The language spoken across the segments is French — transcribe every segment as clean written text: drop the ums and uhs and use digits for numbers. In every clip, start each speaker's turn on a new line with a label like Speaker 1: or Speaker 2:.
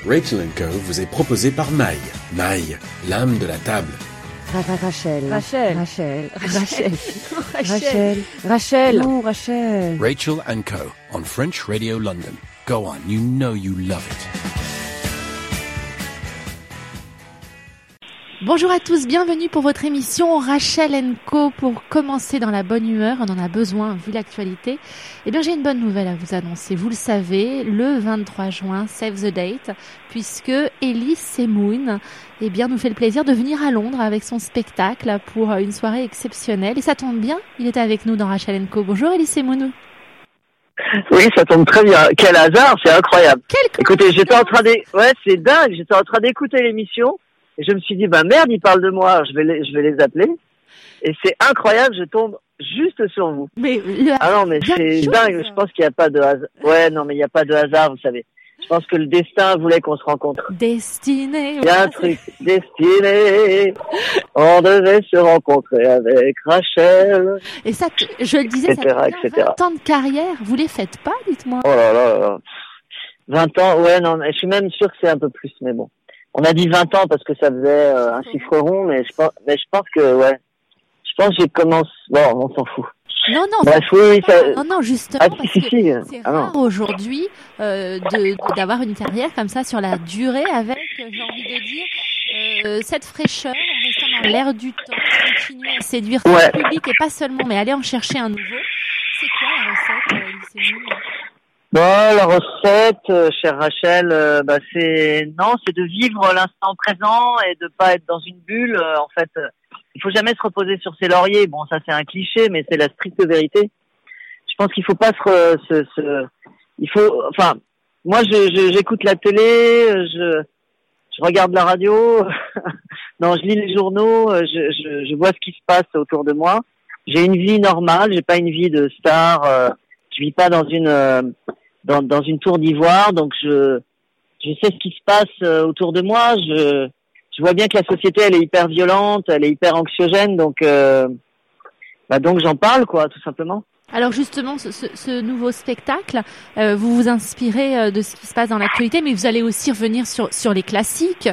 Speaker 1: Rachel & Co vous est proposé par Maï. Maï, l'âme de la table.
Speaker 2: Rachel.
Speaker 1: Rachel & Co on French Radio London. Go on, you know you love it.
Speaker 3: Bonjour à tous, bienvenue pour votre émission Rachel & Co. Pour commencer dans la bonne humeur, on en a besoin vu l'actualité. Eh bien j'ai une bonne nouvelle à vous annoncer, vous le savez, le 23 juin, save the date, puisque Elie Semoun nous fait le plaisir de venir à Londres avec son spectacle pour une soirée exceptionnelle. Et ça tombe bien, il est avec nous dans Rachel & Co. Bonjour Elie Semoun.
Speaker 4: Oui, ça tombe très bien. Quel hasard, c'est incroyable. Écoutez, c'est dingue, j'étais en train d'écouter l'émission. Et je me suis dit, merde, ils parlent de moi, alors je vais les appeler. Et c'est incroyable, je tombe juste sur vous.
Speaker 3: Mais
Speaker 4: c'est dingue, je pense qu'il n'y a pas de hasard. Ouais, non, mais il n'y a pas de hasard, vous savez. Je pense que le destin voulait qu'on se rencontre.
Speaker 3: Destiné.
Speaker 4: Il y a un truc, destiné. On devait se rencontrer avec Rachel.
Speaker 3: Et ça, je le disais,
Speaker 4: etc.,
Speaker 3: ça fait 20 ans de carrière, vous les faites pas, dites-moi.
Speaker 4: Oh là là. 20 ans, ouais, non, je suis même sûr que c'est un peu plus, mais bon. On a dit 20 ans parce que ça faisait un chiffre rond, mais je pense que, ouais. Je pense que j'ai commencé, bon, on s'en fout.
Speaker 3: Non,
Speaker 4: bref,
Speaker 3: non, justement, parce que c'est rare aujourd'hui d'avoir une carrière comme ça sur la durée avec, j'ai envie de dire, cette fraîcheur, en restant dans l'air du temps, continuer à séduire son public et pas seulement, mais aller en chercher un nouveau. C'est quoi la recette, Elie Semoun ?
Speaker 4: Bon, la recette, chère Rachel, c'est de vivre l'instant présent et de pas être dans une bulle. En fait, il faut jamais se reposer sur ses lauriers. Bon, ça c'est un cliché, mais c'est la stricte vérité. Je pense qu'il faut pas moi j'écoute la télé, je regarde la radio, non, je lis les journaux, je vois ce qui se passe autour de moi. J'ai une vie normale, j'ai pas une vie de star. Je vis pas dans une tour d'ivoire, donc je sais ce qui se passe autour de moi. Je vois bien que la société elle est hyper violente, elle est hyper anxiogène, donc j'en parle quoi, tout simplement.
Speaker 3: Alors justement, ce nouveau spectacle, vous vous inspirez de ce qui se passe dans l'actualité, mais vous allez aussi revenir sur les classiques.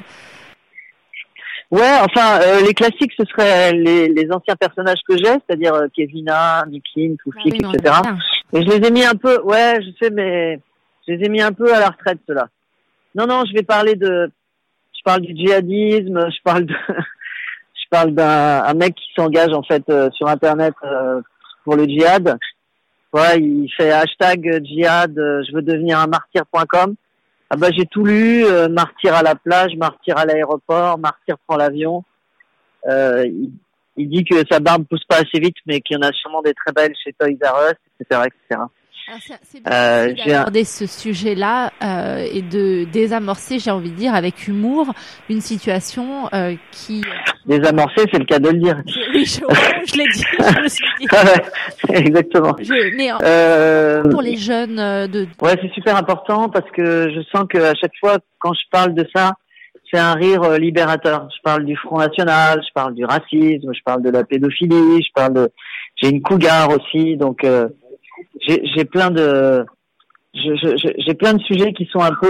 Speaker 4: Ouais, les classiques, ce seraient les anciens personnages que j'ai, c'est-à-dire Kevina, Nikin, Toufik, etc. Et je les ai mis un peu, je sais, mais je les ai mis un peu à la retraite, ceux-là. Non, je parle du djihadisme, je parle d'un mec qui s'engage, en fait, sur Internet, pour le djihad. Ouais, il fait hashtag djihad, je veux devenir un martyr.com. J'ai tout lu, martyr à la plage, martyr à l'aéroport, martyr prend l'avion. Il dit que sa barbe pousse pas assez vite, mais qu'il y en a sûrement des très belles chez Toys R Us, etc., etc.
Speaker 3: Alors c'est bien d'aborder ce sujet-là et de désamorcer, j'ai envie de dire, avec humour, une situation qui...
Speaker 4: Désamorcer, c'est le cas de le dire.
Speaker 3: Oui, je l'ai dit, je me suis dit.
Speaker 4: Ouais, exactement.
Speaker 3: Pour les jeunes
Speaker 4: Ouais, c'est super important parce que je sens que à chaque fois, quand je parle de ça, c'est un rire libérateur. Je parle du Front National, je parle du racisme, je parle de la pédophilie, j'ai une cougar aussi, donc j'ai plein de sujets qui sont un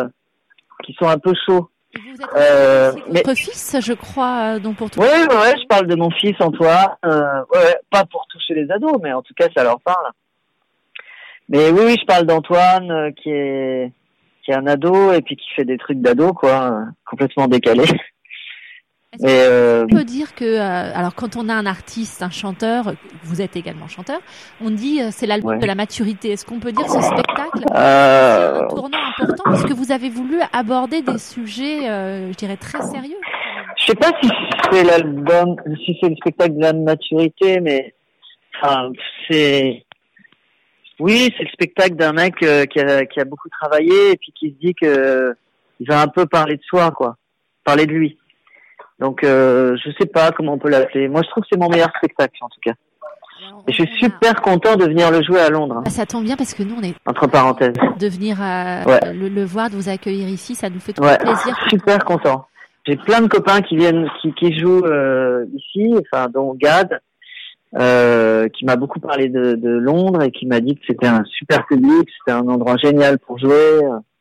Speaker 4: peu chauds.
Speaker 3: Vous êtes votre fils, je crois, donc pour tout.
Speaker 4: Ouais, je parle de mon fils Antoine. Pas pour toucher les ados, mais en tout cas, ça leur parle. Mais oui, je parle d'Antoine qui est un ado et puis qui fait des trucs d'ado, quoi, complètement décalés.
Speaker 3: On peut dire que, alors quand on a un artiste, un chanteur, vous êtes également chanteur, on dit c'est l'album de la maturité. Est-ce qu'on peut dire que ce spectacle c'est un tournant important puisque vous avez voulu aborder des sujets, je dirais, très sérieux?
Speaker 4: Je sais pas si c'est le spectacle de la maturité, mais c'est le spectacle d'un mec qui a beaucoup travaillé et puis qui se dit que il va un peu parler de soi, quoi, parler de lui. Donc, je sais pas comment on peut l'appeler. Moi, je trouve que c'est mon meilleur spectacle, en tout cas. Et je suis super content de venir le jouer à Londres.
Speaker 3: Ça tombe bien parce que nous, on est...
Speaker 4: Entre parenthèses.
Speaker 3: De venir le voir, de vous accueillir ici, ça nous fait tout plaisir.
Speaker 4: Super content. J'ai plein de copains qui viennent, qui jouent ici, dont Gad, qui m'a beaucoup parlé de Londres et qui m'a dit que c'était un super public, c'était un endroit génial pour jouer.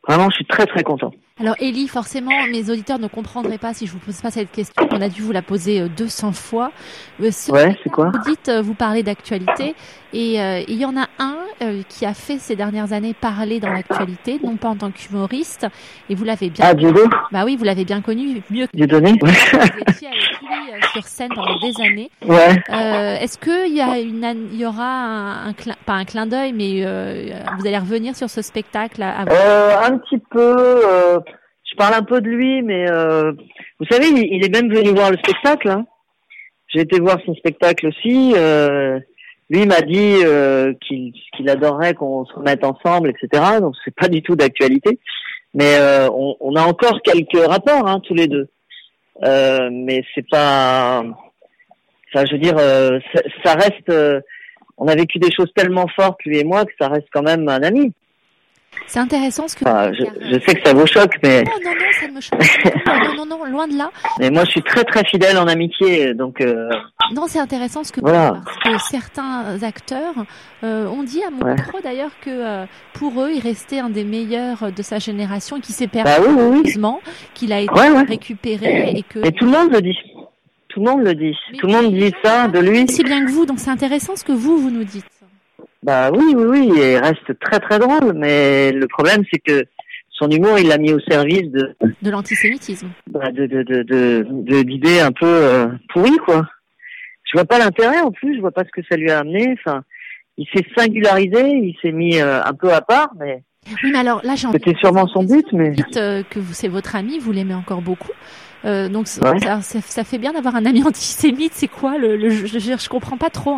Speaker 4: Vraiment, je suis très très content.
Speaker 3: Alors Élie, forcément, mes auditeurs ne comprendraient pas si je vous pose pas cette question. On a dû vous la poser 200 fois.
Speaker 4: C'est quoi?
Speaker 3: Vous dites, vous parlez d'actualité, et il y en a un qui a fait ces dernières années parler dans l'actualité, non pas en tant qu'humoriste, et vous l'avez bien.
Speaker 4: Ah, Diodo.
Speaker 3: Bah oui, vous l'avez bien connu, mieux que
Speaker 4: Dieudonné.
Speaker 3: vous étiez avec lui sur scène pendant des années.
Speaker 4: Ouais.
Speaker 3: Est-ce que il y aura pas un clin d'œil, mais vous allez revenir sur ce spectacle
Speaker 4: un petit peu. Je parle un peu de lui, mais vous savez, il est même venu voir le spectacle. Hein. J'ai été voir son spectacle aussi. Lui m'a dit qu'il adorerait qu'on se remette ensemble, etc. Donc c'est pas du tout d'actualité, mais on a encore quelques rapports, hein, tous les deux. Mais c'est pas. Enfin, je veux dire, ça reste. On a vécu des choses tellement fortes, lui et moi, que ça reste quand même un ami.
Speaker 3: C'est intéressant ce que.
Speaker 4: Enfin, je sais que ça vous choque, mais.
Speaker 3: Non, ça ne me choque pas. Non, loin de là.
Speaker 4: Mais moi, je suis très très fidèle en amitié, donc.
Speaker 3: Non, c'est intéressant ce que
Speaker 4: voilà.
Speaker 3: Parce que certains acteurs ont dit à mon micro d'ailleurs que pour eux, il restait un des meilleurs de sa génération et qui s'est perdu heureusement, qu'il a été récupéré et que.
Speaker 4: Et tout le monde le dit. Tout le monde le dit. Mais tout le monde dit ça de lui.
Speaker 3: C'est bien que vous, donc c'est intéressant ce que vous nous dites.
Speaker 4: Bah oui, il reste très très drôle, mais le problème c'est que son humour il l'a mis au service de
Speaker 3: l'antisémitisme.
Speaker 4: Bah d'idées un peu pourries quoi. Je vois pas l'intérêt en plus, je vois pas ce que ça lui a amené. Enfin, il s'est singularisé, il s'est mis un peu à part, mais.
Speaker 3: Oui, mais alors là
Speaker 4: c'était sûrement son but, mais.
Speaker 3: Vous dites que c'est votre ami, vous l'aimez encore beaucoup. Donc ça fait bien d'avoir un ami antisémite. C'est quoi je comprends pas trop.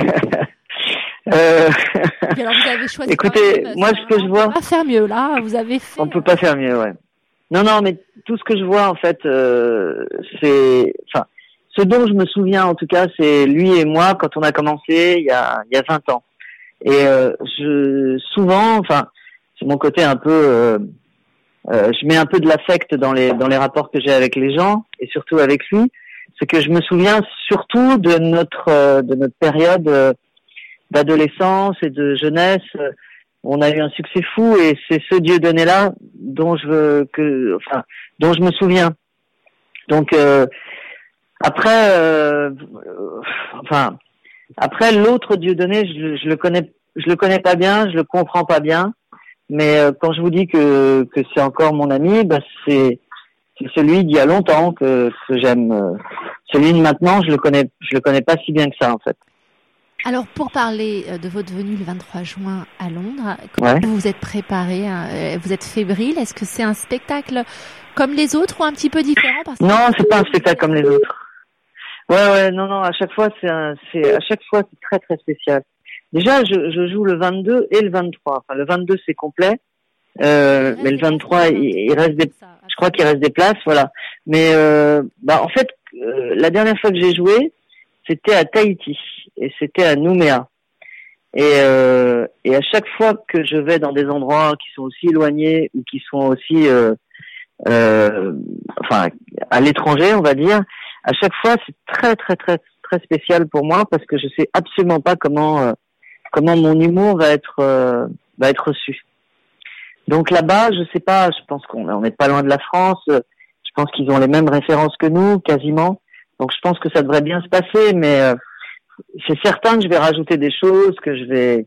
Speaker 3: Et alors vous avez choisi.
Speaker 4: Écoutez, moi ce que je vois.
Speaker 3: On peut pas faire mieux là. Vous avez fait.
Speaker 4: On peut pas faire mieux, ouais. Non, mais tout ce que je vois en fait, c'est, enfin, ce dont je me souviens en tout cas, c'est lui et moi quand on a commencé il y a 20 ans. Et souvent, enfin, c'est mon côté un peu. Je mets un peu de l'affect dans les rapports que j'ai avec les gens et surtout avec lui. C'est que je me souviens surtout de notre période d'adolescence et de jeunesse. On a eu un succès fou et c'est ce Dieudonné-là dont je me souviens. Donc après l'autre Dieudonné, je le connais pas bien, je le comprends pas bien. Mais quand je vous dis que c'est encore mon ami, bah c'est celui d'il y a longtemps que j'aime. Celui de maintenant, je le connais pas si bien que ça en fait.
Speaker 3: Alors pour parler de votre venue le 23 juin à Londres, comment vous vous êtes préparé, vous êtes fébrile? Est-ce que c'est un spectacle comme les autres ou un petit peu différent?
Speaker 4: Non, c'est pas un spectacle comme les autres. Ouais, non, à chaque fois c'est très très spécial. Déjà, je joue le 22 et le 23. Enfin, le 22 c'est complet, mais le 23 il reste je crois qu'il reste des places, voilà. Mais en fait, la dernière fois que j'ai joué, c'était à Tahiti et c'était à Nouméa. Et à chaque fois que je vais dans des endroits qui sont aussi éloignés ou qui sont aussi à l'étranger, on va dire, à chaque fois c'est très très très très spécial pour moi parce que je sais absolument pas comment mon humour va être reçu. Donc là-bas, je sais pas, je pense qu'on n'est pas loin de la France, je pense qu'ils ont les mêmes références que nous, quasiment. Donc je pense que ça devrait bien se passer, mais c'est certain que je vais rajouter des choses, que je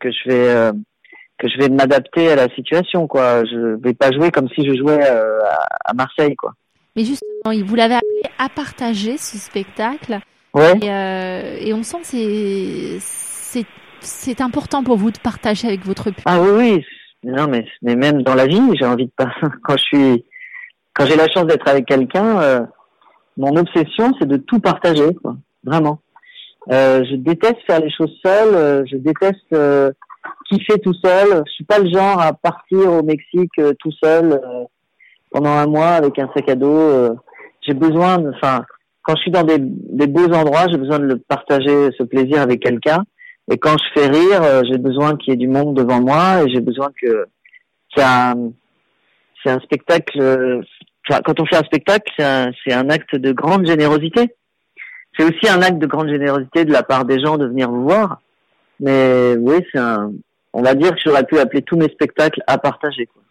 Speaker 4: vais m'adapter à la situation, quoi. Je vais pas jouer comme si je jouais à Marseille, quoi.
Speaker 3: Mais justement, vous l'avez appelé à partager ce spectacle.
Speaker 4: Ouais.
Speaker 3: Et on sent que c'est important pour vous de partager avec votre public.
Speaker 4: Ah oui. Non, mais même dans la vie, j'ai envie de pas. Quand j'ai la chance d'être avec quelqu'un, mon obsession, c'est de tout partager, quoi. Vraiment. Je déteste faire les choses seul. Je déteste kiffer tout seul. Je suis pas le genre à partir au Mexique tout seul pendant un mois avec un sac à dos. J'ai besoin, quand je suis dans des beaux endroits, j'ai besoin de le partager, ce plaisir avec quelqu'un. Et quand je fais rire, j'ai besoin qu'il y ait du monde devant moi et j'ai besoin c'est un spectacle. Quand on fait un spectacle, c'est un acte de grande générosité. C'est aussi un acte de grande générosité de la part des gens de venir vous voir. Mais oui, on va dire que j'aurais pu appeler tous mes spectacles à partager, quoi.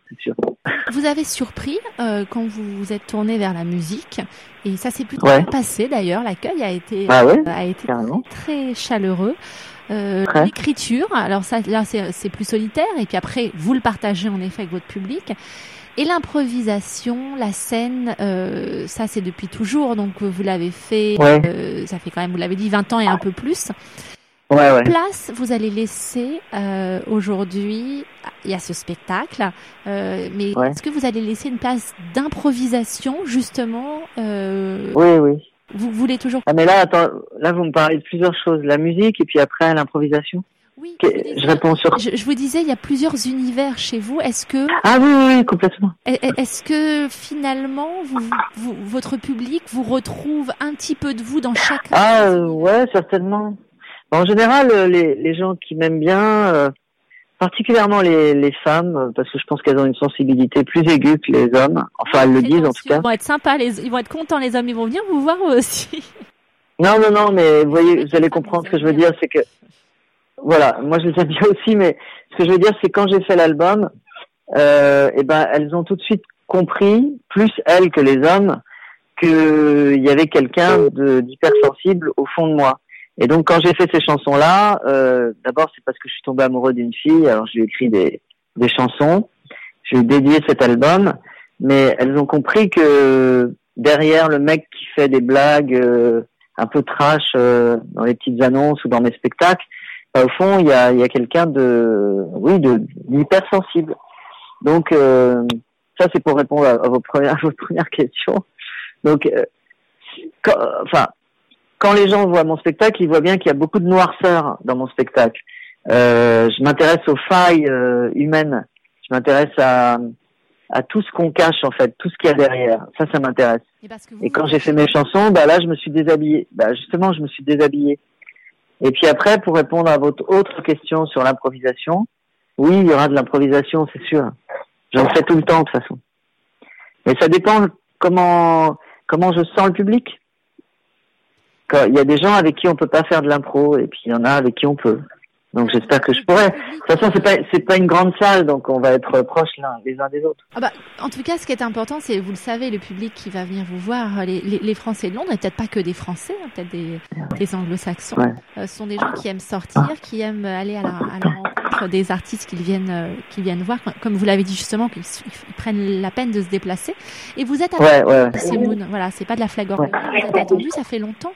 Speaker 4: c'est sûr.
Speaker 3: Vous avez surpris quand vous vous êtes tourné vers la musique, et ça s'est plutôt bien passé d'ailleurs. L'accueil a été très chaleureux. L'écriture, alors ça là c'est plus solitaire, et puis après vous le partagez en effet avec votre public. Et l'improvisation, la scène, ça c'est depuis toujours, donc vous l'avez fait, ça fait quand même, vous l'avez dit, 20 ans et un peu plus. Quelle place vous allez laisser aujourd'hui? Il y a ce spectacle, mais est-ce que vous allez laisser une place d'improvisation justement?
Speaker 4: Oui.
Speaker 3: Vous voulez toujours...
Speaker 4: Ah mais là, attends, là vous me parlez de plusieurs choses, la musique et puis après l'improvisation.
Speaker 3: Oui,
Speaker 4: je réponds sur...
Speaker 3: Je vous disais, il y a plusieurs univers chez vous. Est-ce que...
Speaker 4: Ah oui, complètement.
Speaker 3: Est-ce que finalement, votre public vous retrouve un petit peu de vous dans chaque...
Speaker 4: Ouais, certainement. En général, les gens qui m'aiment bien, particulièrement les femmes, parce que je pense qu'elles ont une sensibilité plus aiguë que les hommes. Enfin, elles le disent en tout cas.
Speaker 3: Ils vont être sympas, ils vont être contents, les hommes, ils vont venir vous voir eux aussi.
Speaker 4: Non, mais vous voyez, vous allez comprendre ce que je veux dire, c'est que... Voilà, moi je les aime bien aussi, mais ce que je veux dire, c'est quand j'ai fait l'album, elles ont tout de suite compris, plus elles que les hommes, qu'il y avait quelqu'un d'hypersensible au fond de moi. Et donc quand j'ai fait ces chansons-là, d'abord c'est parce que je suis tombé amoureux d'une fille, alors je lui ai écrit des chansons, je lui ai dédié cet album, mais elles ont compris que derrière le mec qui fait des blagues un peu trash dans les petites annonces ou dans mes spectacles, au fond, il y a quelqu'un d'hypersensible. Donc, ça, c'est pour répondre à votre première question. Donc, quand les gens voient mon spectacle, ils voient bien qu'il y a beaucoup de noirceur dans mon spectacle. Je m'intéresse aux failles humaines. Je m'intéresse à tout ce qu'on cache, en fait, tout ce qu'il y a derrière. Ça m'intéresse. Et quand j'ai fait mes chansons, là, je me suis déshabillé. Justement, je me suis déshabillé. Et puis après, pour répondre à votre autre question sur l'improvisation, oui, il y aura de l'improvisation, c'est sûr. J'en fais tout le temps, de toute façon. Mais ça dépend comment je sens le public. Il y a des gens avec qui on peut pas faire de l'impro, et puis il y en a avec qui on peut. Donc j'espère que je pourrai. De toute façon, c'est pas une grande salle, donc on va être proches les uns des autres.
Speaker 3: En tout cas, ce qui est important, c'est, vous le savez, le public qui va venir vous voir, les Français de Londres, et peut-être pas que des Français, peut-être des Anglo-Saxons, ce sont des gens qui aiment sortir, qui aiment aller à la rencontre des artistes qu'ils viennent voir, comme vous l'avez dit justement, qu'ils prennent la peine de se déplacer. Et vous êtes attendu, c'est Moon. Voilà, c'est pas de la flagornerie. Vous êtes attendu, ça fait longtemps.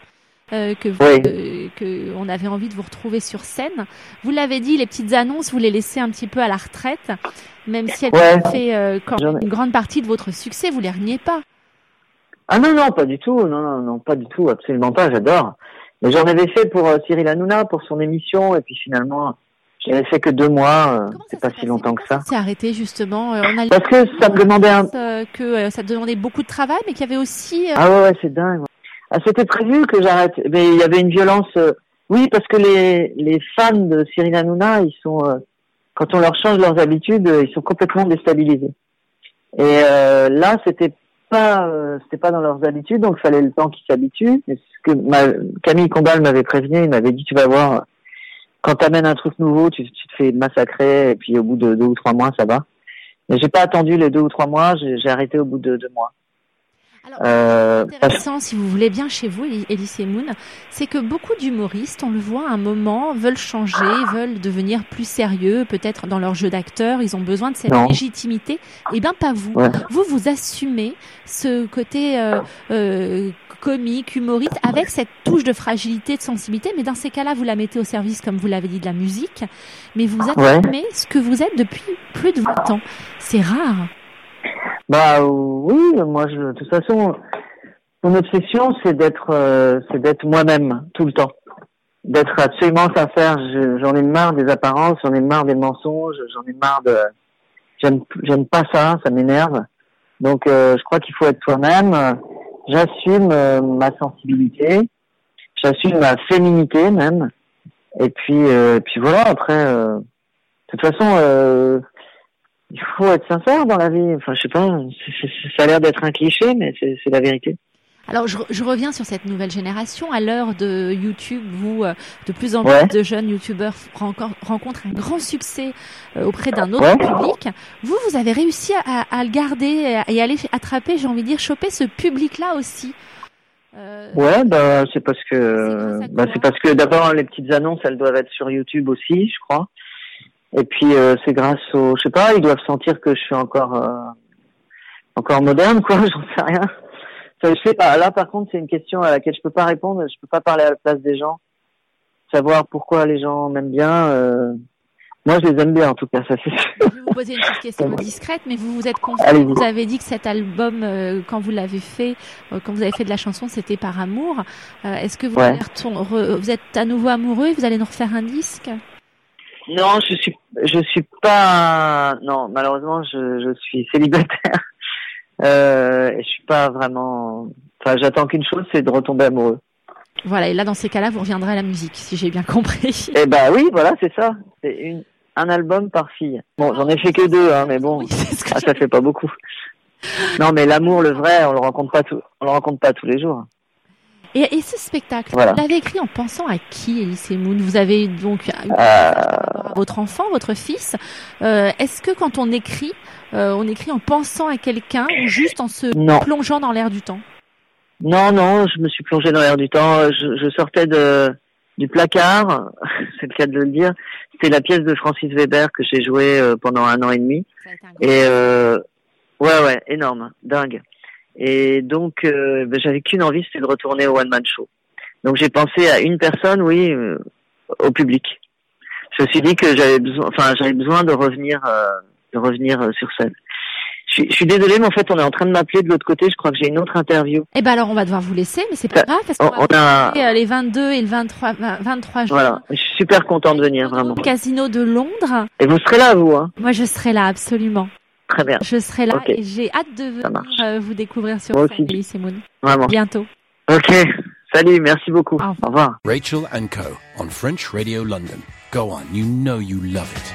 Speaker 3: Que on avait envie de vous retrouver sur scène. Vous l'avez dit, les petites annonces, vous les laissez un petit peu à la retraite, même si elles fait une grande partie de votre succès, vous les reniez pas.
Speaker 4: Ah non, pas du tout. Non, pas du tout, absolument pas, j'adore. Mais j'en avais fait pour Cyril Hanouna, pour son émission, et puis finalement, j'avais fait que 2 mois, c'est pas si longtemps que ça.
Speaker 3: C'est arrêté justement.
Speaker 4: Parce que ça me demandait
Speaker 3: que ça demandait beaucoup de travail, mais qu'il y avait aussi...
Speaker 4: c'est dingue. C'était prévu que j'arrête, mais il y avait une violence. Oui, parce que les fans de Cyril Hanouna, ils sont, quand on leur change leurs habitudes, ils sont complètement déstabilisés. Et là, c'était pas dans leurs habitudes, donc il fallait le temps qu'ils s'habituent. Et ce que Camille Combal m'avait prévenu, il m'avait dit, tu vas voir, quand t'amènes un truc nouveau, tu te fais massacrer, et puis au bout de 2 ou 3 mois, ça va. Mais j'ai pas attendu les 2 ou 3 mois, j'ai arrêté au bout de 2 mois.
Speaker 3: Alors, intéressant, si vous voulez bien chez vous, Elise et Moon, c'est que beaucoup d'humoristes, on le voit à un moment, veulent changer, veulent devenir plus sérieux, peut-être dans leur jeu d'acteur, ils ont besoin de cette légitimité. Eh bien, pas vous. Vous assumez ce côté comique, humoriste, avec cette touche de fragilité, de sensibilité, mais dans ces cas-là, vous la mettez au service, comme vous l'avez dit, de la musique, mais vous assumez ce que vous êtes depuis plus de 20 ans. C'est rare.
Speaker 4: Oui, moi de toute façon, mon obsession c'est d'être moi-même tout le temps, d'être absolument sincère. J'en ai marre des apparences, j'en ai marre des mensonges, j'en ai marre j'aime pas ça m'énerve. Donc je crois qu'il faut être soi-même. J'assume ma sensibilité, j'assume ma féminité même. Et puis voilà. Après, de toute façon. Il faut être sincère dans la vie. Enfin, je sais pas, ça a l'air d'être un cliché, mais c'est la vérité.
Speaker 3: Alors, je reviens sur cette nouvelle génération. À l'heure de YouTube, où de plus en plus de jeunes YouTubeurs rencontrent un grand succès auprès d'un autre public, vous avez réussi à le garder et aller attraper, j'ai envie de dire, choper ce public-là aussi.
Speaker 4: C'est parce que d'abord les petites annonces, elles doivent être sur YouTube aussi, je crois. Et puis c'est grâce au, je sais pas, ils doivent sentir que je suis encore moderne, quoi. J'en sais rien. Enfin, je sais pas. Là, par contre, c'est une question à laquelle je peux pas répondre. Je peux pas parler à la place des gens. Savoir pourquoi les gens m'aiment bien. Moi, je les aime bien, en tout cas. Ça, c'est sûr.
Speaker 3: Je vais vous poser une petite question discrète, mais vous êtes confiant. Vous avez dit que cet album, quand vous l'avez fait, quand vous avez fait de la chanson, c'était par amour. Est-ce que vous êtes à nouveau amoureux et vous allez nous refaire un disque?
Speaker 4: Non, je suis pas. Non, malheureusement, je suis célibataire. Et je suis pas vraiment. Enfin, j'attends qu'une chose, c'est de retomber amoureux.
Speaker 3: Voilà, et là, dans ces cas-là, vous reviendrez à la musique, si j'ai bien compris.
Speaker 4: Eh oui, voilà, c'est ça. C'est un album par fille. Bon, j'en ai fait que 2, mais bon, ça fait pas beaucoup. Non, mais l'amour, le vrai, on le rencontre pas tous les jours.
Speaker 3: Et ce spectacle, vous l'avez écrit en pensant à qui, Elise Moon? Vous avez donc votre enfant, votre fils. Est-ce que quand on écrit en pensant à quelqu'un ou juste en se plongeant dans l'air du temps?
Speaker 4: Non, je me suis plongée dans l'air du temps. Je sortais du placard, c'est le cas de le dire. C'était la pièce de Francis Weber que j'ai jouée pendant 1 an et demi. Et énorme, dingue. Et donc j'avais qu'une envie, c'était de retourner au one man show. Donc j'ai pensé à une personne, au public. Je me suis dit que j'avais besoin de revenir sur scène. Je suis désolée, mais en fait, on est en train de m'appeler de l'autre côté. Je crois que j'ai une autre interview.
Speaker 3: Alors, on va devoir vous laisser, mais c'est pas grave, parce qu'on va les 22 et le 23 juin.
Speaker 4: Voilà. Je suis super content de venir, vraiment.
Speaker 3: Au Casino de Londres.
Speaker 4: Et vous serez là, vous, hein?
Speaker 3: Moi, je serai là, absolument.
Speaker 4: Très bien.
Speaker 3: Je serai là et j'ai hâte de venir vous découvrir sur scène, Elise Moon.
Speaker 4: Vraiment.
Speaker 3: Bientôt.
Speaker 4: Ok. Salut, merci beaucoup.
Speaker 3: Au revoir.
Speaker 1: Rachel & Co. on French Radio London. Go on, you know you love it.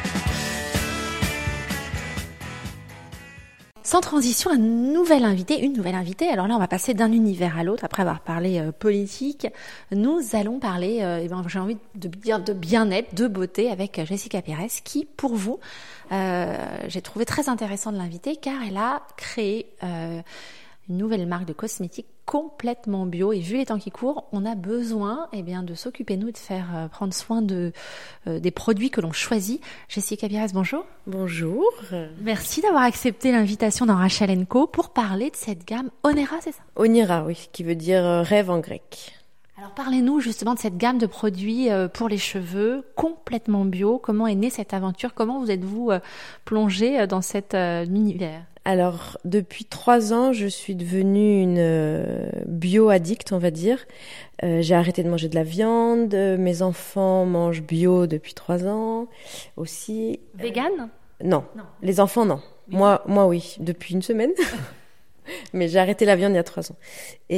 Speaker 3: Sans transition, une nouvelle invitée. Alors là, on va passer d'un univers à l'autre. Après avoir parlé politique, nous allons parler, j'ai envie de dire, de bien-être, de beauté avec Jessica Pires, qui, pour vous, j'ai trouvé très intéressant de l'inviter, car elle a créé une nouvelle marque de cosmétiques complètement bio, et vu les temps qui courent, on a besoin de s'occuper nous de faire prendre soin des produits que l'on choisit. Jessica Pires, bonjour.
Speaker 2: Bonjour.
Speaker 3: Merci d'avoir accepté l'invitation dans Rachel & Co pour parler de cette gamme Onera, c'est ça?
Speaker 2: Onera, oui, qui veut dire rêve en grec.
Speaker 3: Alors parlez-nous justement de cette gamme de produits pour les cheveux complètement bio. Comment est née cette aventure? Comment vous êtes-vous plongée dans cet univers?
Speaker 2: Alors, depuis 3 ans, je suis devenue une bio-addict, on va dire. J'ai arrêté de manger de la viande. Mes enfants mangent bio depuis 3 ans aussi.
Speaker 3: Végane?
Speaker 2: Non. Les enfants, non. Oui. Moi, oui, depuis 1 semaine. Mais j'ai arrêté la viande il y a 3 ans.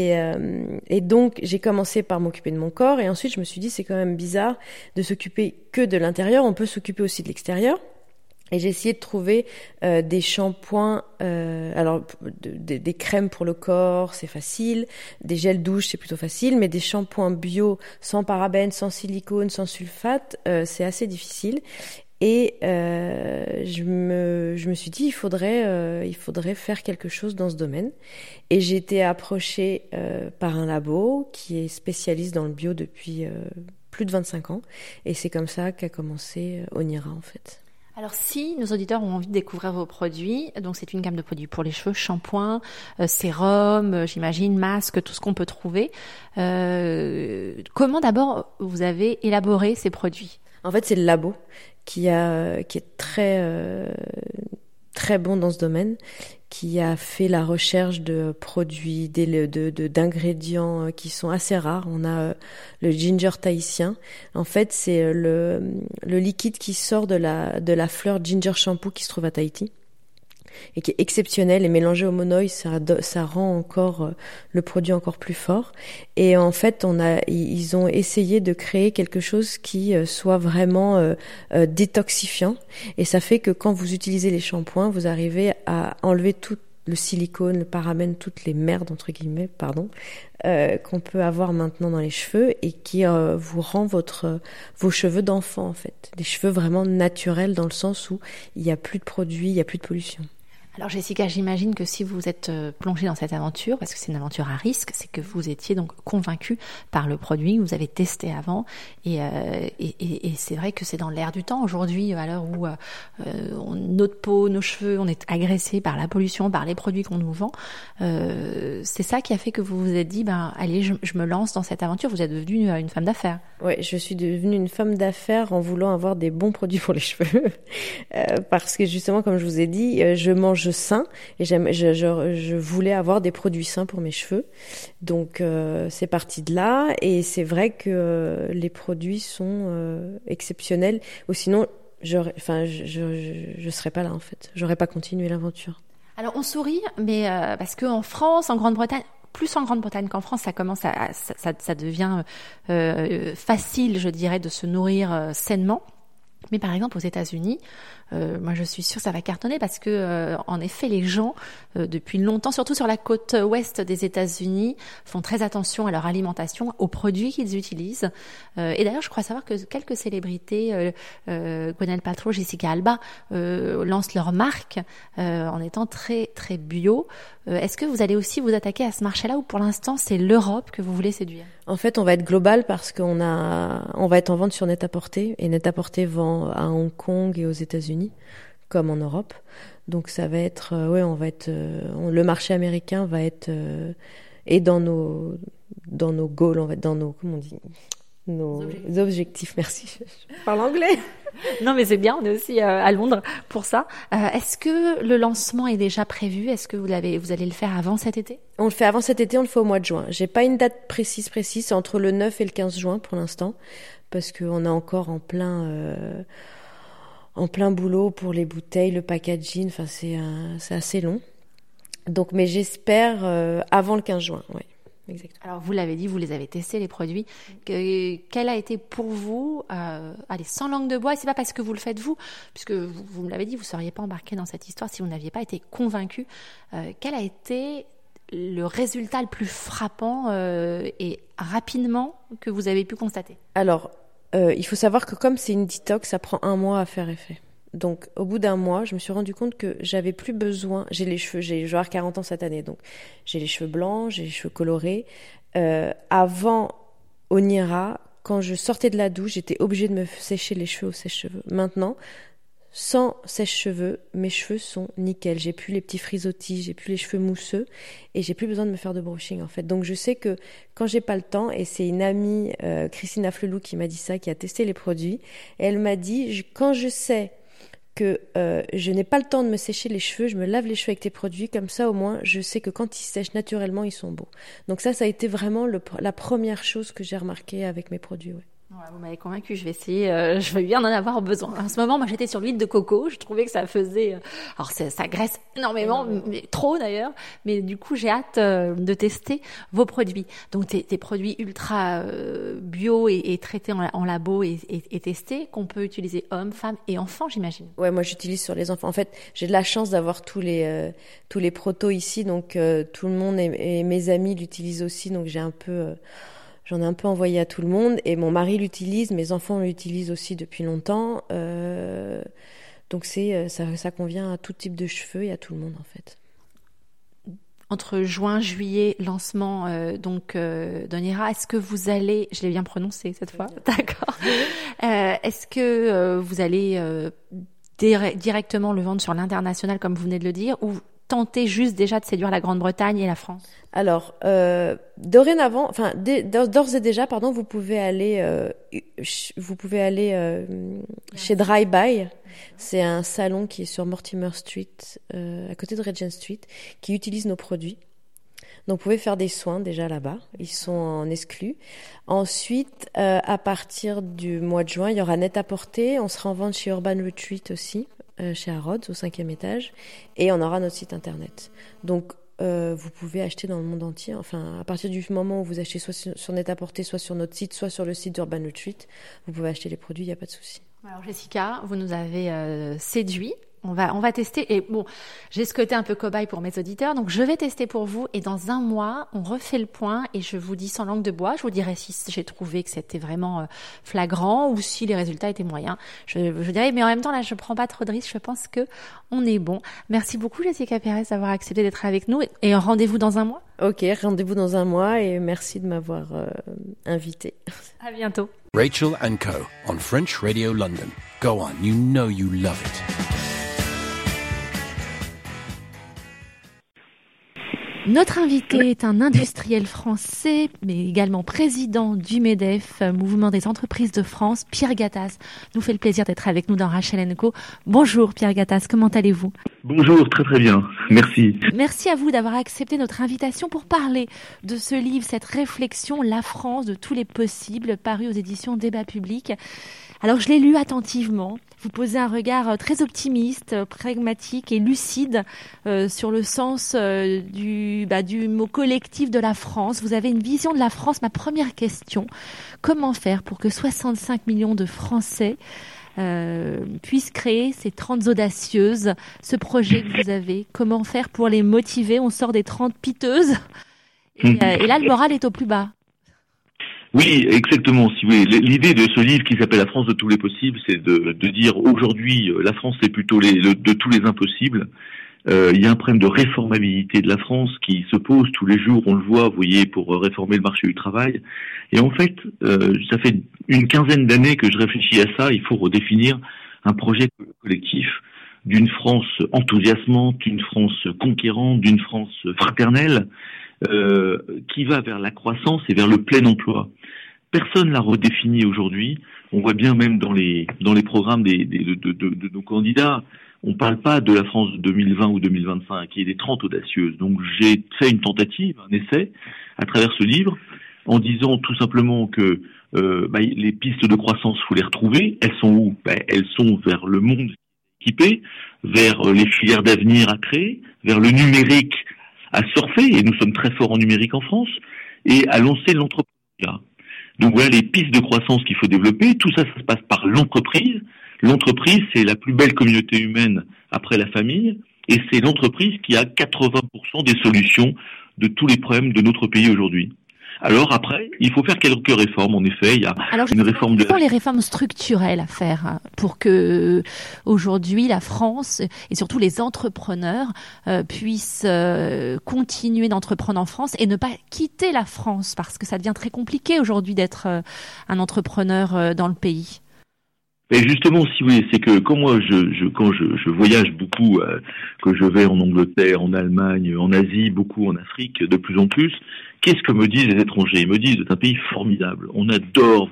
Speaker 2: Et donc, j'ai commencé par m'occuper de mon corps. Et ensuite, je me suis dit, c'est quand même bizarre de s'occuper que de l'intérieur. On peut s'occuper aussi de l'extérieur. Et j'ai essayé de trouver des shampoings, des crèmes pour le corps, c'est facile, des gels douche, c'est plutôt facile, mais des shampoings bio, sans parabènes, sans silicone, sans sulfate, c'est assez difficile. Et je me suis dit, il faudrait faire quelque chose dans ce domaine. Et j'ai été approchée par un labo qui est spécialiste dans le bio depuis plus de 25 ans. Et c'est comme ça qu'a commencé Onera, en fait.
Speaker 3: Alors si nos auditeurs ont envie de découvrir vos produits, donc c'est une gamme de produits pour les cheveux, shampoing, sérum, j'imagine, masque, tout ce qu'on peut trouver. Comment d'abord vous avez élaboré ces produits?
Speaker 2: En fait, c'est le labo qui est très bon dans ce domaine, qui a fait la recherche de produits, d'ingrédients qui sont assez rares. On a le ginger tahitien. En fait, c'est le liquide qui sort de la fleur ginger shampoo qui se trouve à Tahiti et qui est exceptionnel, et mélangé au monoï, ça rend encore le produit encore plus fort. Et en fait, ils ont essayé de créer quelque chose qui soit vraiment détoxifiant, et ça fait que quand vous utilisez les shampoings, vous arrivez à enlever le silicone, le parabène, toutes les merdes entre guillemets, qu'on peut avoir maintenant dans les cheveux et qui vous rend vos cheveux d'enfant en fait, des cheveux vraiment naturels dans le sens où il n'y a plus de produits, il n'y a plus de pollution.
Speaker 3: Alors Jessica, j'imagine que si vous êtes plongée dans cette aventure, parce que c'est une aventure à risque, c'est que vous étiez donc convaincue par le produit que vous avez testé avant, et c'est vrai que c'est dans l'air du temps aujourd'hui, à l'heure où notre peau, nos cheveux, on est agressés par la pollution, par les produits qu'on nous vend. C'est ça qui a fait que vous vous êtes dit, allez, je me lance dans cette aventure. Vous êtes devenue une femme d'affaires.
Speaker 2: Oui, je suis devenue une femme d'affaires en voulant avoir des bons produits pour les cheveux, parce que justement, comme je vous ai dit, je mange sain et je voulais avoir des produits sains pour mes cheveux. Donc c'est parti de là et c'est vrai que les produits sont exceptionnels. Ou sinon, je serais pas là en fait. J'aurais pas continué l'aventure.
Speaker 3: Alors on sourit, mais parce que en France, en Grande-Bretagne. Plus en Grande-Bretagne qu'en France, ça devient facile, je dirais, de se nourrir sainement. Mais par exemple aux États-Unis, moi je suis sûre que ça va cartonner parce que en effet les gens depuis longtemps, surtout sur la côte ouest des États-Unis, font très attention à leur alimentation, aux produits qu'ils utilisent. Et d'ailleurs je crois savoir que quelques célébrités, Gwyneth Paltrow, Jessica Alba, lancent leur marque en étant très très bio. Est-ce que vous allez aussi vous attaquer à ce marché-là ou pour l'instant c'est l'Europe que vous voulez séduire?
Speaker 2: En fait, on va être global parce on va être en vente sur Net-à-Porter et Net-à-Porter vend à Hong Kong et aux États-Unis comme en Europe. Donc ça va être, le marché américain va être et dans nos goals, on va être dans nos, comment on dit, nos objectifs. Merci. Je parle anglais.
Speaker 3: Non, mais c'est bien. On est aussi à Londres pour ça. Est-ce que le lancement est déjà prévu? Est-ce que vous allez le faire avant cet été?
Speaker 2: On le fait avant cet été. On le fait au mois de juin. J'ai pas une date précise. C'est entre le 9 et le 15 juin pour l'instant, parce qu'on est encore en plein boulot pour les bouteilles, le packaging. Enfin, c'est assez long. Donc, mais j'espère avant le 15 juin. Oui. Exactement.
Speaker 3: Alors, vous l'avez dit, vous les avez testés, les produits. Quel a été pour vous, allez, sans langue de bois, et c'est pas parce que vous le faites vous, puisque vous me l'avez dit, vous ne seriez pas embarqué dans cette histoire si vous n'aviez pas été convaincu. Quel a été le résultat le plus frappant et rapidement que vous avez pu constater?
Speaker 2: Alors, il faut savoir que comme c'est une détox, ça prend 1 mois à faire effet. Donc, au bout d'1 mois, je me suis rendu compte que j'avais plus besoin. Je vais avoir 40 ans cette année, donc j'ai les cheveux blancs, j'ai les cheveux colorés. Avant Onira, quand je sortais de la douche, j'étais obligée de me sécher les cheveux au sèche-cheveux. Maintenant, sans sèche-cheveux, mes cheveux sont nickel. J'ai plus les petits frisottis, j'ai plus les cheveux mousseux et j'ai plus besoin de me faire de brushing en fait. Donc je sais que quand j'ai pas le temps, et c'est une amie, Christina Flelou, qui m'a dit ça, qui a testé les produits, et elle m'a dit quand je sais que je n'ai pas le temps de me sécher les cheveux, je me lave les cheveux avec tes produits, comme ça au moins je sais que quand ils sèchent naturellement, ils sont beaux. Donc ça a été vraiment la première chose que j'ai remarqué avec mes produits. Ouais.
Speaker 3: Voilà, vous m'avez convaincue, je vais essayer, je vais bien en avoir besoin. En ce moment, moi j'étais sur l'huile de coco, je trouvais que ça faisait, alors ça graisse énormément, mais trop d'ailleurs, mais du coup j'ai hâte de tester vos produits. Donc tes produits ultra bio et traités en labo et testés, qu'on peut utiliser hommes, femmes et enfants, j'imagine.
Speaker 2: Ouais, moi j'utilise sur les enfants. En fait, j'ai de la chance d'avoir tous les protos ici, donc tout le monde et mes amis l'utilisent aussi, donc j'en ai un peu envoyé à tout le monde et mon mari l'utilise, mes enfants l'utilisent aussi depuis longtemps. Donc ça convient à tout type de cheveux et à tout le monde en fait.
Speaker 3: Entre juin, juillet, lancement d'Onira, est-ce que vous allez, je l'ai bien prononcé cette fois, d'accord. Est-ce que vous allez directement le vendre sur l'international comme vous venez de le dire, ou tenter juste déjà de séduire la Grande-Bretagne et la France?
Speaker 2: Alors, dorénavant, enfin, d'ores et déjà, pardon, vous pouvez aller chez Dry By. C'est un salon qui est sur Mortimer Street, à côté de Regent Street, qui utilise nos produits. Donc, vous pouvez faire des soins déjà là-bas. Ils sont en exclu. Ensuite, à partir du mois de juin, il y aura Net-à-Porter. On sera en vente chez Urban Retreat aussi, chez Harrods, au 5e étage. Et on aura notre site internet. Donc, vous pouvez acheter dans le monde entier. Enfin, à partir du moment où vous achetez soit sur Net-à-Porter, soit sur notre site, soit sur le site d'Urban Retreat, vous pouvez acheter les produits, il n'y a pas de souci.
Speaker 3: Alors Jessica, vous nous avez séduit. On va tester. Et bon, j'ai ce côté un peu cobaye pour mes auditeurs, donc je vais tester pour vous. Et dans un mois, on refait le point et je vous dis sans langue de bois. Je vous dirai si j'ai trouvé que c'était vraiment flagrant ou si les résultats étaient moyens. Je dirais, mais en même temps, là, je prends pas trop de risques. Je pense que on est bon. Merci beaucoup, Jessica Pérez, d'avoir accepté d'être avec nous. Et rendez-vous dans un mois.
Speaker 2: Ok, rendez-vous dans un mois et merci de m'avoir invité.
Speaker 3: À bientôt.
Speaker 1: Rachel & Co. on French Radio London. Go on, you know you love it.
Speaker 3: Notre invité est un industriel français, mais également président du MEDEF, Mouvement des entreprises de France. Pierre Gattaz nous fait le plaisir d'être avec nous dans Rachel & Co. Bonjour Pierre Gattaz, comment allez-vous ?
Speaker 5: Bonjour, très très bien, merci.
Speaker 3: Merci à vous d'avoir accepté notre invitation pour parler de ce livre, cette réflexion, La France de tous les possibles, paru aux éditions Débat Public. Alors je l'ai lu attentivement. Vous posez un regard très optimiste, pragmatique et lucide sur le sens du mot collectif de la France. Vous avez une vision de la France. Ma première question, comment faire pour que 65 millions de Français puissent créer ces 30 audacieuses, ce projet que vous avez? Comment faire pour les motiver? On sort des 30 piteuses et là, le moral est au plus bas.
Speaker 5: Oui, exactement. Si vous voulez, l'idée de ce livre qui s'appelle La France de tous les possibles, c'est de dire aujourd'hui la France c'est plutôt de tous les impossibles. Il y a un problème de réformabilité de la France qui se pose tous les jours, on le voit, vous voyez, pour réformer le marché du travail. Et en fait, ça fait une quinzaine d'années que je réfléchis à ça. Il faut redéfinir un projet collectif d'une France enthousiasmante, d'une France conquérante, d'une France fraternelle, qui va vers la croissance et vers le plein emploi. Personne l'a redéfini aujourd'hui. On voit bien même dans les programmes de nos candidats, on parle pas de la France de 2020 ou 2025, qui est des 30 audacieuses. Donc j'ai fait une tentative, un essai, à travers ce livre, en disant tout simplement que les pistes de croissance, faut les retrouver. Elles sont où? Elles sont vers le monde équipé, vers les filières d'avenir à créer, vers le numérique à surfer, et nous sommes très forts en numérique en France, et à lancer l'entrepreneuriat. Donc voilà les pistes de croissance qu'il faut développer. Tout ça, ça se passe par l'entreprise. L'entreprise, c'est la plus belle communauté humaine après la famille, et c'est l'entreprise qui a 80% des solutions de tous les problèmes de notre pays aujourd'hui. Alors après, il faut faire quelques réformes. En effet, il y a une réforme
Speaker 3: quelles sont les réformes structurelles à faire pour que aujourd'hui la France et surtout les entrepreneurs puissent continuer d'entreprendre en France et ne pas quitter la France, parce que ça devient très compliqué aujourd'hui d'être un entrepreneur dans le pays.
Speaker 5: Et justement, si vous voulez, c'est que quand moi quand je voyage beaucoup, que je vais en Angleterre, en Allemagne, en Asie, beaucoup en Afrique, de plus en plus, qu'est-ce que me disent les étrangers? Ils me disent: c'est un pays formidable, on adore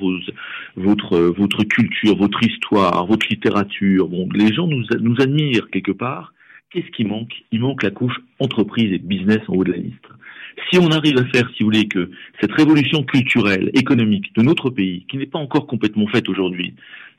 Speaker 5: votre culture, votre histoire, votre littérature. Bon, les gens nous admirent quelque part. Qu'est-ce qui manque? Il manque la couche entreprise et business en haut de la liste. Si on arrive à faire, si vous voulez, que cette révolution culturelle, économique de notre pays, qui n'est pas encore complètement faite aujourd'hui,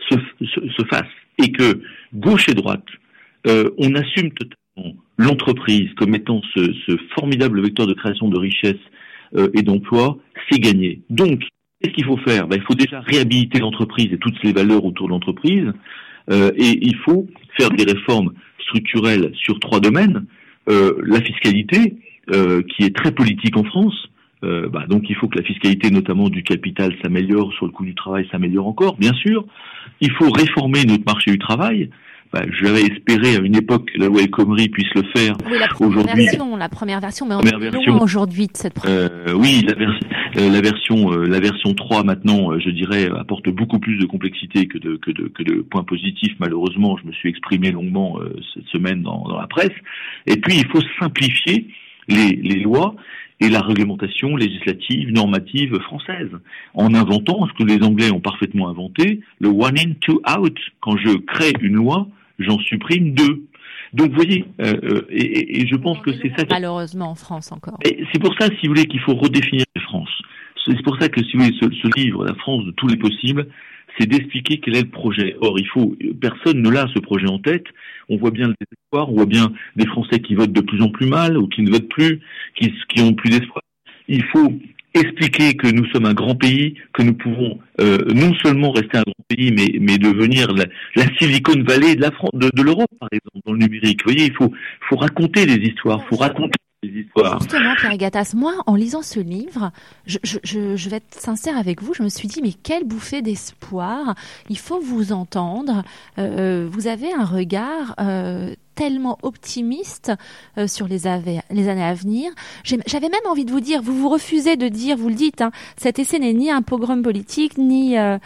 Speaker 5: se fasse, et que gauche et droite, on assume totalement l'entreprise comme étant ce formidable vecteur de création de richesse et d'emploi, c'est gagné. Donc, qu'est-ce qu'il faut faire? Il faut déjà réhabiliter l'entreprise et toutes les valeurs autour de l'entreprise, et il faut faire des réformes structurelles sur 3 domaines. La fiscalité, qui est très politique en France. Donc il faut que la fiscalité, notamment du capital, s'améliore, sur le coût du travail s'améliore encore, bien sûr. Il faut réformer notre marché du travail. J'avais espéré à une époque que la loi El Khomri puisse le faire.
Speaker 3: Oui, la première version, mais on est loin aujourd'hui de cette première.
Speaker 5: Oui, la version 3 maintenant, je dirais, apporte beaucoup plus de complexité que de points positifs. Malheureusement, je me suis exprimé longuement cette semaine dans la presse. Et puis il faut simplifier les lois et la réglementation législative, normative française, en inventant ce que les Anglais ont parfaitement inventé, le one in, two out. Quand je crée une loi, j'en supprime 2. Donc, vous voyez, et je pense que c'est ça.
Speaker 3: Malheureusement, en France encore.
Speaker 5: Et c'est pour ça, si vous voulez, qu'il faut redéfinir la France. C'est pour ça que, si vous voulez, ce livre, La France de tous les possibles, c'est d'expliquer quel est le projet. Or, personne ne l'a ce projet en tête. On voit bien le désespoir, on voit bien des Français qui votent de plus en plus mal, ou qui ne votent plus, qui ont plus d'espoir. Il faut expliquer que nous sommes un grand pays, que nous pouvons non seulement rester un grand pays, mais devenir la Silicon Valley de la France, de l'Europe, par exemple, dans le numérique. Vous voyez, il faut raconter des histoires,
Speaker 3: Justement, Pierre Gattaz, moi, en lisant ce livre, je vais être sincère avec vous, je me suis dit, mais quelle bouffée d'espoir, il faut vous entendre, vous avez un regard tellement optimiste sur les années à venir. J'avais même envie de vous dire, vous refusez de dire, vous le dites, hein, cet essai n'est ni un programme politique, ni un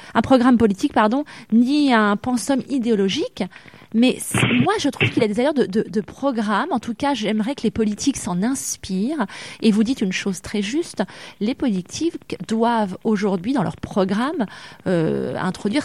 Speaker 3: pensum idéologique. Mais moi, je trouve qu'il a des allures de programme. En tout cas, j'aimerais que les politiques s'en inspirent. Et vous dites une chose très juste, les politiques doivent aujourd'hui, dans leur programme, introduire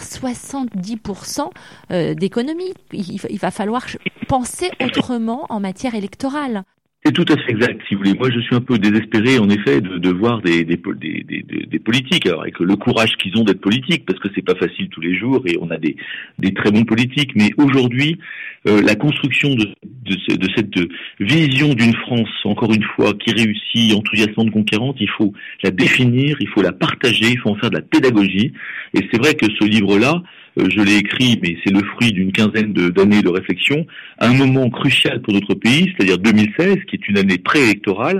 Speaker 3: 70% d'économies. Il va falloir penser autrement en matière électorale.
Speaker 5: C'est tout à fait exact, si vous voulez. Moi, je suis un peu désespéré, en effet, de voir des politiques, alors avec le courage qu'ils ont d'être politiques, parce que c'est pas facile tous les jours, et on a des très bons politiques. Mais aujourd'hui, la construction de cette vision d'une France, encore une fois, qui réussit, enthousiasmante, conquérante, il faut la définir, il faut la partager, il faut en faire de la pédagogie. Et c'est vrai que ce livre-là, je l'ai écrit, mais c'est le fruit d'une quinzaine d'années de réflexion, à un moment crucial pour notre pays, c'est-à-dire 2016, qui est une année préélectorale.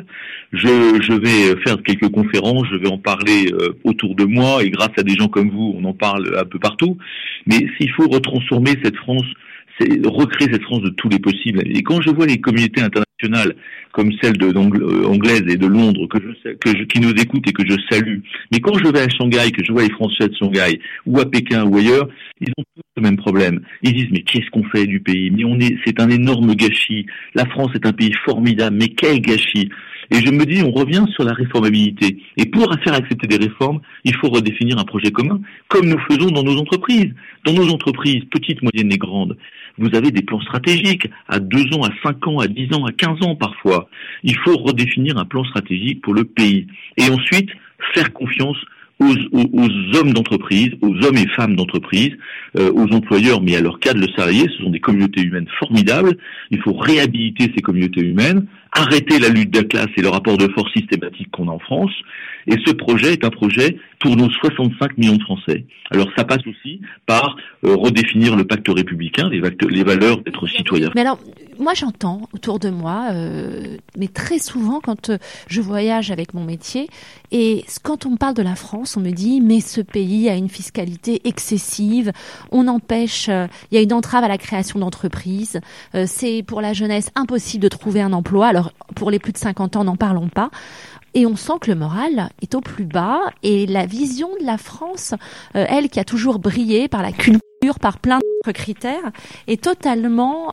Speaker 5: Je vais faire quelques conférences, je vais en parler autour de moi, et grâce à des gens comme vous, on en parle un peu partout. Mais s'il faut retransformer cette France, c'est recréer cette France de tous les possibles. Et quand je vois les communautés internationales comme celle anglaise et de Londres qui nous écoutent et que je salue, mais quand je vais à Shanghai, que je vois les Français de Shanghai ou à Pékin ou ailleurs, ils ont tous le même problème. Ils disent mais qu'est-ce qu'on fait du pays? Mais c'est un énorme gâchis. La France est un pays formidable, mais quel gâchis! Et je me dis, on revient sur la réformabilité. Et pour faire accepter des réformes, il faut redéfinir un projet commun, comme nous faisons dans nos entreprises. Dans nos entreprises, petites, moyennes et grandes, vous avez des plans stratégiques à 2 ans, à 5 ans, à 10 ans, à 15 ans parfois. Il faut redéfinir un plan stratégique pour le pays. Et ensuite, faire confiance aux hommes d'entreprise, aux hommes et femmes d'entreprise, aux employeurs, mais à leur cadre, le salarié, ce sont des communautés humaines formidables. Il faut réhabiliter ces communautés humaines, arrêter la lutte de classe et le rapport de force systématique qu'on a en France. Et ce projet est un projet pour nos 65 millions de Français. Alors ça passe aussi par redéfinir le pacte républicain, les valeurs d'être citoyen.
Speaker 3: Mais alors, moi j'entends autour de moi, mais très souvent quand je voyage avec mon métier, et quand on me parle de la France, on me dit mais ce pays a une fiscalité excessive, on empêche, il y a une entrave à la création d'entreprises, c'est pour la jeunesse impossible de trouver un emploi, alors pour les plus de 50 ans, n'en parlons pas. Et on sent que le moral est au plus bas et la vision de la France, elle qui a toujours brillé par la culture, par plein d'autres critères, est totalement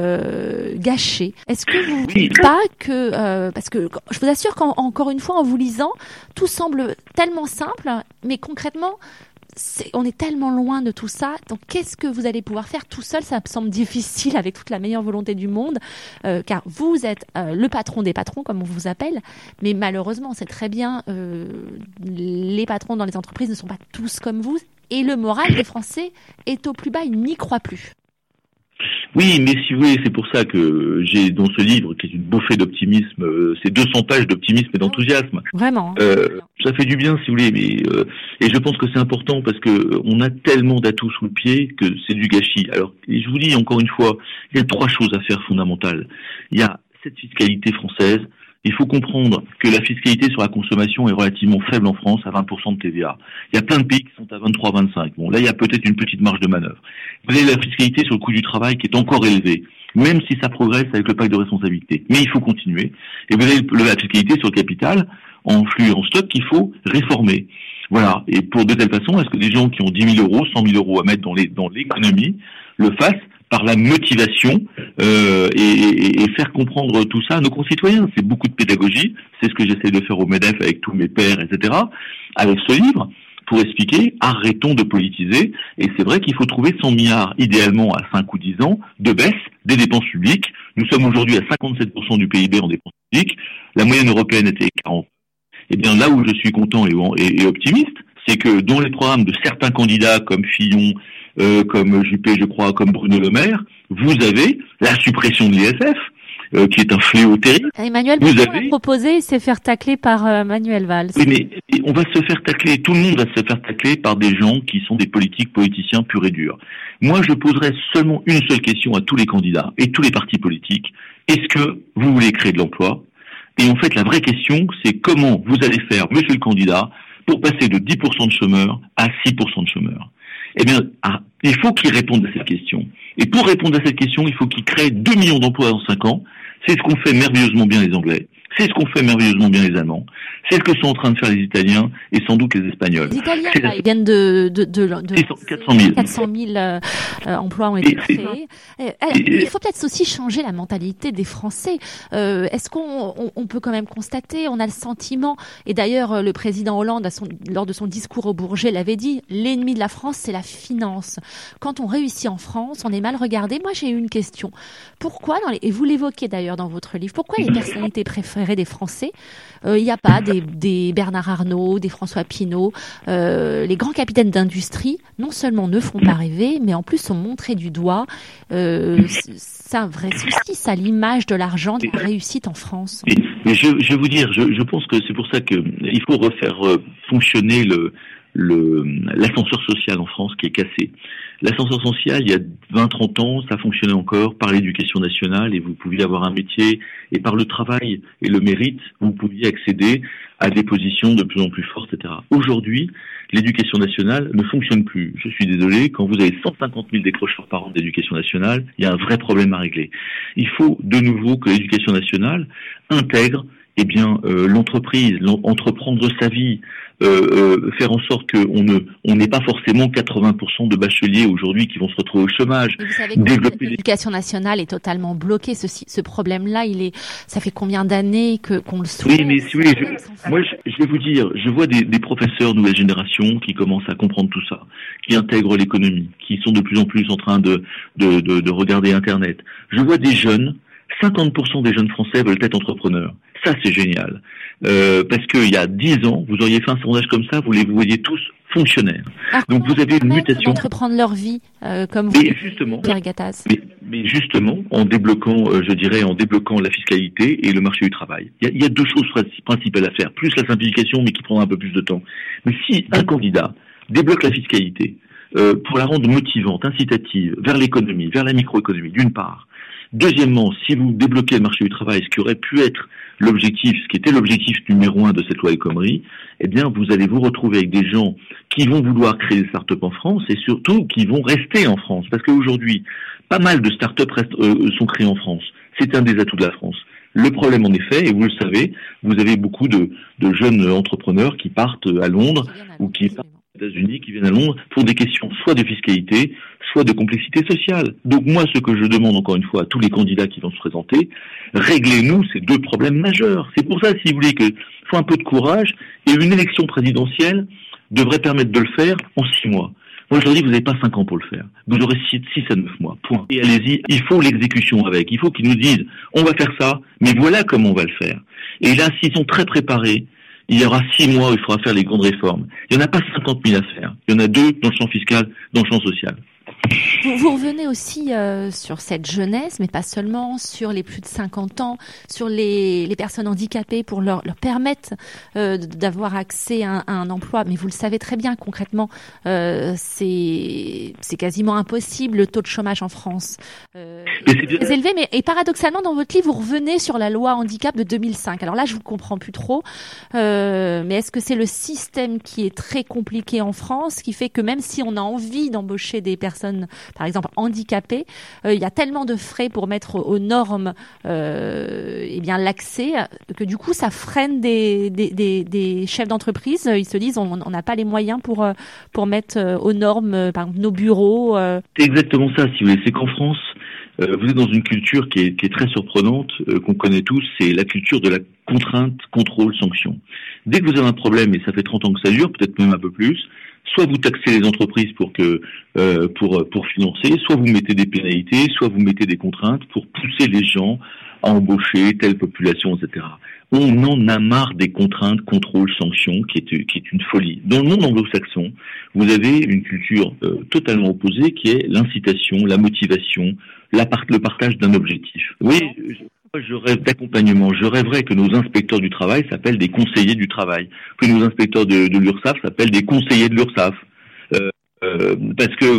Speaker 3: gâchée. Est-ce que vous ne dites pas que... parce que je vous assure qu'encore une fois, en vous lisant, tout semble tellement simple, mais concrètement... on est tellement loin de tout ça, donc qu'est-ce que vous allez pouvoir faire tout seul? Ça me semble difficile avec toute la meilleure volonté du monde, car vous êtes le patron des patrons, comme on vous appelle, mais malheureusement, c'est très bien, les patrons dans les entreprises ne sont pas tous comme vous, et le moral des Français est au plus bas, ils n'y croient plus.
Speaker 5: Oui, mais si vous voulez, c'est pour ça que j'ai dans ce livre, qui est une bouffée d'optimisme, c'est 200 pages d'optimisme et d'enthousiasme.
Speaker 3: Vraiment.
Speaker 5: Ça fait du bien, si vous voulez, mais et je pense que c'est important parce que on a tellement d'atouts sous le pied que c'est du gâchis. Alors, je vous dis encore une fois, il y a 3 choses à faire fondamentales. Il y a cette fiscalité française. Il faut comprendre que la fiscalité sur la consommation est relativement faible en France, à 20% de TVA. Il y a plein de pays qui sont à 23-25. Bon, là, il y a peut-être une petite marge de manœuvre. Vous avez la fiscalité sur le coût du travail qui est encore élevée, même si ça progresse avec le pacte de responsabilité. Mais il faut continuer. Et vous avez la fiscalité sur le capital, en flux et en stock, qu'il faut réformer. Voilà. Et de telle façon, est-ce que des gens qui ont 10 000 euros, 100 000 euros à mettre dans l'économie, le fassent par la motivation et faire comprendre tout ça à nos concitoyens. C'est beaucoup de pédagogie, c'est ce que j'essaie de faire au MEDEF avec tous mes pairs, etc. Avec ce livre, pour expliquer, arrêtons de politiser, et c'est vrai qu'il faut trouver 100 milliards, idéalement à 5 ou 10 ans, de baisse des dépenses publiques. Nous sommes aujourd'hui à 57% du PIB en dépenses publiques, la moyenne européenne était 40%. Eh bien là où je suis content et optimiste, c'est que dans les programmes de certains candidats comme Fillon, comme Juppé, je crois, comme Bruno Le Maire, vous avez la suppression de l'ISF qui est un fléau terrible.
Speaker 3: Emmanuel Macron l'a proposé, c'est faire tacler par Manuel Valls.
Speaker 5: Oui, mais on va se faire tacler, tout le monde va se faire tacler par des gens qui sont des politiciens purs et durs. Moi, je poserai seulement une seule question à tous les candidats et tous les partis politiques. Est-ce que vous voulez créer de l'emploi ? Et en fait, la vraie question, c'est comment vous allez faire, monsieur le candidat, pour passer de 10% de chômeurs à 6% de chômeurs. Eh bien, il faut qu'il réponde à cette question. Et pour répondre à cette question, il faut qu'il crée 2 millions d'emplois dans 5 ans. C'est ce qu'ont fait merveilleusement bien les Anglais. C'est ce qu'ont fait merveilleusement bien les Allemands. C'est ce que sont en train de faire les Italiens et sans doute les Espagnols.
Speaker 3: Les Italiens, ils viennent de 400 000 emplois ont été créés. Il faut peut-être aussi changer la mentalité des Français. Est-ce qu'on peut quand même constater, on a le sentiment, et d'ailleurs le président Hollande, lors de son discours au Bourget, l'avait dit, l'ennemi de la France, c'est la finance. Quand on réussit en France, on est mal regardé. Moi, j'ai eu une question. Pourquoi, et vous l'évoquez d'ailleurs dans votre livre, pourquoi les personnalités préférées des Français, il n'y a pas des Bernard Arnault, des François Pinault, les grands capitaines d'industrie, non seulement ne font pas rêver, mais en plus sont montrés du doigt. C'est un vrai souci, ça, l'image de l'argent, de la réussite en France.
Speaker 5: Mais je vais vous dire, je pense que c'est pour ça qu'il faut refaire fonctionner l'ascenseur social en France qui est cassé. L'ascenseur social, il y a 20-30 ans, ça fonctionnait encore par l'éducation nationale et vous pouviez avoir un métier, et par le travail et le mérite, vous pouviez accéder à des positions de plus en plus fortes, etc. Aujourd'hui, l'éducation nationale ne fonctionne plus. Je suis désolé, quand vous avez 150 000 décrocheurs par an d'éducation nationale, il y a un vrai problème à régler. Il faut de nouveau que l'éducation nationale intègre l'entreprise, entreprendre sa vie, faire en sorte qu'on n'ait pas forcément 80% de bacheliers aujourd'hui qui vont se retrouver au chômage.
Speaker 3: Et vous savez que l'éducation nationale est totalement bloquée. Ce problème-là, ça fait combien d'années qu'on le souhaite?
Speaker 5: Oui, mais moi, je vais vous dire, je vois des professeurs nouvelle génération qui commencent à comprendre tout ça, qui intègrent l'économie, qui sont de plus en plus en train de regarder Internet. Je vois des jeunes, 50% des jeunes Français veulent être entrepreneurs. Ça, c'est génial. Parce qu'il y a 10 ans, vous auriez fait un sondage comme ça, vous les voyez tous fonctionnaires.
Speaker 3: Alors, donc vous avez une mutation. Entreprendre leur vie, comme vous, Pierre Gattaz.
Speaker 5: Mais justement, en débloquant la fiscalité et le marché du travail. Il y a 2 choses principales à faire, plus la simplification, mais qui prendra un peu plus de temps. Mais si un candidat débloque la fiscalité pour la rendre motivante, incitative, vers l'économie, vers la microéconomie, d'une part. Deuxièmement, si vous débloquez le marché du travail, ce qui aurait pu être ce qui était l'objectif numéro 1 de cette loi El Khomri, eh bien, vous allez vous retrouver avec des gens qui vont vouloir créer des startups en France et surtout qui vont rester en France. Parce qu'aujourd'hui, pas mal de startups sont créées en France. C'est un des atouts de la France. Le problème, en effet, et vous le savez, vous avez beaucoup de jeunes entrepreneurs qui partent à Londres ou qui partent aux États-Unis, qui viennent à Londres pour des questions soit de fiscalité, soit de complexité sociale. Donc moi, ce que je demande encore une fois à tous les candidats qui vont se présenter, réglez-nous ces 2 problèmes majeurs. C'est pour ça, si vous voulez, qu'il faut un peu de courage, et une élection présidentielle devrait permettre de le faire en 6 mois. Moi, je leur dis, vous n'avez pas 5 ans pour le faire. Vous aurez 6 à 9 mois. Point. Et allez-y, il faut l'exécution avec. Il faut qu'ils nous disent, on va faire ça, mais voilà comment on va le faire. Et là, s'ils sont très préparés, il y aura 6 mois où il faudra faire les grandes réformes. Il n'y en a pas 50 000 à faire. Il y en a 2 dans le champ fiscal, dans le champ social.
Speaker 3: Vous revenez aussi sur cette jeunesse, mais pas seulement, sur les plus de 50 ans, sur les personnes handicapées pour leur permettre d'avoir accès à un emploi. Mais vous le savez très bien, concrètement, c'est quasiment impossible, le taux de chômage en France. Très élevé, et paradoxalement, dans votre livre, vous revenez sur la loi handicap de 2005. Alors là, je vous comprends plus trop, mais est-ce que c'est le système qui est très compliqué en France, qui fait que même si on a envie d'embaucher des personnes, par exemple handicapées, il y a tellement de frais pour mettre aux normes l'accès, que du coup ça freine des chefs d'entreprise. Ils se disent on n'a pas les moyens pour mettre aux normes par exemple nos bureaux.
Speaker 5: C'est exactement ça, si vous voulez. C'est qu'en France, vous êtes dans une culture qui est très surprenante, qu'on connaît tous, c'est la culture de la contrainte, contrôle, sanction. Dès que vous avez un problème, et ça fait 30 ans que ça dure, peut-être même un peu plus, soit vous taxez les entreprises pour financer, soit vous mettez des pénalités, soit vous mettez des contraintes pour pousser les gens à embaucher telle population, etc. On en a marre des contraintes, contrôles, sanctions, qui est une folie. Dans le monde anglo-saxon, vous avez une culture totalement opposée qui est l'incitation, la motivation, le partage d'un objectif. Oui, Je rêve d'accompagnement. Je rêverais que nos inspecteurs du travail s'appellent des conseillers du travail, que nos inspecteurs de l'URSSAF s'appellent des conseillers de l'URSSAF. Parce que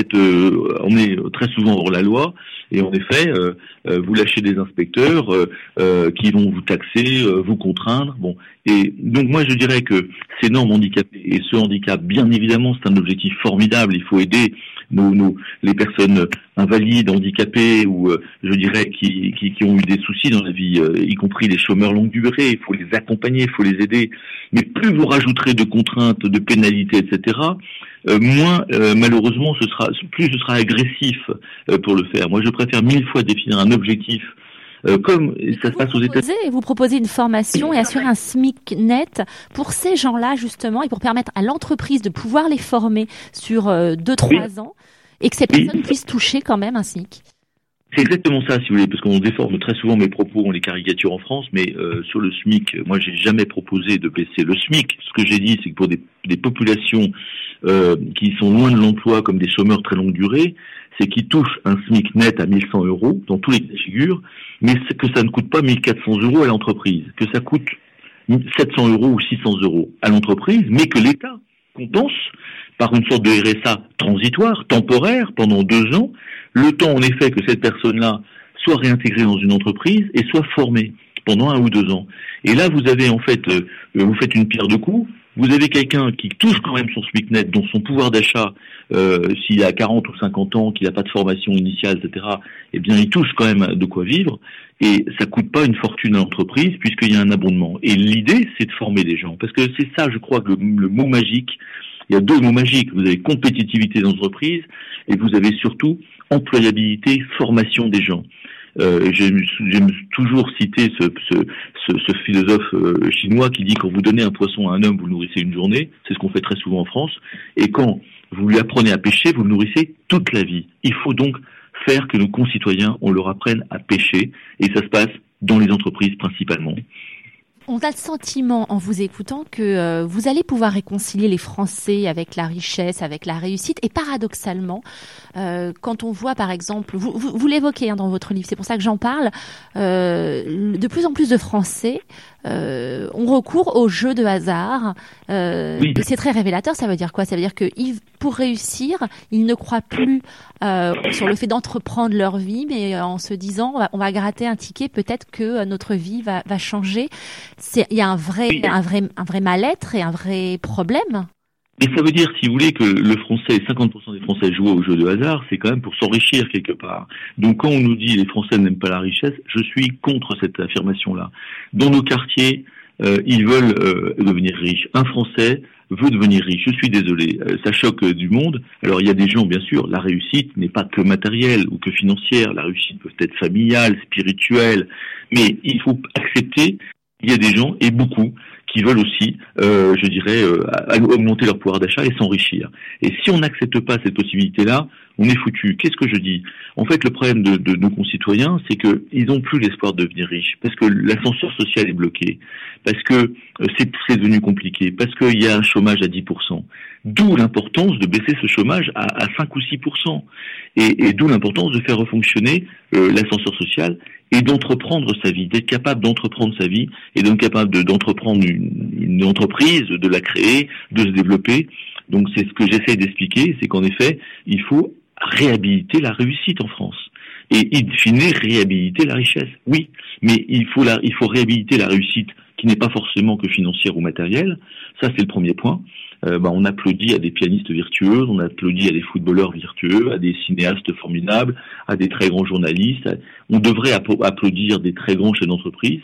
Speaker 5: on est très souvent hors la loi, et en effet, vous lâchez des inspecteurs qui vont vous taxer, vous contraindre. Bon, et donc moi je dirais que ces normes handicapées et ce handicap, bien évidemment, c'est un objectif formidable. Il faut aider les personnes invalides, handicapées ou je dirais qui ont eu des soucis dans la vie, y compris les chômeurs longue durée. Il faut les accompagner, il faut les aider. Mais plus vous rajouterez de contraintes, de pénalités, etc., moins malheureusement plus ce sera agressif pour le faire. Moi je préfère 1000 fois définir un objectif comme ça se passe aux États-Unis.
Speaker 3: Vous proposez une formation et assurer un SMIC net pour ces gens-là justement, et pour permettre à l'entreprise de pouvoir les former sur 2-3 ans, et que ces personnes puissent toucher quand même un SMIC.
Speaker 5: C'est exactement ça, si vous voulez, parce qu'on déforme très souvent mes propos, on les caricature en France, mais sur le SMIC, moi j'ai jamais proposé de baisser le SMIC. Ce que j'ai dit, c'est que pour des populations qui sont loin de l'emploi, comme des chômeurs très longue durée, c'est qu'ils touchent un SMIC net à 1100 euros dans tous les cas de figure, mais que ça ne coûte pas 1400 euros à l'entreprise, que ça coûte 700 euros ou 600 euros à l'entreprise, mais que l'État compense par une sorte de RSA transitoire, temporaire, pendant 2 ans, le temps en effet que cette personne-là soit réintégrée dans une entreprise et soit formée pendant 1 ou 2 ans. Et là, vous avez en fait, vous faites une pierre deux coups. Vous avez quelqu'un qui touche quand même son SMIC net, dont son pouvoir d'achat, s'il a 40 ou 50 ans, qu'il n'a pas de formation initiale, etc., eh bien, il touche quand même de quoi vivre. Et ça coûte pas une fortune à l'entreprise, puisqu'il y a un abondement. Et l'idée, c'est de former des gens. Parce que c'est ça, je crois, que le mot magique. Il y a 2 mots magiques. Vous avez compétitivité d'entreprise et vous avez surtout employabilité, formation des gens. J'aime toujours citer ce philosophe chinois qui dit: quand vous donnez un poisson à un homme, vous le nourrissez une journée. C'est ce qu'on fait très souvent en France. Et quand vous lui apprenez à pêcher, vous le nourrissez toute la vie. Il faut donc faire que nos concitoyens, on leur apprenne à pêcher. Et ça se passe dans les entreprises principalement.
Speaker 3: On a le sentiment, en vous écoutant, que vous allez pouvoir réconcilier les Français avec la richesse, avec la réussite. Et paradoxalement, quand on voit, par exemple, vous l'évoquez dans votre livre, c'est pour ça que j'en parle, de plus en plus de Français ont recours aux jeux de hasard. Et c'est très révélateur. Ça veut dire quoi? Ça veut dire que pour réussir, ils ne croient plus sur le fait d'entreprendre leur vie, mais en se disant on va gratter un ticket, peut-être que notre vie va changer. Il y a un vrai mal-être et un vrai problème.
Speaker 5: Mais ça veut dire, si vous voulez, que le Français, 50% des Français jouent aux jeux de hasard, c'est quand même pour s'enrichir quelque part. Donc quand on nous dit les Français n'aiment pas la richesse, je suis contre cette affirmation-là. Dans nos quartiers, ils veulent devenir riches. Un Français veut devenir riche. Je suis désolé, ça choque du monde. Alors il y a des gens, bien sûr, la réussite n'est pas que matérielle ou que financière. La réussite peut être familiale, spirituelle, mais il faut accepter. Il y a des gens, et beaucoup, qui veulent aussi, je dirais, augmenter leur pouvoir d'achat et s'enrichir. Et si on n'accepte pas cette possibilité-là, on est foutu. Qu'est-ce que je dis? En fait, le problème de nos concitoyens, c'est qu'ils n'ont plus l'espoir de devenir riches, parce que l'ascenseur social est bloqué, parce que c'est devenu compliqué, parce qu'il y a un chômage à 10%. D'où l'importance de baisser ce chômage à 5 ou 6%. Et d'où l'importance de faire refonctionner l'ascenseur social et d'entreprendre sa vie, d'être capable d'entreprendre sa vie et d'être capable d'entreprendre une entreprise, de la créer, de se développer. Donc c'est ce que j'essaie d'expliquer, c'est qu'en effet, il faut réhabiliter la réussite en France. Et in fine, réhabiliter la richesse. Oui, mais il faut réhabiliter la réussite qui n'est pas forcément que financière ou matérielle. Ça, c'est le premier point. On applaudit à des pianistes virtueux, on applaudit à des footballeurs virtueux, à des cinéastes formidables, à des très grands journalistes. On devrait applaudir des très grands chefs d'entreprise.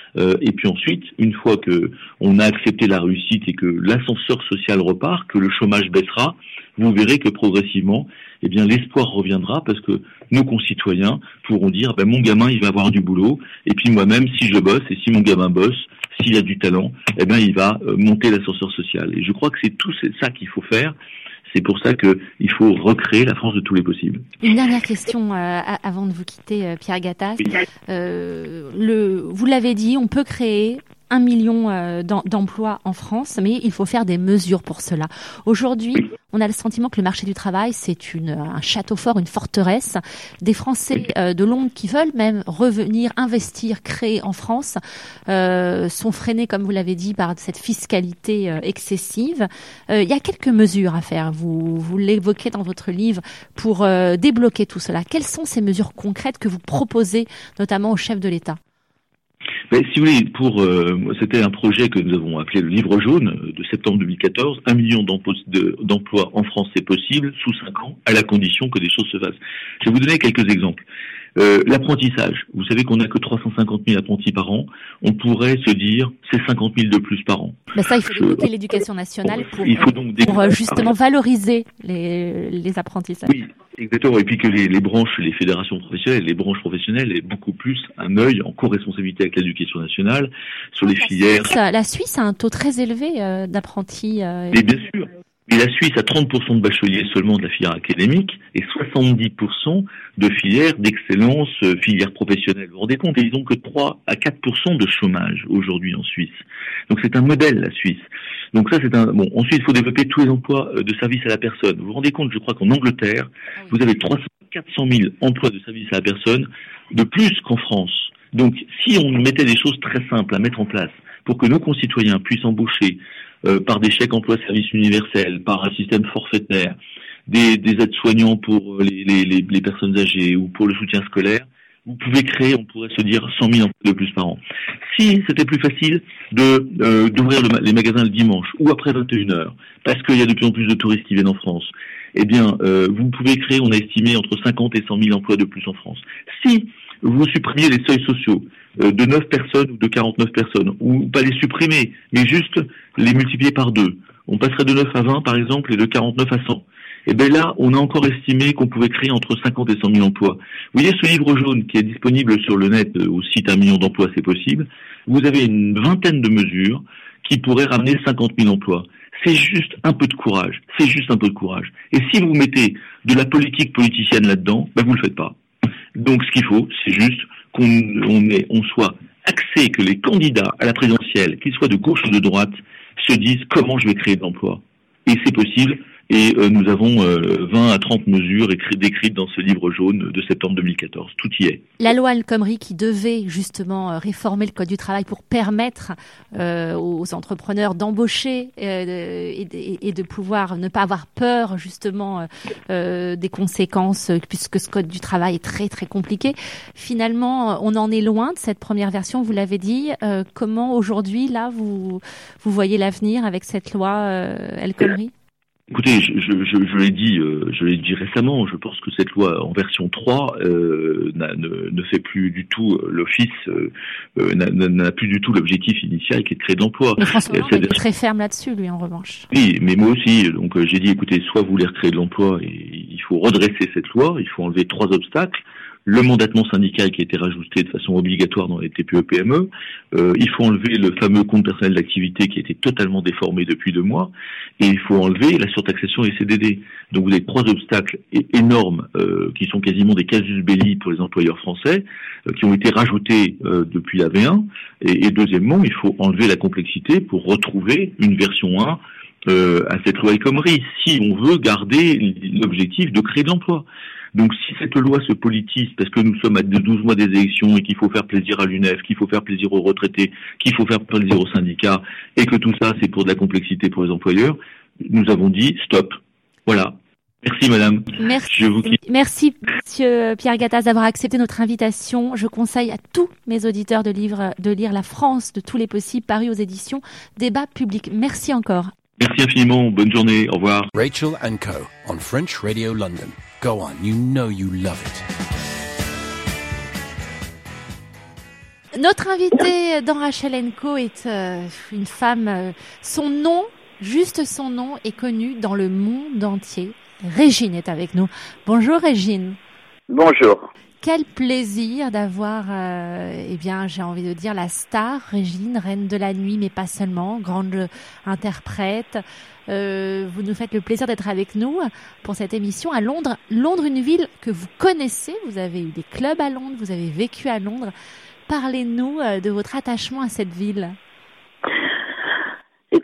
Speaker 5: Et puis ensuite, une fois que on a accepté la réussite et que l'ascenseur social repart, que le chômage baissera, vous verrez que progressivement, eh bien, l'espoir reviendra parce que nos concitoyens pourront dire, mon gamin, il va avoir du boulot, et puis moi-même, si je bosse et si mon gamin bosse, s'il a du talent, eh bien, il va monter l'ascenseur social. Et je crois que c'est ça qu'il faut faire. C'est pour ça qu'il faut recréer la France de tous les possibles.
Speaker 3: Une dernière question avant de vous quitter, Pierre Gattaz. Vous l'avez dit, on peut créer 1 million d'emplois en France, mais il faut faire des mesures pour cela. Aujourd'hui, on a le sentiment que le marché du travail, c'est un château fort, une forteresse. Des Français de Londres qui veulent même revenir, investir, créer en France, sont freinés, comme vous l'avez dit, par cette fiscalité excessive. Il y a quelques mesures à faire. Vous l'évoquez dans votre livre pour débloquer tout cela. Quelles sont ces mesures concrètes que vous proposez, notamment au chef de l'État?
Speaker 5: Mais si vous voulez, c'était un projet que nous avons appelé le Livre jaune de septembre 2014. 1 million d'emplois en France, c'est possible, sous 5 ans, à la condition que des choses se fassent. Je vais vous donner quelques exemples. L'apprentissage. Vous savez qu'on n'a que 350 000 apprentis par an. On pourrait se dire, c'est 50 000 de plus par an.
Speaker 3: Mais ça, il faut développer l'éducation nationale pour justement valoriser les apprentissages.
Speaker 5: Oui, exactement. Et puis que les branches, les fédérations professionnelles, les branches professionnelles aient beaucoup plus un œil en co-responsabilité avec l'éducation nationale sur les filières.
Speaker 3: La Suisse a un taux très élevé d'apprentis.
Speaker 5: Et bien sûr. Et la Suisse a 30% de bacheliers seulement de la filière académique et 70% de filières d'excellence, filières professionnelles. Vous vous rendez compte, ils n'ont que 3 à 4% de chômage aujourd'hui en Suisse. Donc c'est un modèle, la Suisse. Donc ça ensuite il faut développer tous les emplois de service à la personne. Vous vous rendez compte, je crois qu'en Angleterre, vous avez 400 000 emplois de service à la personne de plus qu'en France. Donc si on mettait des choses très simples à mettre en place pour que nos concitoyens puissent embaucher par des chèques emploi-service universels, par un système forfaitaire, des aides-soignants pour les personnes âgées ou pour le soutien scolaire, vous pouvez créer, on pourrait se dire, 100 000 emplois de plus par an. Si c'était plus facile d'ouvrir les magasins le dimanche ou après 21h, parce qu'il y a de plus en plus de touristes qui viennent en France, eh bien, vous pouvez créer, on a estimé, entre 50 et 100 000 emplois de plus en France. Si vous supprimiez les seuils sociaux de 9 personnes ou de 49 personnes, ou pas les supprimer, mais juste les multiplier par 2. On passerait de 9 à 20, par exemple, et de 49 à 100. Et bien là, on a encore estimé qu'on pouvait créer entre 50 et 100 000 emplois. Vous voyez ce livre jaune qui est disponible sur le net au site 1 million d'emplois, c'est possible. Vous avez une vingtaine de mesures qui pourraient ramener 50 000 emplois. C'est juste un peu de courage. C'est juste un peu de courage. Et si vous mettez de la politique politicienne là-dedans, ben vous le faites pas. Donc ce qu'il faut, c'est juste qu'on soit axé, que les candidats à la présidentielle, qu'ils soient de gauche ou de droite, se disent comment je vais créer de l'emploi. Et c'est possible. Et nous avons 20 à 30 mesures décrites dans ce livre jaune de septembre 2014. Tout y est.
Speaker 3: La loi El Khomri qui devait justement réformer le Code du travail pour permettre aux entrepreneurs d'embaucher et de pouvoir ne pas avoir peur justement des conséquences, puisque ce Code du travail est très très compliqué. Finalement, on en est loin de cette première version, vous l'avez dit. Comment aujourd'hui, là, vous voyez l'avenir avec cette loi El Khomri ?
Speaker 5: Écoutez, je l'ai dit récemment, je pense que cette loi en version 3 ne fait plus du tout l'office, n'a plus du tout l'objectif initial qui est de créer de l'emploi.
Speaker 3: Mais François Hollande est très ferme là-dessus, lui, en revanche.
Speaker 5: Oui, mais moi aussi, donc j'ai dit, écoutez, soit vous voulez recréer de l'emploi et il faut redresser cette loi, il faut enlever 3 obstacles. Le mandatement syndical qui a été rajouté de façon obligatoire dans les TPE-PME. Il faut enlever le fameux compte personnel d'activité qui a été totalement déformé depuis 2 mois. Et il faut enlever la surtaxation et CDD. Donc vous avez 3 obstacles énormes qui sont quasiment des casus belli pour les employeurs français, qui ont été rajoutés depuis la V1. Et deuxièmement, il faut enlever la complexité pour retrouver une version 1 à cette loi El Khomri, si on veut garder l'objectif de créer de l'emploi. Donc si cette loi se politise, parce que nous sommes à 12 mois des élections et qu'il faut faire plaisir à l'UNEF, qu'il faut faire plaisir aux retraités, qu'il faut faire plaisir aux syndicats, et que tout ça c'est pour de la complexité pour les employeurs, nous avons dit stop. Voilà. Merci madame.
Speaker 3: Merci monsieur Pierre Gattaz d'avoir accepté notre invitation. Je conseille à tous mes auditeurs de lire La France de tous les possibles, paru aux éditions Débat Public. Merci encore.
Speaker 5: Merci infiniment. Bonne journée. Au revoir.
Speaker 1: Rachel & Co. on French Radio London. Go on, you know you love it.
Speaker 3: Notre invitée dans Rachel & Co est une femme, son nom est connu dans le monde entier. Régine est avec nous. Bonjour Régine.
Speaker 6: Bonjour.
Speaker 3: Quel plaisir d'avoir, j'ai envie de dire la star Régine, reine de la nuit, mais pas seulement, grande interprète. Vous nous faites le plaisir d'être avec nous pour cette émission à Londres. Londres, une ville que vous connaissez. Vous avez eu des clubs à Londres, vous avez vécu à Londres. Parlez-nous de votre attachement à cette ville.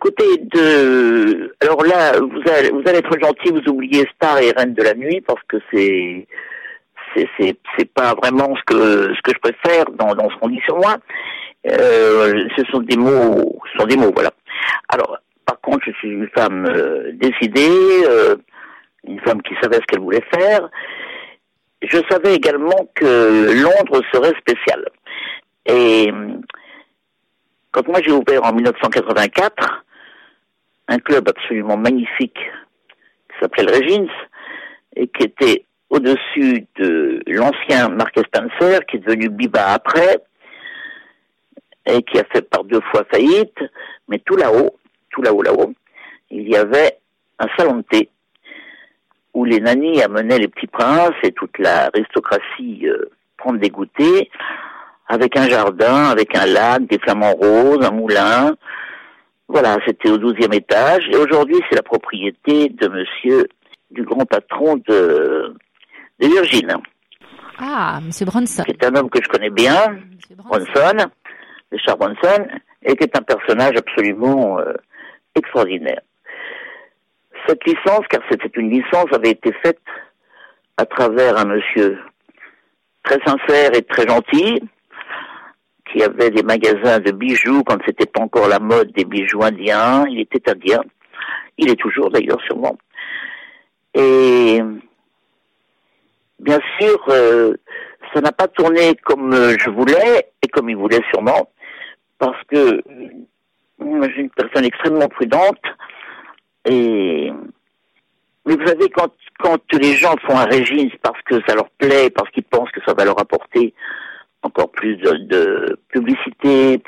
Speaker 6: écoutez, alors là, vous allez être gentil, vous oubliez Star et Reine de la Nuit, parce que c'est pas vraiment ce que je préfère dans ce qu'on dit sur moi. Ce sont des mots, voilà. Alors, par contre, je suis une femme décidée, une femme qui savait ce qu'elle voulait faire. Je savais également que Londres serait spécial. Et quand moi j'ai ouvert en 1984 un club absolument magnifique qui s'appelait le Regins et qui était au-dessus de l'ancien Marks & Spencer, qui est devenu Biba après, et qui a fait par 2 fois faillite, mais tout là-haut, il y avait un salon de thé où les nannies amenaient les petits princes et toute l'aristocratie prendre des goûters, avec un jardin, avec un lac, des flamants roses, un moulin. Voilà, c'était au 12e étage. Et aujourd'hui, c'est la propriété de monsieur, du grand patron de Virgin.
Speaker 3: Ah, monsieur Bronson.
Speaker 6: Qui est un homme que je connais bien, Bronson, Richard Bronson, et qui est un personnage absolument extraordinaire. Cette licence, car c'était une licence, avait été faite à travers un monsieur très sincère et très gentil, qui avait des magasins de bijoux quand c'était pas encore la mode des bijoux indiens. Il était indien. Il est toujours d'ailleurs sûrement. Et bien sûr, ça n'a pas tourné comme je voulais et comme il voulait sûrement, parce que je suis une personne extrêmement prudente. Mais vous savez, quand les gens font un régime parce que ça leur plaît, parce qu'ils pensent que ça va leur apporter encore plus de publicité,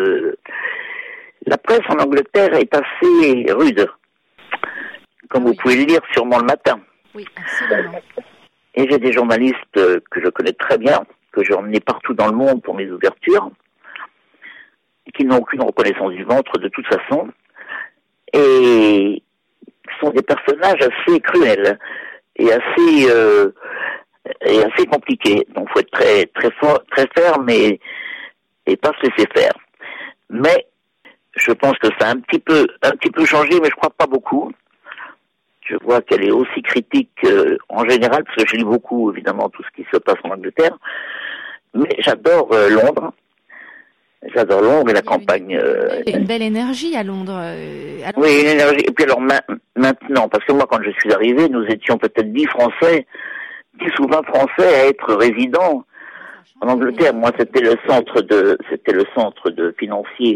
Speaker 6: La presse en Angleterre est assez rude, comme vous pouvez le lire sûrement le matin.
Speaker 3: Oui, absolument.
Speaker 6: Et j'ai des journalistes que je connais très bien, que j'ai emmenés partout dans le monde pour mes ouvertures, qui n'ont aucune reconnaissance du ventre de toute façon, et sont des personnages assez cruels et assez compliqués. Donc faut être très très fort, très ferme et pas se laisser faire. Mais je pense que ça a un petit peu changé, mais je crois pas beaucoup. Je vois qu'elle est aussi critique en général, parce que je lis beaucoup évidemment tout ce qui se passe en Angleterre. Mais j'adore Londres. J'adore Londres et la campagne.
Speaker 3: Une belle énergie à Londres.
Speaker 6: Oui, une énergie. Et puis alors maintenant, parce que moi quand je suis arrivé, nous étions peut-être 10 ou 20 Français à être résidents en Angleterre. Moi, c'était le centre de financier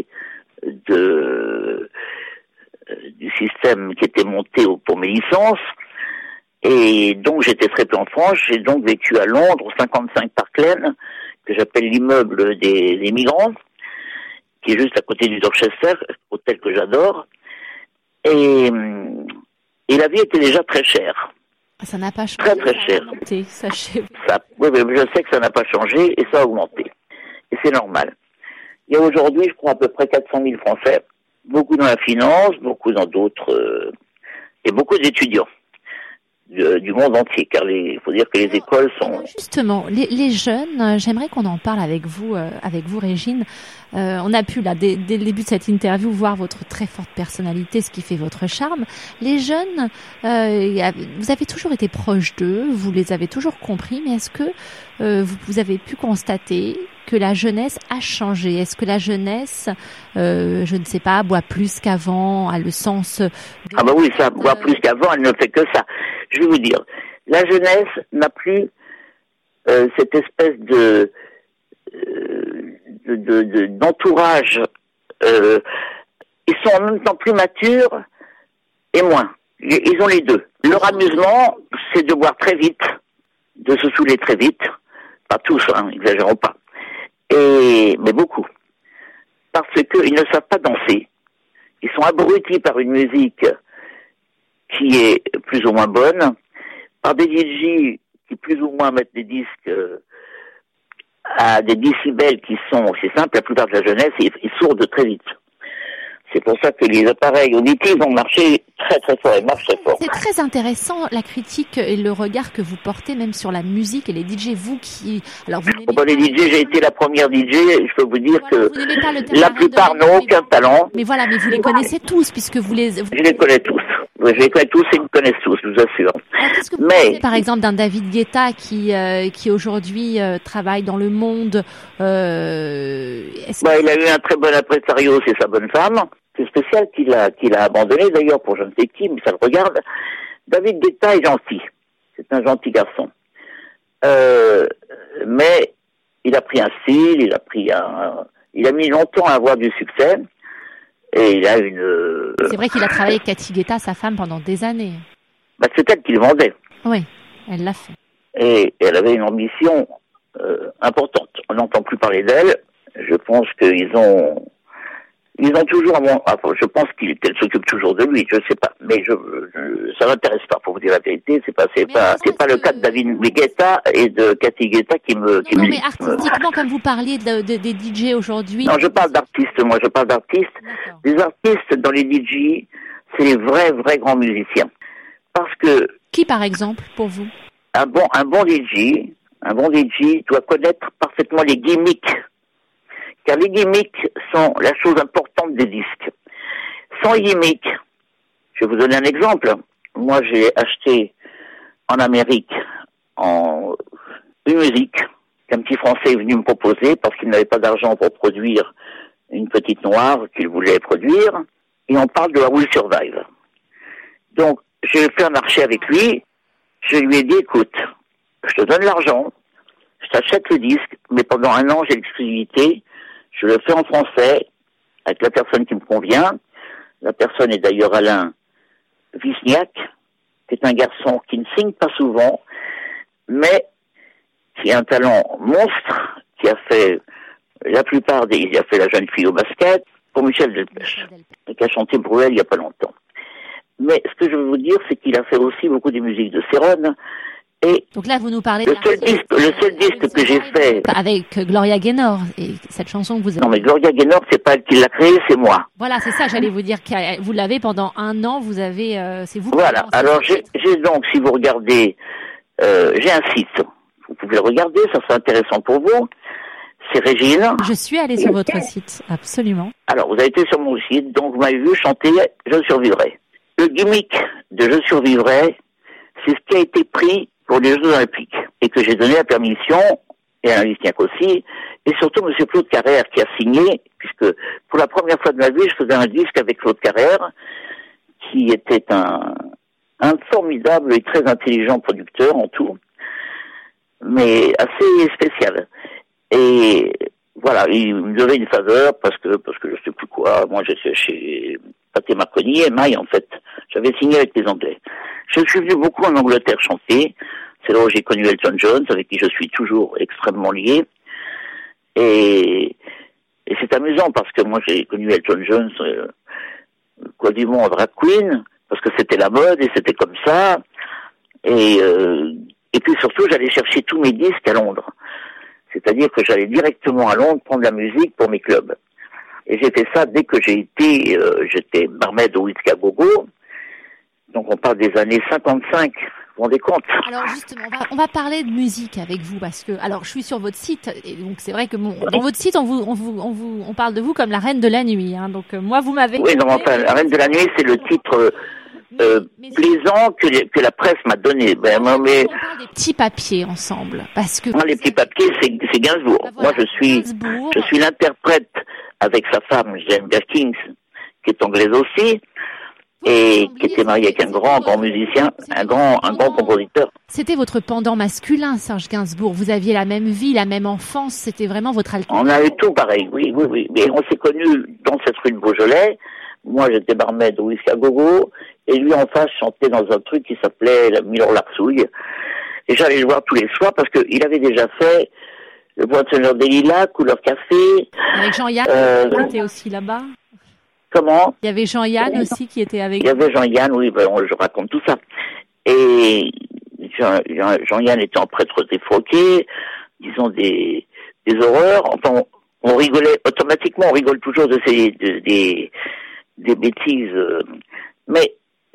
Speaker 6: du système qui était monté pour mes licences. Et donc, j'étais très peu en France. J'ai donc vécu à Londres, au 55 Park Lane, que j'appelle l'immeuble des migrants, qui est juste à côté du Dorchester, hôtel que j'adore. Et la vie était déjà très chère.
Speaker 3: Ça n'a pas changé.
Speaker 6: Très très cher. Oui, mais je sais que ça n'a pas changé et ça a augmenté. Et c'est normal. Il y a aujourd'hui, je crois, à peu près 400 000 Français, beaucoup dans la finance, beaucoup dans d'autres, et beaucoup d'étudiants du monde entier, car il faut dire que les écoles sont...
Speaker 3: Justement, les jeunes, j'aimerais qu'on en parle avec vous, Régine. On a pu, là, dès le début de cette interview, voir votre très forte personnalité, ce qui fait votre charme. Les jeunes, vous avez toujours été proche d'eux, vous les avez toujours compris, mais est-ce que vous avez pu constater que la jeunesse a changé? Est-ce que la jeunesse, je ne sais pas, boit plus qu'avant, a le sens...
Speaker 6: Ah bah oui, ça boit plus qu'avant, elle ne fait que ça. Je vais vous dire, la jeunesse n'a plus cette espèce d'entourage. Ils sont en même temps plus matures et moins. Ils ont les deux. Leur amusement, c'est de boire très vite, de se saouler très vite. Pas tous, exagérons pas. Mais beaucoup. Parce qu'ils ne savent pas danser. Ils sont abrutis par une musique qui est plus ou moins bonne, par des DJ qui plus ou moins mettent des disques à des décibels qui sont, c'est simple, la plupart de la jeunesse, ils sourdent très vite. C'est pour ça que les appareils auditifs ont marché Très très fort, il marche très fort.
Speaker 3: C'est très intéressant la critique et le regard que vous portez même sur la musique et les DJ. Vous qui, alors vous n'aimez pas
Speaker 6: les DJ, j'ai été la première DJ. Je peux vous dire que la plupart n'ont aucun talent.
Speaker 3: Mais voilà, mais vous les connaissez tous puisque vous les.
Speaker 6: Je les connais tous. Je les connais tous et ils me connaissent tous, je vous assure.
Speaker 3: Alors, qu'est-ce que vous pensez, par exemple, d'un David Guetta qui aujourd'hui travaille dans le monde
Speaker 6: il a eu un très bon impresario, c'est sa bonne femme. C'est spécial qu'il a abandonné d'ailleurs pour je ne sais qui, mais ça le regarde. David Guetta est gentil. C'est un gentil garçon. Mais il a pris un style, il a mis longtemps à avoir du succès. Et il a une...
Speaker 3: C'est vrai qu'il a travaillé avec Cathy Guetta, sa femme, pendant des années.
Speaker 6: C'est elle qui le vendait.
Speaker 3: Oui, elle l'a fait.
Speaker 6: Et elle avait une ambition importante. On n'entend plus parler d'elle. Je pense qu'ils ont toujours je pense qu'elle s'occupe toujours de lui, je sais pas. Mais ça m'intéresse pas, pour vous dire la vérité. C'est pas le cas de David Guetta et de Cathy Guetta qui me...
Speaker 3: Non, mais artistiquement, comme vous parliez des DJ aujourd'hui...
Speaker 6: Non, je parle d'artistes, moi, je parle d'artistes. D'accord. Les artistes dans les DJ, c'est les vrais grands musiciens. Parce que...
Speaker 3: Qui, par exemple, pour vous?
Speaker 6: Un bon DJ doit connaître parfaitement les gimmicks. Car les gimmicks sont la chose importante des disques. Sans gimmicks, je vais vous donner un exemple. Moi, j'ai acheté en Amérique une musique qu'un petit Français est venu me proposer parce qu'il n'avait pas d'argent pour produire une petite noire qu'il voulait produire. Et on parle de I Will Survive. Donc, j'ai fait un marché avec lui. Je lui ai dit, écoute, je te donne l'argent, je t'achète le disque, mais pendant 1 an, j'ai l'exclusivité. Je le fais en français, avec la personne qui me convient. La personne est d'ailleurs Alain Wisniak, qui est un garçon qui ne signe pas souvent, mais qui a un talent monstre, qui a fait il a fait La jeune fille au basket, pour Michel Delpech, et qui a chanté Bruel il n'y a pas longtemps. Mais ce que je veux vous dire, c'est qu'il a fait aussi beaucoup de musique de Céron. Et
Speaker 3: donc là, vous nous parlez
Speaker 6: le seul disque que j'ai fait
Speaker 3: avec Gloria Gaynor et cette chanson que vous avez.
Speaker 6: Non, mais Gloria Gaynor, c'est pas elle qui l'a créée, c'est moi.
Speaker 3: Voilà, c'est ça. J'allais vous dire que vous l'avez pendant 1 an. Vous avez, c'est vous.
Speaker 6: Voilà. Alors j'ai donc, si vous regardez, j'ai un site. Vous pouvez le regarder, ça sera intéressant pour vous. C'est Régine.
Speaker 3: Je suis allée sur votre site, absolument.
Speaker 6: Alors, vous avez été sur mon site, donc vous m'avez vu chanter Je survivrai. Le gimmick de Je survivrai, c'est ce qui a été pris pour les Jeux Olympiques, et que j'ai donné la permission, et à Wisniak aussi, et surtout M. Claude Carrère qui a signé, puisque pour la première fois de ma vie, je faisais un disque avec Claude Carrère, qui était un formidable et très intelligent producteur en tout, mais assez spécial. Et voilà, il me devait une faveur parce que je sais plus quoi. Moi, j'étais chez Pathé Marconi et Maille, en fait. J'avais signé avec les Anglais. Je suis venu beaucoup en Angleterre chanter. C'est là où j'ai connu Elton John, avec qui je suis toujours extrêmement lié. Et c'est amusant parce que moi, j'ai connu Elton John, quasiment en drag queen, parce que c'était la mode et c'était comme ça. Et puis surtout, j'allais chercher tous mes disques à Londres. C'est-à-dire que j'allais directement à Londres prendre la musique pour mes clubs. Et j'ai fait ça dès que j'étais barmaid au Whisky à Gogo. Donc on parle des années 55, vous vous rendez compte?
Speaker 3: Alors justement, on va parler de musique avec vous parce que, alors je suis sur votre site et donc c'est vrai que dans votre site on parle de vous comme la reine de la nuit. Hein, donc moi vous m'avez.
Speaker 6: Oui, non, enfin la reine de la nuit c'est le titre plaisant que la presse m'a donné.
Speaker 3: On parle des petits papiers ensemble parce que.
Speaker 6: Non, les petits papiers c'est Gainsbourg. Ben voilà, moi je suis l'interprète avec sa femme Jane Gaskins qui est anglaise aussi. Et qui était marié avec un grand musicien, un grand compositeur.
Speaker 3: C'était votre pendant masculin, Serge Gainsbourg. Vous aviez la même vie, la même enfance. C'était vraiment votre alter.
Speaker 6: On avait tout pareil, oui. Mais on s'est connus dans cette rue de Beaujolais. Moi, j'étais barmaid au Whisky à Gogo. Et lui, en face, chantait dans un truc qui s'appelait la Milor Larsouille. Et j'allais le voir tous les soirs parce qu'il avait déjà fait le Poinçonneur des Lilas, Couleur Café.
Speaker 3: Avec Jean-Yann, qui était aussi là-bas.
Speaker 6: Comment?
Speaker 3: Il y avait Jean-Yann aussi qui était avec.
Speaker 6: Il y avait Jean-Yann, oui, je raconte tout ça. Et Jean-Yann était en prêtre défroqué, disons des horreurs. Enfin, on rigolait automatiquement, on rigole toujours des bêtises. Mais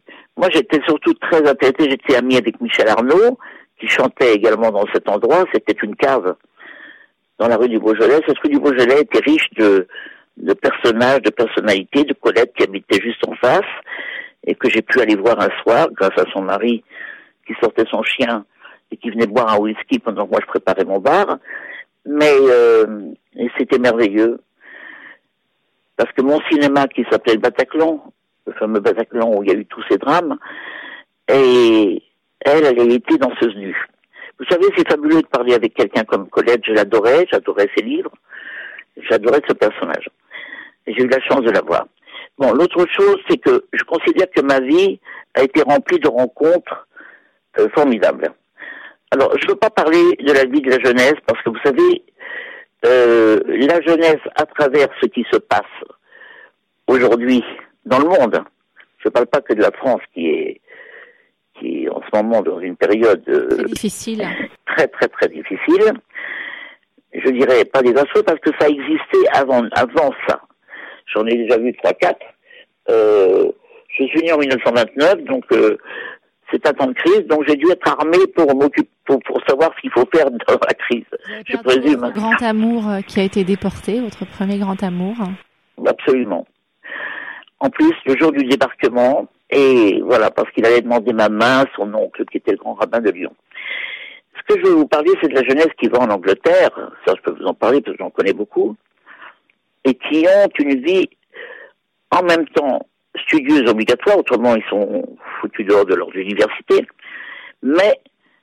Speaker 6: moi j'étais surtout très intéressée, j'étais amie avec Michel Arnaud, qui chantait également dans cet endroit. C'était une cave dans la rue du Beaujolais. Cette rue du Beaujolais était riche de personnages, de personnalités, de Colette qui habitait juste en face, et que j'ai pu aller voir un soir, grâce à son mari, qui sortait son chien, et qui venait boire un whisky pendant que moi je préparais mon bar. Mais et c'était merveilleux. Parce que mon cinéma qui s'appelait le Bataclan, le fameux Bataclan où il y a eu tous ces drames, et elle a été danseuse nue. Vous savez, c'est fabuleux de parler avec quelqu'un comme Colette, j'adorais ses livres, j'adorais ce personnage. Et j'ai eu la chance de la voir. Bon, l'autre chose, c'est que je considère que ma vie a été remplie de rencontres formidables. Alors, je ne veux pas parler de la vie de la jeunesse, parce que vous savez, la jeunesse, à travers ce qui se passe aujourd'hui dans le monde, je ne parle pas que de la France qui est en ce moment dans une période
Speaker 3: difficile,
Speaker 6: très très très difficile. Je dirais pas désastreux parce que ça existait avant ça. J'en ai déjà vu 3-4. Je suis né en 1929, donc c'est un temps de crise, donc j'ai dû être armé pour savoir ce qu'il faut faire dans la crise. Je présume.
Speaker 3: Votre grand amour qui a été déporté, votre premier grand amour.
Speaker 6: Absolument. En plus, le jour du débarquement, et voilà, parce qu'il allait demander ma main, son oncle, qui était le grand rabbin de Lyon. Ce que je veux vous parler, c'est de la jeunesse qui va en Angleterre, ça je peux vous en parler parce que j'en connais beaucoup, et qui ont une vie en même temps studieuse obligatoire, autrement ils sont foutus dehors de leur université, mais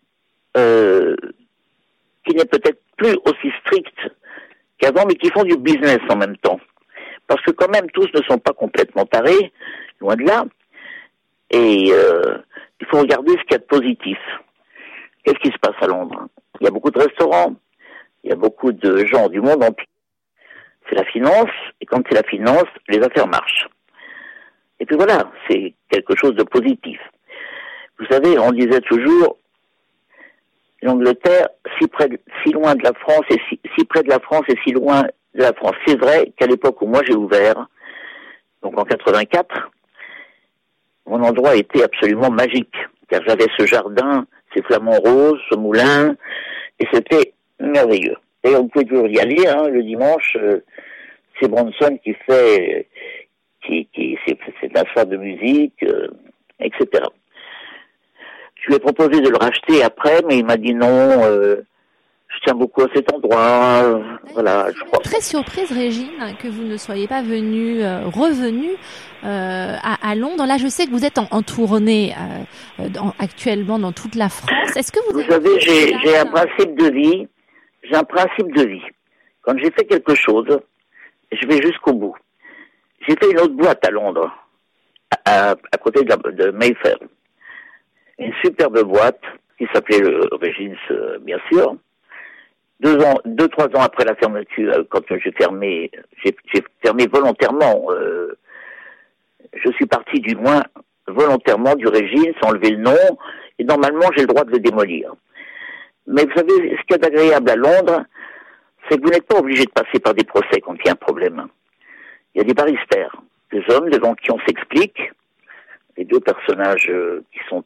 Speaker 6: qui n'est peut-être plus aussi stricte qu'avant, mais qui font du business en même temps. Parce que quand même, tous ne sont pas complètement tarés, loin de là, et il faut regarder ce qu'il y a de positif. Qu'est-ce qui se passe à Londres? Il y a beaucoup de restaurants, il y a beaucoup de gens du monde entier. C'est la finance, et quand c'est la finance, les affaires marchent. Et puis voilà, c'est quelque chose de positif. Vous savez, on disait toujours, l'Angleterre, si loin de la France, et si près de la France et si loin de la France. C'est vrai qu'à l'époque où moi j'ai ouvert, donc en 84, mon endroit était absolument magique, car j'avais ce jardin, ces flamants roses, ce moulin, et c'était merveilleux. Et on pouvait toujours y aller, hein, le dimanche, c'est Bronson qui fait, c'est un soir de musique, etc. Je lui ai proposé de le racheter après, mais il m'a dit non, je tiens beaucoup à cet endroit, voilà, je crois.
Speaker 3: Très surprise, Régine, que vous ne soyez pas revenue à Londres. Là, je sais que vous êtes en tournée actuellement dans toute la France. Est-ce que
Speaker 6: vous savez, j'ai un principe de vie. J'ai un principe de vie. Quand j'ai fait quelque chose, je vais jusqu'au bout. J'ai fait une autre boîte à Londres, à côté de Mayfair. Une superbe boîte qui s'appelait le Régis, bien sûr. 2-3 ans après la fermeture, quand j'ai fermé volontairement. Je suis parti du moins volontairement du Régis, sans enlever le nom, et normalement j'ai le droit de le démolir. Mais vous savez, ce qui est agréable à Londres, c'est que vous n'êtes pas obligé de passer par des procès quand il y a un problème. Il y a des barristères, des hommes devant qui on s'explique, les deux personnages qui sont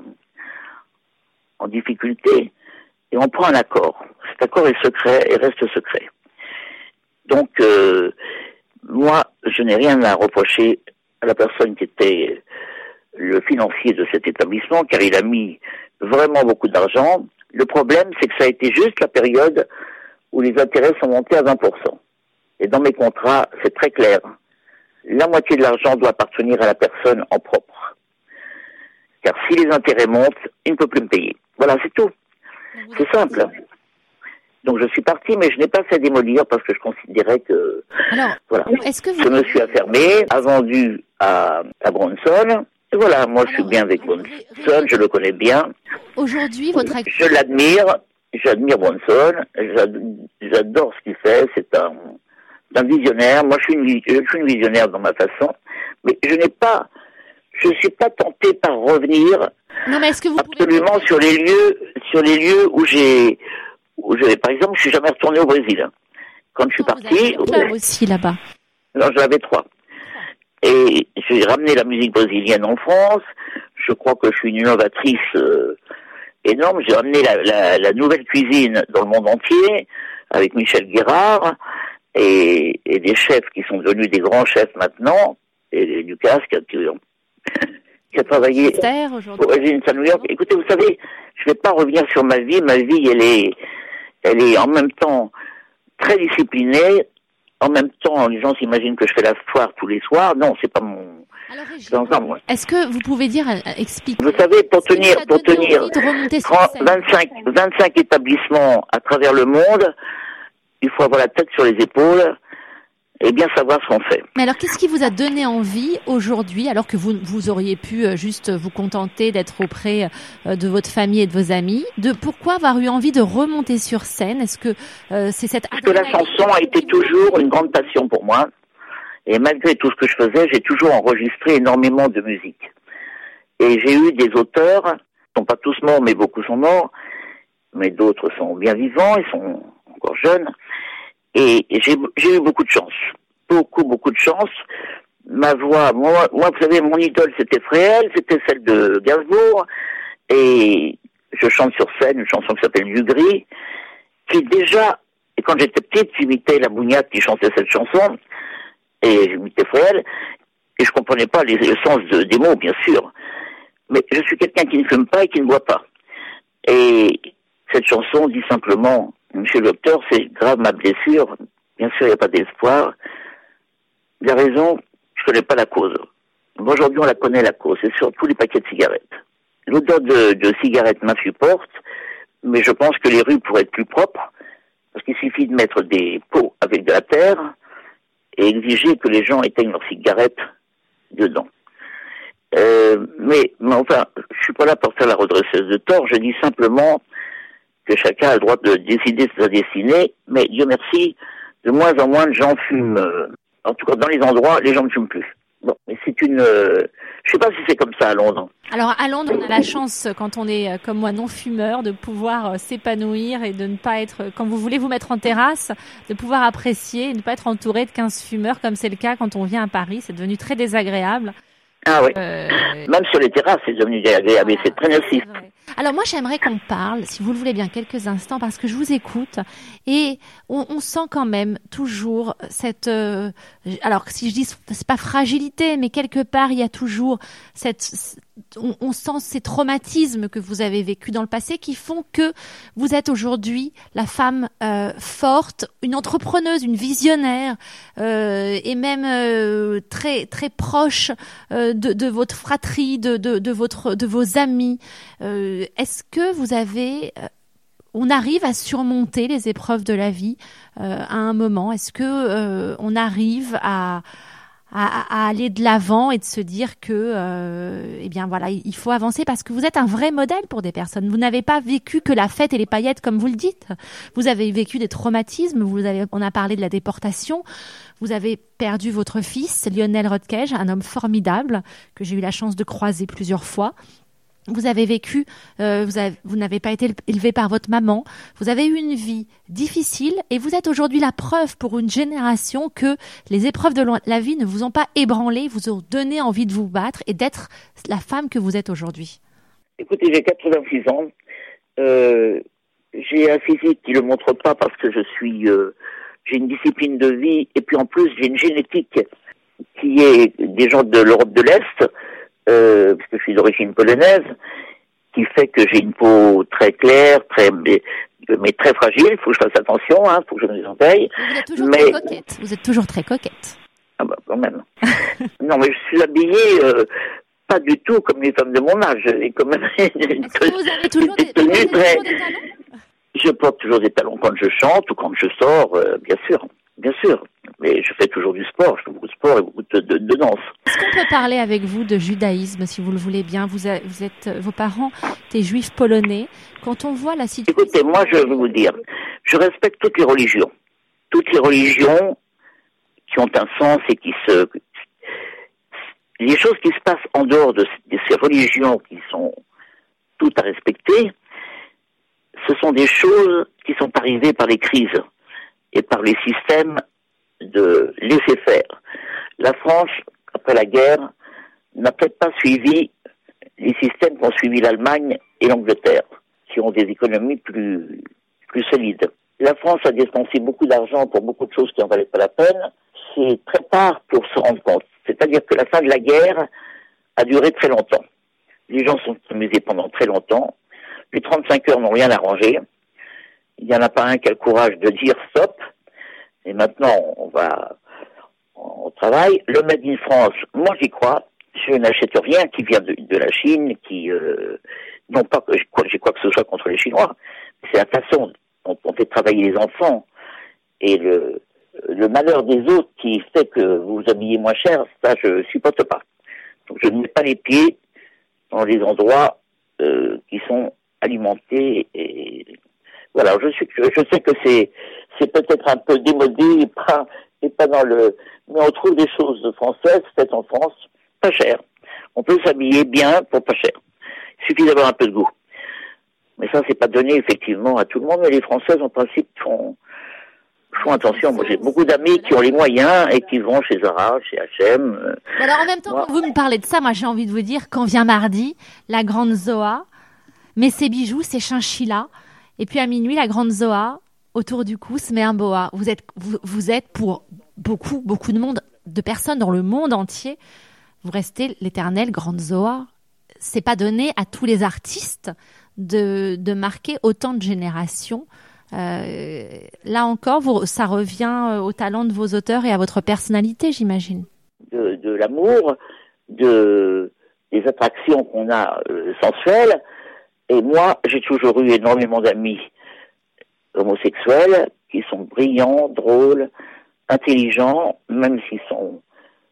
Speaker 6: en difficulté, et on prend un accord. Cet accord est secret et reste secret. Donc, moi, je n'ai rien à reprocher à la personne qui était le financier de cet établissement, car il a mis vraiment beaucoup d'argent. Le problème, c'est que ça a été juste la période où les intérêts sont montés à 20%. Et dans mes contrats, c'est très clair. La moitié de l'argent doit appartenir à la personne en propre. Car si les intérêts montent, il ne peut plus me payer. Voilà, c'est tout. C'est simple. Donc je suis parti, mais je n'ai pas fait démolir parce que je considérais que... Alors, voilà. Ce monsieur a fermé, a vendu à Bronson. Et voilà, moi je suis bien avec Bronson, je le connais bien.
Speaker 3: Aujourd'hui, votre
Speaker 6: Je j'admire Bronson, j'adore ce qu'il fait, c'est un visionnaire. Moi je suis une visionnaire dans ma façon, mais je suis pas tenté par revenir absolument sur les lieux où j'ai, par exemple, je suis jamais retourné au Brésil. Quand je suis parti,
Speaker 3: aussi là-bas.
Speaker 6: Non, j'en avais 3. Et j'ai ramené la musique brésilienne en France. je crois que je suis une innovatrice énorme. J'ai ramené la nouvelle cuisine dans le monde entier avec Michel Guérard et des chefs qui sont devenus des grands chefs maintenant. Et Lucas qui a travaillé au Régine à New York. Écoutez, vous savez, je vais pas revenir sur ma vie. Ma vie, elle est en même temps très disciplinée. En même temps, les gens s'imaginent que je fais la foire tous les soirs. Non, c'est pas mon...
Speaker 3: Alors, Régine, est-ce que vous pouvez expliquer...
Speaker 6: Vous savez, pour tenir 25 établissements à travers le monde, il faut avoir la tête sur les épaules et bien savoir ce qu'on fait.
Speaker 3: Mais alors, qu'est-ce qui vous a donné envie aujourd'hui, alors que vous auriez pu juste vous contenter d'être auprès de votre famille et de vos amis, pourquoi avoir eu envie de remonter sur scène? Est-ce que c'est cette...
Speaker 6: Parce que la chanson a été toujours une grande passion pour moi. Et malgré tout ce que je faisais, j'ai toujours enregistré énormément de musique. Et j'ai eu des auteurs, ils sont pas tous morts, mais beaucoup sont morts, mais d'autres sont bien vivants, ils sont encore jeunes. Et j'ai eu beaucoup de chance. Beaucoup de chance. Ma voix, moi, vous savez, mon idole, c'était Fréhel, c'était celle de Gainsbourg. Et je chante sur scène une chanson qui s'appelle Du Gris, qui déjà, et quand j'étais petite, j'imitais la Bougnac qui chantait cette chanson, et j'imitais Fréhel, et je comprenais pas le sens des mots, bien sûr. Mais je suis quelqu'un qui ne fume pas et qui ne boit pas. Et cette chanson dit simplement, Monsieur le docteur, c'est grave ma blessure. Bien sûr, il n'y a pas d'espoir. Il a raison, je connais pas la cause. Aujourd'hui, on la connaît, la cause. C'est surtout les paquets de cigarettes. L'odeur de cigarettes m'insupporte, mais je pense que les rues pourraient être plus propres, parce qu'il suffit de mettre des pots avec de la terre et exiger que les gens éteignent leurs cigarettes dedans. Mais enfin, je suis pas là pour faire la redresseuse de tort, je dis simplement que chacun a le droit de décider de sa destinée, mais Dieu merci, de moins en moins de gens fument. En tout cas, dans les endroits, les gens ne fument plus. Bon, mais c'est je sais pas si c'est comme ça à Londres.
Speaker 3: Alors, à Londres, on a la chance, quand on est, comme moi, non-fumeur, de pouvoir s'épanouir et de ne pas être, quand vous voulez vous mettre en terrasse, de pouvoir apprécier et de ne pas être entouré de 15 fumeurs, comme c'est le cas quand on vient à Paris. C'est devenu très désagréable.
Speaker 6: Ah oui. Même sur les terrasses, c'est devenu désagréable et c'est très nocif.
Speaker 3: Alors moi, j'aimerais qu'on parle, si vous le voulez bien, quelques instants, parce que je vous écoute et on sent quand même toujours cette... alors, si je dis, c'est pas fragilité, mais quelque part, il y a toujours on sent ces traumatismes que vous avez vécus dans le passé qui font que vous êtes aujourd'hui la femme forte, une entrepreneuse, une visionnaire et même très très proche de votre fratrie, de vos amis. Est-ce que vous avez on arrive à surmonter les épreuves de la vie à un moment? Est-ce que on arrive à aller de l'avant et de se dire que eh bien voilà, il faut avancer parce que vous êtes un vrai modèle pour des personnes. Vous n'avez pas vécu que la fête et les paillettes comme vous le dites. Vous avez vécu des traumatismes, on a parlé de la déportation. Vous avez perdu votre fils, Lionel Rutgers, un homme formidable que j'ai eu la chance de croiser plusieurs fois. Vous avez vécu, vous n'avez pas été élevé par votre maman, vous avez eu une vie difficile et vous êtes aujourd'hui la preuve pour une génération que les épreuves de la vie ne vous ont pas ébranlé, vous ont donné envie de vous battre et d'être la femme que vous êtes aujourd'hui.
Speaker 6: Écoutez, j'ai 86 ans, j'ai un physique qui ne le montre pas parce que j'ai une discipline de vie et puis en plus j'ai une génétique qui est des gens de l'Europe de l'Est, parce que je suis d'origine polonaise, qui fait que j'ai une peau très claire, mais très fragile. Il faut que je fasse attention, faut que je me désenveille.
Speaker 3: Vous êtes toujours très coquette.
Speaker 6: Ah bah quand même. Non, mais je suis habillée pas du tout comme les femmes de mon âge. J'ai quand même
Speaker 3: Est-ce que vous avez toujours des talons?
Speaker 6: Je porte toujours des talons quand je chante ou quand je sors, bien sûr. Mais je fais toujours du sport, je fais beaucoup de sport et beaucoup de danse.
Speaker 3: Est-ce qu'on peut parler avec vous de judaïsme, si vous le voulez bien? Vos parents étaient juifs polonais. Quand on voit la situation...
Speaker 6: Écoutez, moi je vais vous dire, je respecte toutes les religions. Toutes les religions qui ont un sens et les choses qui se passent en dehors de ces religions qui sont toutes à respecter, ce sont des choses qui sont arrivées par les crises et par les systèmes de laisser-faire. La France, après la guerre, n'a peut-être pas suivi les systèmes qu'ont suivi l'Allemagne et l'Angleterre, qui ont des économies plus solides. La France a dépensé beaucoup d'argent pour beaucoup de choses qui n'en valaient pas la peine. C'est très tard pour se rendre compte. C'est-à-dire que la fin de la guerre a duré très longtemps. Les gens sont amusés pendant très longtemps. Les 35 heures n'ont rien arrangé. Il n'y en a pas un qui a le courage de dire stop. Et maintenant, on va au travail. Le Made in France, moi j'y crois. Je n'achète rien qui vient de la Chine, non pas que j'ai quoi que ce soit contre les Chinois. C'est la façon dont on fait travailler les enfants et le malheur des autres qui fait que vous vous habillez moins cher, ça je supporte pas. Donc je ne mets pas les pieds dans les endroits qui sont alimentés et voilà. Je sais que c'est peut-être un peu démodé et pas dans le, mais on trouve des choses françaises faites en France pas cher. On peut s'habiller bien pour pas cher. Il suffit d'avoir un peu de goût. Mais ça, c'est pas donné effectivement à tout le monde. Mais les Françaises, en principe, font attention. Moi, j'ai beaucoup d'amis qui ont les moyens et qui vont chez Zara, chez H&M.
Speaker 3: Alors, en même temps, quand vous me parlez de ça, moi, j'ai envie de vous dire, quand vient mardi, la grande Zoa met ses bijoux, ses chinchillas, et puis à minuit, la grande Zoa, autour du cou, se met un boa. Vous êtes pour beaucoup de personnes dans le monde entier, vous restez l'éternelle grande Zoa. C'est pas donné à tous les artistes de marquer autant de générations. Là encore, ça revient au talent de vos auteurs et à votre personnalité, j'imagine.
Speaker 6: De l'amour, des attractions qu'on a sensuelles. Et moi, j'ai toujours eu énormément d'amis homosexuels qui sont brillants, drôles, intelligents, même s'ils sont.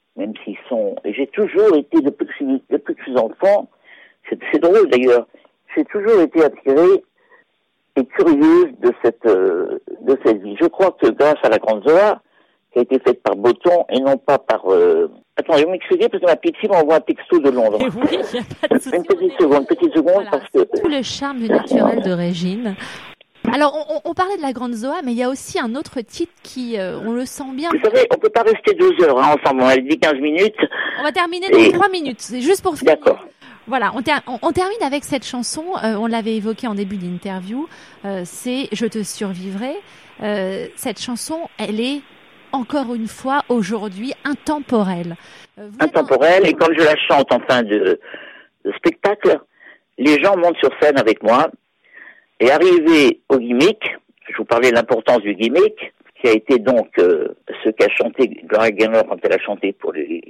Speaker 6: Et j'ai toujours été depuis que je suis enfant. C'est drôle d'ailleurs. J'ai toujours été attirée et curieuse de cette vie. Je crois que grâce à la Grande Zoa, qui a été faite par Botton et non pas par... Attends, je vais m'excuser parce que ma petite fille m'envoie un texto de Londres.
Speaker 3: Oui, y a pas de souci.
Speaker 6: Une petite seconde,
Speaker 3: voilà,
Speaker 6: parce que...
Speaker 3: Tout le charme du naturel de Régine. Alors, on parlait de la Grande Zoa, mais il y a aussi un autre titre qui, on le sent bien.
Speaker 6: Vous savez, on peut pas rester 2 heures ensemble. Elle dit 15 minutes.
Speaker 3: On va terminer dans 3 minutes. C'est juste pour finir.
Speaker 6: D'accord.
Speaker 3: Voilà, on termine avec cette chanson. On l'avait évoquée en début d'interview. C'est « Je te survivrai ». Cette chanson, elle est encore une fois aujourd'hui intemporelle.
Speaker 6: Intemporelle. Et quand je la chante en fin de spectacle, les gens montent sur scène avec moi. Et arrivé au gimmick, je vous parlais de l'importance du gimmick, qui a été donc ce qu'a chanté Gloria Gaynor quand elle a chanté pour les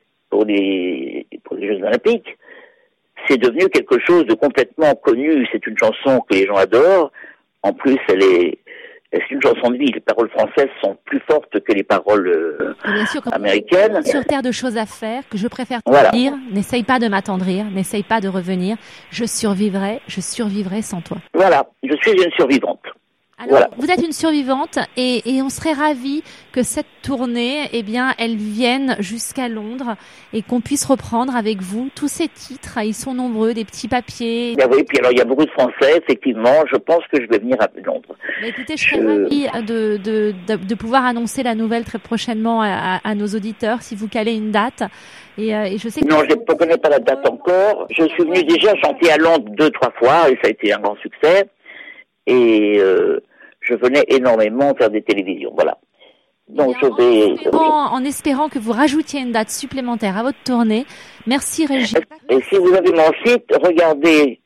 Speaker 6: Jeux Olympiques. C'est devenu quelque chose de complètement connu. C'est une chanson que les gens adorent. En plus, c'est une chanson de vie. Les paroles françaises sont plus fortes que les paroles américaines.
Speaker 3: Sur terre de choses à faire, que je préfère te dire, n'essaye pas de m'attendrir, n'essaye pas de revenir. Je survivrai sans toi.
Speaker 6: Voilà, je suis une survivante.
Speaker 3: Alors, vous êtes une survivante et on serait ravis que cette tournée, elle vienne jusqu'à Londres et qu'on puisse reprendre avec vous tous ces titres. Ils sont nombreux, des petits papiers.
Speaker 6: Oui, puis alors il y a beaucoup de Français, effectivement. Je pense que je vais venir à Londres.
Speaker 3: Écoutez, je serais ravie de pouvoir annoncer la nouvelle très prochainement à nos auditeurs si vous calez une date. Et je sais que
Speaker 6: non, je ne connais pas la date encore. Je suis venue déjà chanter à Londres 2-3 fois et ça a été un grand succès. Et je venais énormément faire des télévisions, voilà. Donc
Speaker 3: en espérant que vous rajoutiez une date supplémentaire à votre tournée. Merci Régine.
Speaker 6: Et si vous avez mon site, regardez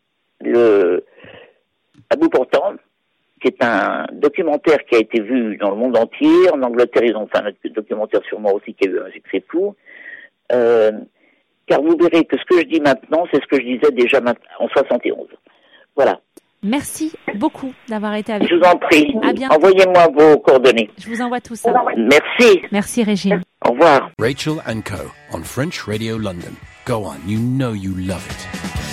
Speaker 6: À bout portant, qui est un documentaire qui a été vu dans le monde entier. En Angleterre, ils ont fait un documentaire sur moi aussi qui a eu un succès fou. Car vous verrez que ce que je dis maintenant, c'est ce que je disais déjà en 71. Voilà.
Speaker 3: Merci beaucoup d'avoir été avec nous.
Speaker 6: Je vous en prie.
Speaker 3: À bientôt.
Speaker 6: Envoyez-moi vos coordonnées.
Speaker 3: Je vous envoie tout ça.
Speaker 6: Merci.
Speaker 3: Merci Régine.
Speaker 6: Au revoir.
Speaker 1: Rachel & Co. on French Radio London. Go on, you know you love it.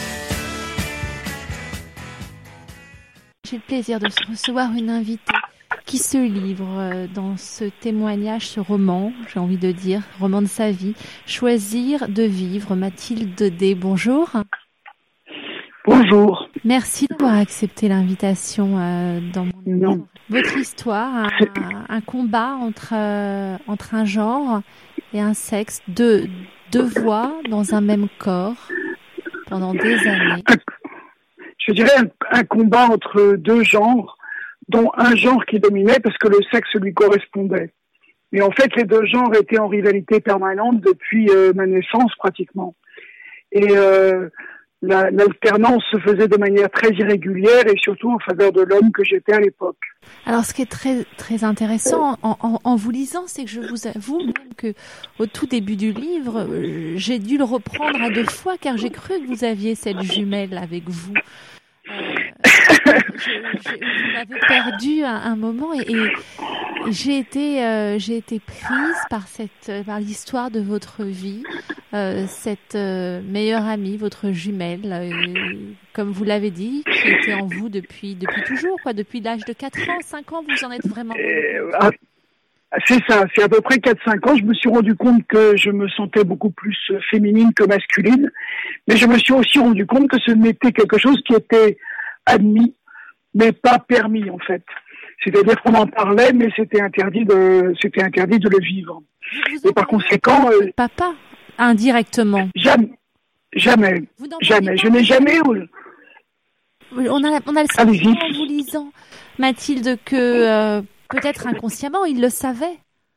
Speaker 3: J'ai le plaisir de recevoir une invitée qui se livre dans ce témoignage, ce roman, j'ai envie de dire, roman de sa vie. Choisir de vivre. Mathilde D. Bonjour.
Speaker 7: Bonjour.
Speaker 3: Merci d'avoir accepté l'invitation dans mon livre. Votre histoire, un combat entre un genre et un sexe, deux voix dans un même corps. pendant des années.
Speaker 7: Je dirais un combat entre deux genres, dont un genre qui dominait parce que le sexe lui correspondait. Mais en fait, les deux genres étaient en rivalité permanente depuis ma naissance pratiquement. Et l'alternance se faisait de manière très irrégulière et surtout en faveur de l'homme que j'étais à l'époque.
Speaker 3: Alors, ce qui est très très intéressant en vous lisant, c'est que je vous avoue même que au tout début du livre, j'ai dû le reprendre à 2 fois car j'ai cru que vous aviez cette jumelle avec vous. Vous m'avez perdu à un moment et j'ai été prise par l'histoire de votre vie, cette meilleure amie, votre jumelle, comme vous l'avez dit, qui était en vous depuis toujours, quoi, depuis l'âge de 4 ans, 5 ans, vous en êtes vraiment
Speaker 7: c'est ça, c'est à peu près 4-5 ans, je me suis rendu compte que je me sentais beaucoup plus féminine que masculine, mais je me suis aussi rendu compte que ce n'était quelque chose qui était admis, mais pas permis en fait. C'est-à-dire qu'on en parlait, mais c'était interdit de le vivre. Et par conséquent,
Speaker 3: papa, indirectement.
Speaker 7: Jamais. Je n'ai jamais.
Speaker 3: On a le sentiment en vous lisant, Mathilde, que peut-être inconsciemment, il le savait.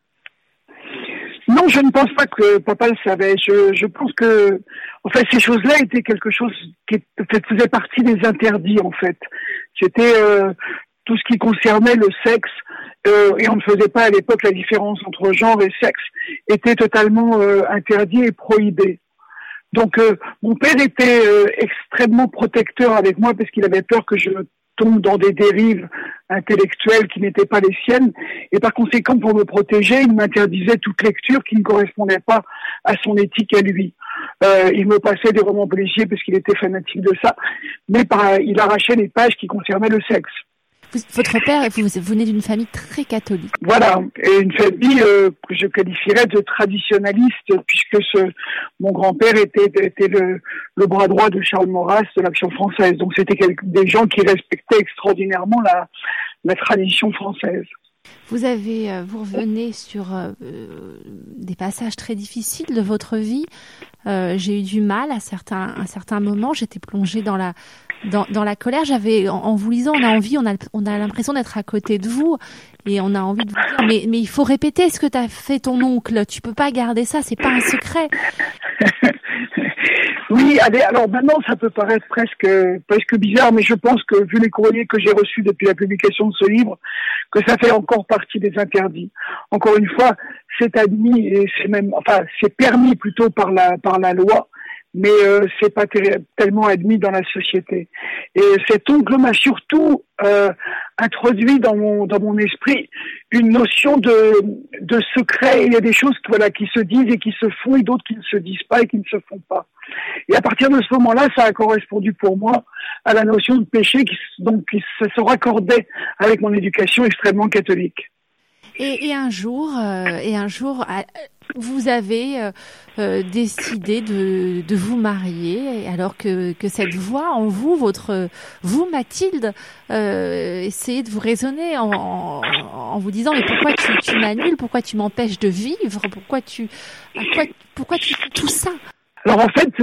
Speaker 7: Non, je ne pense pas que papa le savait. Je pense que, en fait, ces choses-là étaient quelque chose qui faisait partie des interdits, en fait. C'était tout ce qui concernait le sexe, et on ne faisait pas à l'époque la différence entre genre et sexe, était totalement interdit et prohibé. Donc, mon père était extrêmement protecteur avec moi parce qu'il avait peur que je tombe dans des dérives intellectuelles qui n'étaient pas les siennes. Et par conséquent, pour me protéger, il m'interdisait toute lecture qui ne correspondait pas à son éthique à lui. Il me passait des romans policiers parce qu'il était fanatique de ça, mais il arrachait les pages qui concernaient le sexe.
Speaker 3: Votre père, vous venez d'une famille très catholique.
Speaker 7: Voilà, et une famille que je qualifierais de traditionnaliste, puisque mon grand-père était le bras droit de Charles Maurras de l'Action française. Donc c'était des gens qui respectaient extraordinairement la tradition française.
Speaker 3: Vous revenez sur des passages très difficiles de votre vie. J'ai eu du mal à certains moments. J'étais plongée dans la colère. En vous lisant, on a l'impression d'être à côté de vous et on a envie de vous dire, mais il faut répéter ce que t'as fait ton oncle. Tu peux pas garder ça, c'est pas un secret.
Speaker 7: Oui, alors maintenant ça peut paraître presque bizarre, mais je pense que vu les courriers que j'ai reçus depuis la publication de ce livre, que ça fait encore partie des interdits. Encore une fois, c'est admis et c'est permis plutôt par la loi, mais c'est pas tellement admis dans la société. Et cet oncle m'a surtout introduit dans mon esprit une notion de secret. Il y a des choses qui se disent et qui se font et d'autres qui ne se disent pas et qui ne se font pas. Et à partir de ce moment-là, ça a correspondu pour moi à la notion de péché qui se raccordait avec mon éducation extrêmement catholique.
Speaker 3: Et un jour, vous avez décidé de vous marier, alors que cette voix en vous, vous Mathilde, essayait de vous raisonner en vous disant mais pourquoi tu m'annules, pourquoi tu m'empêches de vivre, pourquoi tu fais tout ça?
Speaker 7: Alors en fait,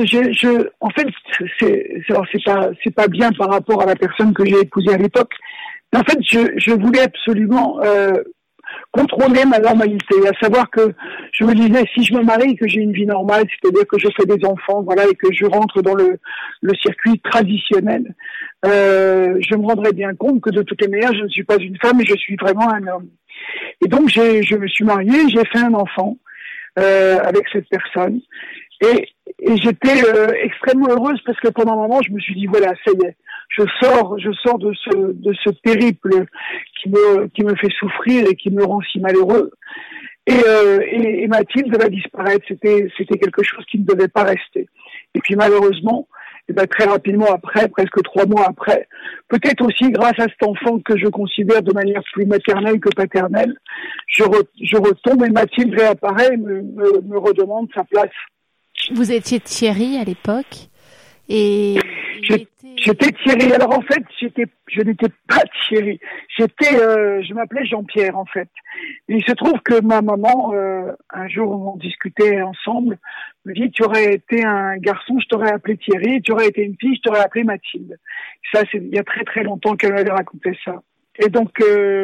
Speaker 7: c'est pas bien par rapport à la personne que j'ai épousée à l'époque. Mais en fait, je voulais absolument contrôler ma normalité, à savoir que je me disais si je me marie, que j'ai une vie normale, c'est-à-dire que je fais des enfants, voilà, et que je rentre dans le circuit traditionnel, je me rendrais bien compte que de toutes les manières, je ne suis pas une femme, mais je suis vraiment un homme. Et donc je me suis mariée, j'ai fait un enfant avec cette personne. Et j'étais extrêmement heureuse parce que pendant un moment, je me suis dit voilà, ça y est, je sors de ce périple qui me fait souffrir et qui me rend si malheureux. Et Mathilde va disparaître. C'était quelque chose qui ne devait pas rester. Et puis malheureusement, très rapidement après, presque 3 mois après, peut-être aussi grâce à cet enfant que je considère de manière plus maternelle que paternelle, je retombe et Mathilde réapparaît et me redemande sa place.
Speaker 3: Vous étiez Thierry à l'époque et
Speaker 7: J'étais Thierry. Alors en fait, je n'étais pas Thierry. Je m'appelais Jean-Pierre en fait. Et il se trouve que ma maman, un jour on discutait ensemble, me dit tu aurais été un garçon, je t'aurais appelé Thierry. Tu aurais été une fille, je t'aurais appelé Mathilde. Ça, c'est il y a très très longtemps qu'elle m'avait raconté ça. Et donc, ce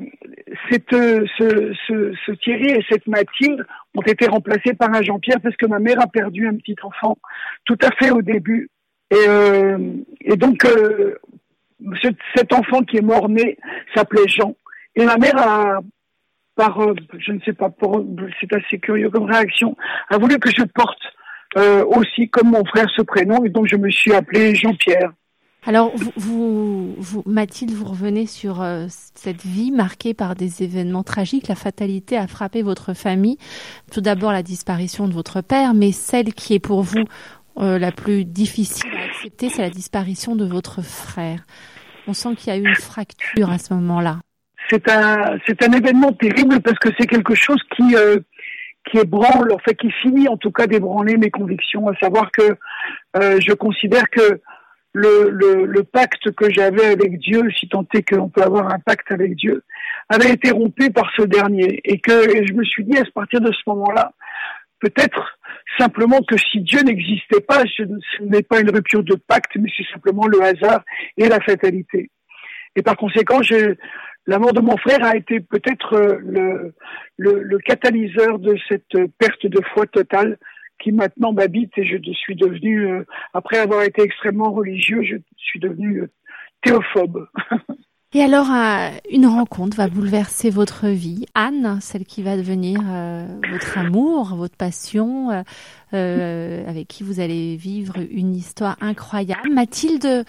Speaker 7: Thierry et cette Mathilde ont été remplacés par un Jean-Pierre parce que ma mère a perdu un petit enfant tout à fait au début. Et donc, cet enfant qui est mort-né s'appelait Jean. Et ma mère je ne sais pas, c'est assez curieux comme réaction, a voulu que je porte aussi comme mon frère ce prénom. Et donc, je me suis appelé Jean-Pierre.
Speaker 3: Alors, vous, Mathilde, vous revenez sur cette vie marquée par des événements tragiques. La fatalité a frappé votre famille. Tout d'abord, la disparition de votre père, mais celle qui est pour vous la plus difficile à accepter, c'est la disparition de votre frère. On sent qu'il y a eu une fracture à ce moment-là.
Speaker 7: C'est un événement terrible parce que c'est quelque chose qui ébranle, en fait, qui finit en tout cas d'ébranler mes convictions, à savoir que je considère que le pacte que j'avais avec Dieu, si tant est qu'on peut avoir un pacte avec Dieu, avait été rompu par ce dernier. Et je me suis dit à partir de ce moment-là, peut-être simplement que si Dieu n'existait pas, ce n'est pas une rupture de pacte, mais c'est simplement le hasard et la fatalité. Et par conséquent, la mort de mon frère a été peut-être le catalyseur de cette perte de foi totale qui maintenant m'habite, et je suis devenu, après avoir été extrêmement religieux, je suis devenu théophobe.
Speaker 3: Et alors, une rencontre va bouleverser votre vie. Anne, celle qui va devenir votre amour, votre passion, avec qui vous allez vivre une histoire incroyable. Mathilde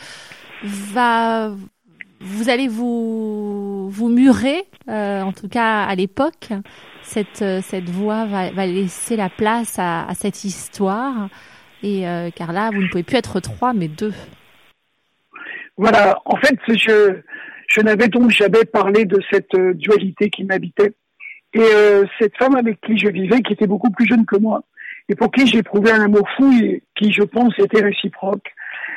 Speaker 3: vous allez vous murer, en tout cas à l'époque. Cette voix va laisser la place à cette histoire, et car là, vous ne pouvez plus être 3, mais 2.
Speaker 7: Voilà, en fait, je n'avais donc jamais parlé de cette dualité qui m'habitait. Et cette femme avec qui je vivais, qui était beaucoup plus jeune que moi, et pour qui j'éprouvais un amour fou, et qui, je pense, était réciproque,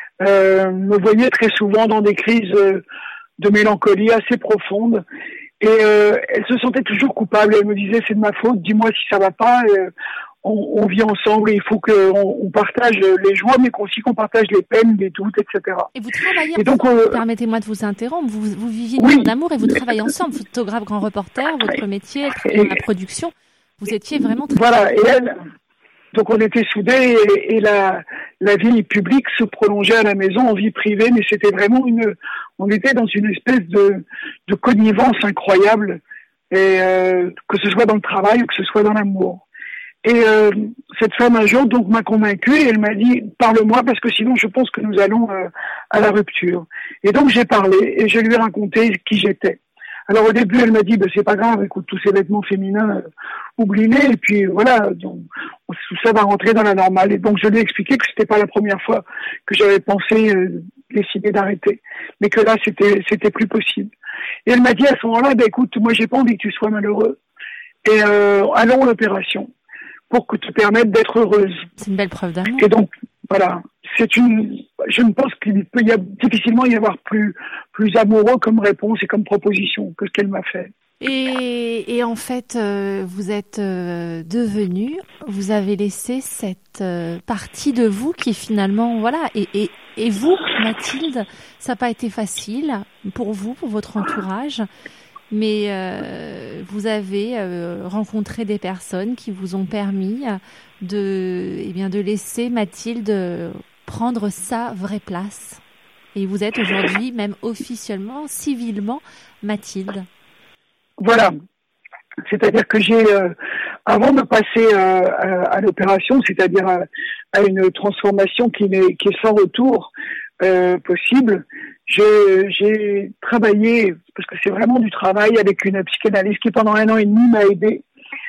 Speaker 7: me voyait très souvent dans des crises de mélancolie assez profondes. Et elle se sentait toujours coupable. Elle me disait, c'est de ma faute, dis-moi si ça va pas. On vit ensemble et il faut qu'on partage les joies, mais aussi qu'on partage les peines, les doutes, etc.
Speaker 3: Et vous travaillez ensemble, permettez-moi de vous interrompre, vous viviez en amour et vous travaillez ensemble, photographe, grand reporter, votre métier, dans la production. Vous étiez vraiment très...
Speaker 7: Voilà, et elle... Donc on était soudés et la vie publique se prolongeait à la maison en vie privée, mais c'était vraiment on était dans une espèce de connivence incroyable, et que ce soit dans le travail ou que ce soit dans l'amour. Et cette femme un jour donc m'a convaincue et elle m'a dit parle-moi parce que sinon je pense que nous allons à la rupture. Et donc j'ai parlé et je lui ai raconté qui j'étais. Alors au début elle m'a dit c'est pas grave, écoute tous ces vêtements féminins oublie-les et puis voilà, donc, tout ça va rentrer dans la normale. Et donc je lui ai expliqué que c'était pas la première fois que j'avais pensé décider d'arrêter, mais que là c'était plus possible. Et elle m'a dit à ce moment-là écoute moi j'ai pas envie que tu sois malheureux et allons à l'opération pour que te permette d'être heureuse.
Speaker 3: C'est une belle preuve d'amour.
Speaker 7: Et donc voilà, je ne pense qu'il peut difficilement y avoir plus amoureux comme réponse et comme proposition que ce qu'elle m'a fait.
Speaker 3: Et en fait, vous êtes devenu, vous avez laissé cette partie de vous qui finalement, voilà, et vous, Mathilde, ça n'a pas été facile pour vous, pour votre entourage, mais vous avez rencontré des personnes qui vous ont permis de laisser Mathilde prendre sa vraie place. Et vous êtes aujourd'hui, même officiellement, civilement, Mathilde.
Speaker 7: Voilà. C'est-à-dire que j'ai, avant de passer à l'opération, c'est-à-dire à une transformation qui est sans retour possible, j'ai travaillé, parce que c'est vraiment du travail, avec une psychanalyste qui pendant 1 an et demi m'a aidé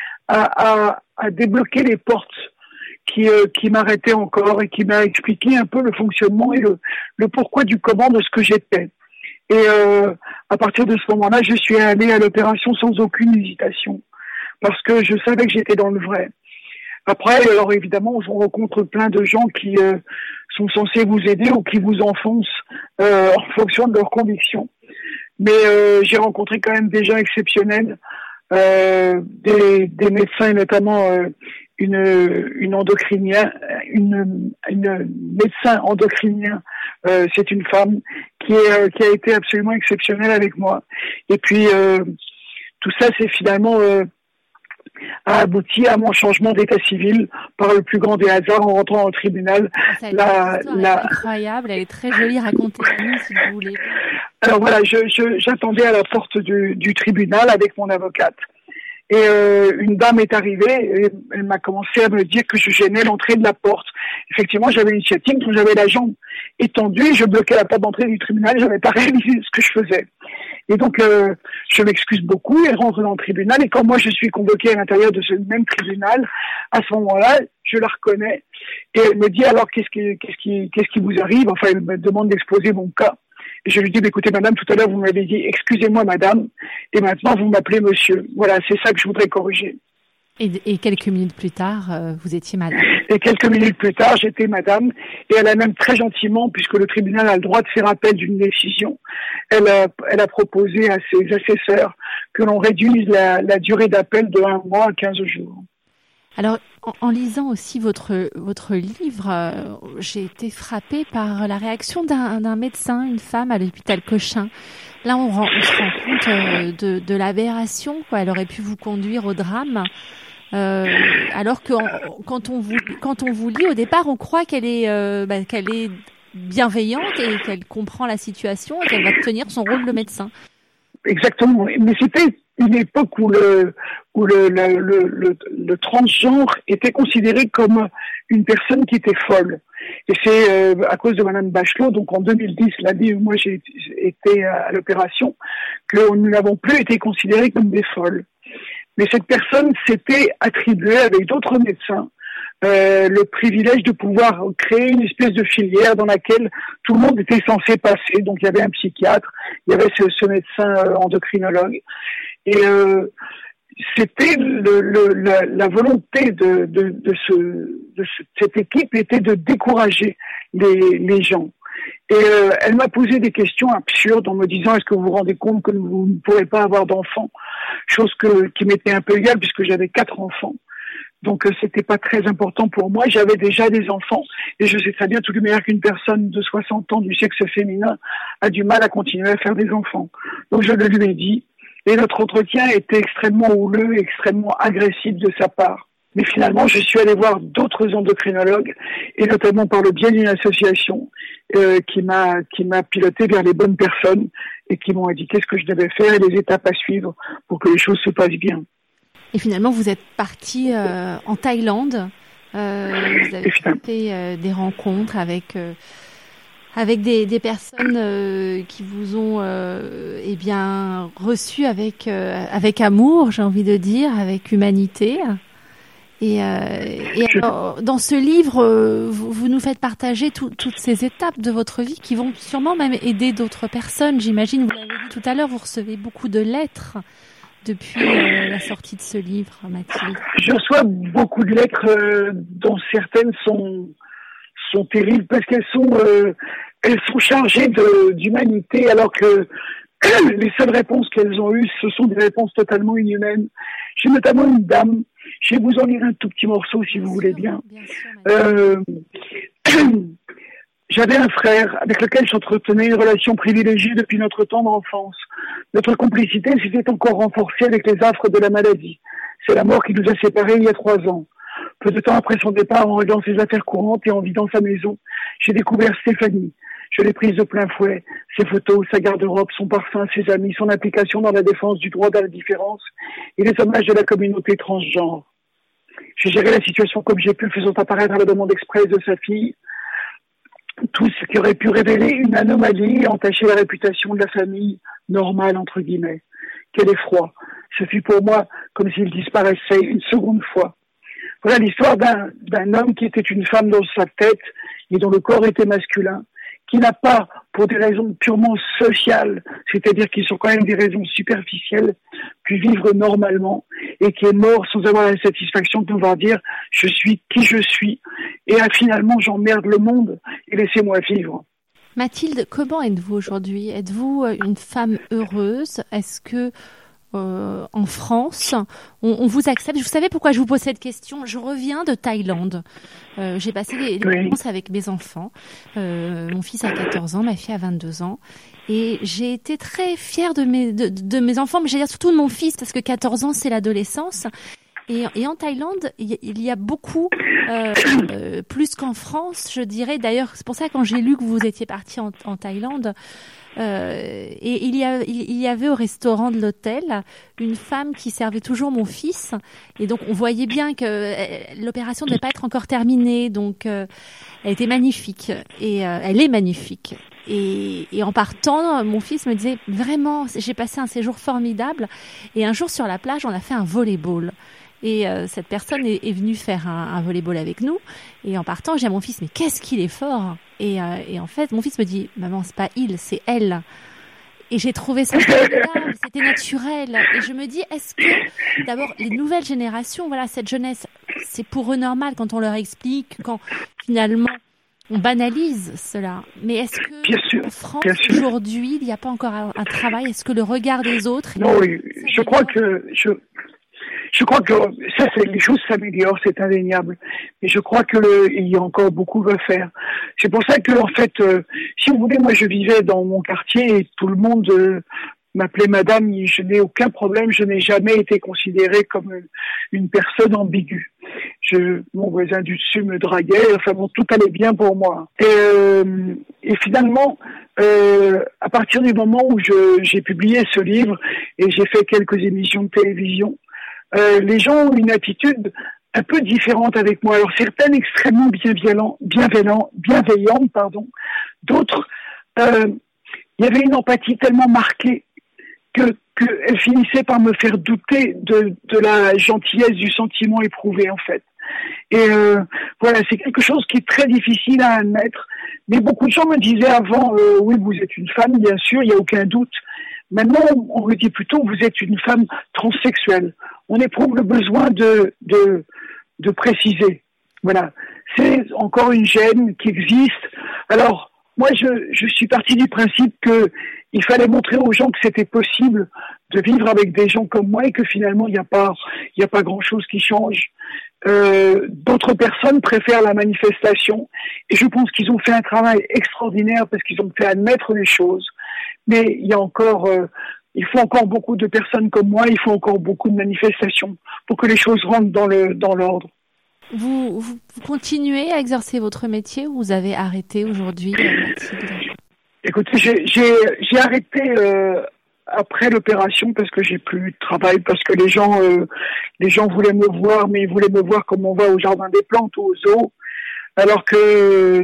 Speaker 7: à débloquer les portes qui m'arrêtaient encore et qui m'a expliqué un peu le fonctionnement et le pourquoi du comment de ce que j'étais. Et à partir de ce moment-là, je suis allée à l'opération sans aucune hésitation, parce que je savais que j'étais dans le vrai. Après, alors évidemment, on rencontre plein de gens qui sont censés vous aider ou qui vous enfoncent en fonction de leurs convictions. Mais j'ai rencontré quand même des gens exceptionnels, des médecins et notamment une endocrinien, une médecin endocrinien, c'est une femme qui a été absolument exceptionnelle avec moi. Et puis tout ça, c'est finalement a abouti à mon changement d'état civil par le plus grand des hasards en rentrant au tribunal.
Speaker 3: C'est incroyable, elle est très jolie, racontez-nous si vous voulez.
Speaker 7: Alors voilà, j'attendais à la porte du tribunal avec mon avocate. Et une dame est arrivée et elle m'a commencé à me dire que je gênais l'entrée de la porte. Effectivement, j'avais une sciatique, donc j'avais la jambe étendue et je bloquais la porte d'entrée du tribunal et j'avais pas réalisé ce que je faisais. Et donc, je m'excuse beaucoup, elle rentre dans le tribunal et quand moi je suis convoqué à l'intérieur de ce même tribunal, à ce moment-là, je la reconnais et elle me dit alors qu'est-ce qui vous arrive? Enfin, elle me demande d'exposer mon cas. Et je lui dis, écoutez madame, tout à l'heure vous m'avez dit excusez-moi madame, et maintenant vous m'appelez monsieur. Voilà, c'est ça que je voudrais corriger.
Speaker 3: Et quelques minutes plus tard, vous étiez madame.
Speaker 7: Et quelques minutes plus tard, j'étais madame, et elle a même très gentiment, puisque le tribunal a le droit de faire appel d'une décision, elle a proposé à ses assesseurs que l'on réduise la durée d'appel de 1 mois à 15 jours.
Speaker 3: Alors, en lisant aussi votre livre, j'ai été frappée par la réaction d'un médecin, une femme à l'hôpital Cochin. Là, on se rend compte de l'aberration, quoi. Elle aurait pu vous conduire au drame. Alors que quand on vous lit au départ, on croit qu'elle est bienveillante et qu'elle comprend la situation et qu'elle va tenir son rôle de médecin.
Speaker 7: Exactement. Mais c'était une époque où le transgenre était considéré comme une personne qui était folle. Et c'est à cause de Madame Bachelot, donc en 2010, l'année où moi j'ai été à l'opération, que nous n'avons plus été considérés comme des folles. Mais cette personne s'était attribuée avec d'autres médecins le privilège de pouvoir créer une espèce de filière dans laquelle tout le monde était censé passer. Donc il y avait un psychiatre, il y avait ce médecin endocrinologue, et c'était la volonté de cette équipe était de décourager les gens. Et elle m'a posé des questions absurdes en me disant est-ce que vous vous rendez compte que vous ne pourrez pas avoir d'enfants, chose qui m'était un peu égale puisque j'avais 4 enfants. Donc c'était pas très important pour moi. J'avais déjà des enfants et je sais très bien tout de même qu'une personne de 60 ans du sexe féminin a du mal à continuer à faire des enfants. Donc je le lui ai dit et notre entretien était extrêmement houleux et extrêmement agressif de sa part. Mais finalement, je suis allé voir d'autres endocrinologues et notamment par le biais d'une association qui m'a piloté vers les bonnes personnes et qui m'ont indiqué ce que je devais faire et les étapes à suivre pour que les choses se passent bien.
Speaker 3: Et finalement, vous êtes parti en Thaïlande. Vous avez fait des rencontres avec des personnes qui vous ont reçu avec amour, j'ai envie de dire, avec humanité. Et alors, dans ce livre, vous nous faites partager toutes ces étapes de votre vie qui vont sûrement même aider d'autres personnes. J'imagine, vous l'avez dit tout à l'heure, vous recevez beaucoup de lettres depuis la sortie de ce livre, Mathilde.
Speaker 7: Je reçois beaucoup de lettres dont certaines sont terribles parce qu'elles sont chargées d'humanité alors que les seules réponses qu'elles ont eues, ce sont des réponses totalement inhumaines. J'ai notamment une dame, je vais vous en lire un tout petit morceau si vous voulez bien. J'avais un frère avec lequel j'entretenais une relation privilégiée depuis notre tendre enfance. Notre complicité s'était encore renforcée avec les affres de la maladie. C'est la mort qui nous a séparés il y a 3 ans. Peu de temps après son départ, en réglant ses affaires courantes et en vidant sa maison, j'ai découvert Stéphanie. Je l'ai prise de plein fouet. Ses photos, sa garde-robe, son parfum, ses amis, son implication dans la défense du droit à la différence et les hommages de la communauté transgenre. J'ai géré la situation comme j'ai pu, faisant apparaître à la demande expresse de sa fille tout ce qui aurait pu révéler une anomalie et entacher la réputation de la famille normale, entre guillemets. Quel effroi. Ce fut pour moi comme s'il disparaissait une seconde fois. Voilà l'histoire d'un homme qui était une femme dans sa tête et dont le corps était masculin, qui n'a pas, pour des raisons purement sociales, c'est-à-dire qui sont quand même des raisons superficielles, pu vivre normalement et qui est mort sans avoir la satisfaction de pouvoir dire « je suis qui je suis » et finalement j'emmerde le monde et laissez-moi vivre.
Speaker 3: Mathilde, comment êtes-vous aujourd'hui ? Êtes-vous une femme heureuse ? Est-ce que en France, on vous accepte ? Vous savez pourquoi je vous pose cette question ? Je reviens de Thaïlande. J'ai passé les vacances avec mes enfants. Mon fils a 14 ans, ma fille a 22 ans. Et j'ai été très fière de mes enfants, mais j'allais dire surtout de mon fils, parce que 14 ans, c'est l'adolescence. Et en Thaïlande, il y a beaucoup, plus qu'en France, je dirais. D'ailleurs, c'est pour ça quand j'ai lu que vous étiez parti en Thaïlande, et il y avait au restaurant de l'hôtel une femme qui servait toujours mon fils, et donc on voyait bien que l'opération ne devait pas être encore terminée, donc elle était magnifique, et elle est magnifique. Et en partant, mon fils me disait vraiment, j'ai passé un séjour formidable. Et un jour sur la plage, on a fait un volleyball. Et cette personne est venue faire un volleyball avec nous. Et en partant, j'ai dit à mon fils, mais qu'est-ce qu'il est fort. Et en fait, mon fils me dit, maman, c'est pas il, c'est elle. Et j'ai trouvé ça formidable, c'était naturel. Et je me dis, est-ce que, d'abord, les nouvelles générations, voilà, cette jeunesse, c'est pour eux normal quand on leur explique, quand finalement on banalise cela. Mais est-ce que en France, aujourd'hui, il n'y a pas encore un travail ? Est-ce que le regard des autres...
Speaker 7: Non, oui, je crois que ça, les choses s'améliorent, c'est indéniable. Mais je crois il y a encore beaucoup à faire. C'est pour ça que, en fait, si vous voulez, moi, je vivais dans mon quartier et tout le monde m'appelait madame. Je n'ai aucun problème. Je n'ai jamais été considérée comme une personne ambiguë. Mon voisin du dessus me draguait. Enfin bon, tout allait bien pour moi. Et finalement, à partir du moment où j'ai publié ce livre et j'ai fait quelques émissions de télévision, les gens ont une attitude un peu différente avec moi. Alors certaines extrêmement bienveillantes, d'autres, il y avait une empathie tellement marquée qu'elle finissait par me faire douter de la gentillesse du sentiment éprouvé en fait. Et voilà, c'est quelque chose qui est très difficile à admettre. Mais beaucoup de gens me disaient avant, oui, vous êtes une femme, bien sûr, il n'y a aucun doute. Maintenant, on me dit plutôt, vous êtes une femme transsexuelle. On éprouve le besoin de préciser. Voilà. C'est encore une gêne qui existe. Alors, moi, je suis partie du principe qu'il fallait montrer aux gens que c'était possible de vivre avec des gens comme moi et que finalement, il n'y a pas grand-chose qui change. D'autres personnes préfèrent la manifestation et je pense qu'ils ont fait un travail extraordinaire parce qu'ils ont fait admettre les choses. Mais il faut encore beaucoup de personnes comme moi, il faut encore beaucoup de manifestations pour que les choses rentrent dans l'ordre.
Speaker 3: Vous continuez à exercer votre métier ou vous avez arrêté aujourd'hui, Mathilde ?
Speaker 7: Écoutez, j'ai arrêté après l'opération parce que j'ai plus de travail, parce que les gens voulaient me voir, mais ils voulaient me voir comme on va au Jardin des Plantes ou au zoo. Alors que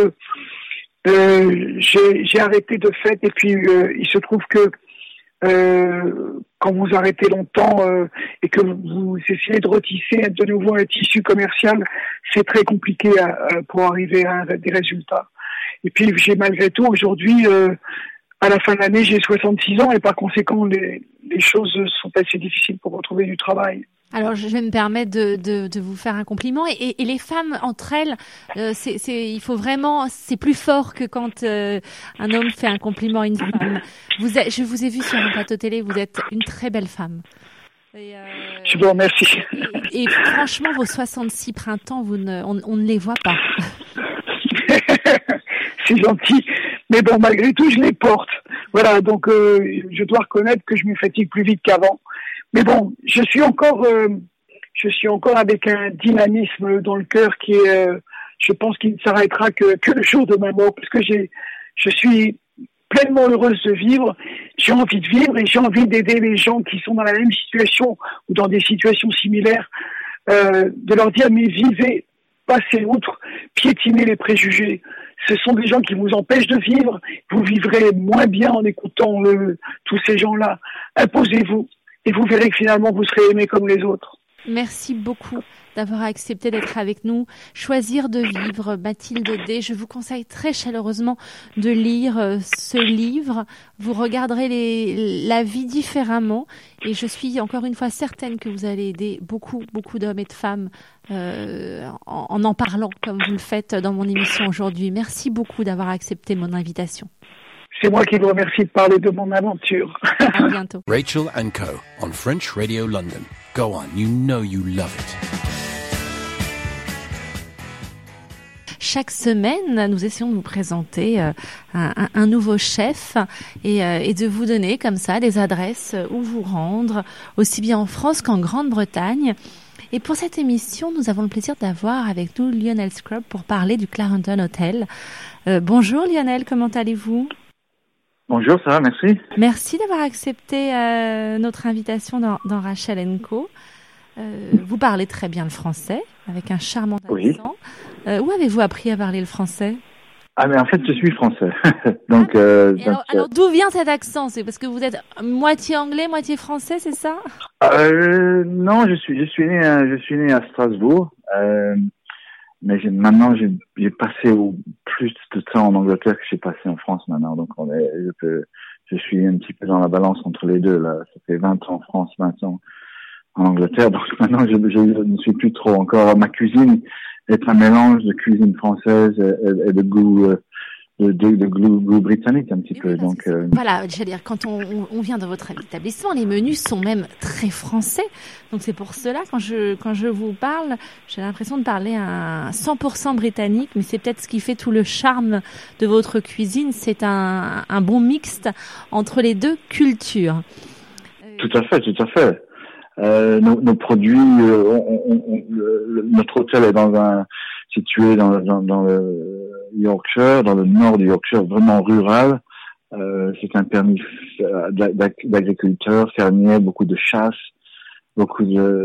Speaker 7: j'ai arrêté de fait et puis il se trouve que quand vous arrêtez longtemps et que vous essayez de retisser de nouveau un tissu commercial, c'est très compliqué pour arriver à des résultats. Et puis j'ai malgré tout aujourd'hui, à la fin de l'année, j'ai 66 ans et par conséquent les choses sont assez difficiles pour retrouver du travail.
Speaker 3: Alors, je vais me permettre de vous faire un compliment. Et les femmes, entre elles, il faut vraiment, c'est plus fort que quand un homme fait un compliment à une femme. Je vous ai vu sur un plateau télé, vous êtes une très belle femme.
Speaker 7: Je vous remercie.
Speaker 3: Et franchement, vos 66 printemps, on ne les voit pas.
Speaker 7: C'est gentil. Mais bon, malgré tout, je les porte. Voilà, donc je dois reconnaître que je me fatigue plus vite qu'avant. Mais bon, je suis encore avec un dynamisme dans le cœur qui est, je pense qu'il ne s'arrêtera que le jour de ma mort, parce que je suis pleinement heureuse de vivre. J'ai envie de vivre et j'ai envie d'aider les gens qui sont dans la même situation ou dans des situations similaires, de leur dire mais vivez, passez outre, piétinez les préjugés. Ce sont des gens qui vous empêchent de vivre. Vous vivrez moins bien en écoutant tous ces gens-là. Imposez-vous. Et vous verrez que finalement, vous serez aimé comme les autres.
Speaker 3: Merci beaucoup. d'avoir accepté d'être avec nous. Choisir de vivre, Mathilde D. Je vous conseille très chaleureusement de lire ce livre. Vous regarderez la vie différemment et je suis encore une fois certaine que vous allez aider beaucoup d'hommes et de femmes en parlant comme vous le faites dans mon émission aujourd'hui. Merci beaucoup d'avoir accepté mon invitation.
Speaker 7: C'est moi qui vous remercie de parler de mon aventure.
Speaker 3: À bientôt.
Speaker 1: Rachel & Co. on French Radio London. Go on, you know you love it.
Speaker 3: Chaque semaine, nous essayons de vous présenter un nouveau chef et de vous donner comme ça des adresses où vous rendre, aussi bien en France qu'en Grande-Bretagne. Et pour cette émission, nous avons le plaisir d'avoir avec nous Lionel Scrub pour parler du Clarendon Hotel. Bonjour Lionel, comment allez-vous ?
Speaker 8: Bonjour, ça va, merci.
Speaker 3: Merci d'avoir accepté notre invitation dans Rachel & Co. Vous parlez très bien le français, avec un charmant accent.
Speaker 8: Oui.
Speaker 3: Où avez-vous appris à parler le français ?
Speaker 8: Ah, mais en fait, je suis français. donc,
Speaker 3: alors, d'où vient cet accent ? C'est parce que vous êtes moitié anglais, moitié français, c'est ça ?
Speaker 8: Non, je suis né à Strasbourg. Mais maintenant, j'ai passé plus de temps en Angleterre que j'ai passé en France maintenant. Donc, je suis un petit peu dans la balance entre les deux, là. Ça fait 20 ans en France, 20 ans en Angleterre. Donc, maintenant, je ne suis plus trop encore. Ma cuisine est un mélange de cuisine française et de goût, de goût britannique un petit peu. Donc,
Speaker 3: voilà, j'allais dire, quand on vient dans votre établissement, les menus sont même très français. Donc c'est pour cela, quand je vous parle, j'ai l'impression de parler à 100% britannique, mais c'est peut-être ce qui fait tout le charme de votre cuisine. C'est un bon mixte entre les deux cultures.
Speaker 8: Tout à fait. Nos produits, notre hôtel est situé dans le Yorkshire, dans le nord du Yorkshire, vraiment rural. C'est un permis d'agriculteurs, fermiers, beaucoup de chasse, beaucoup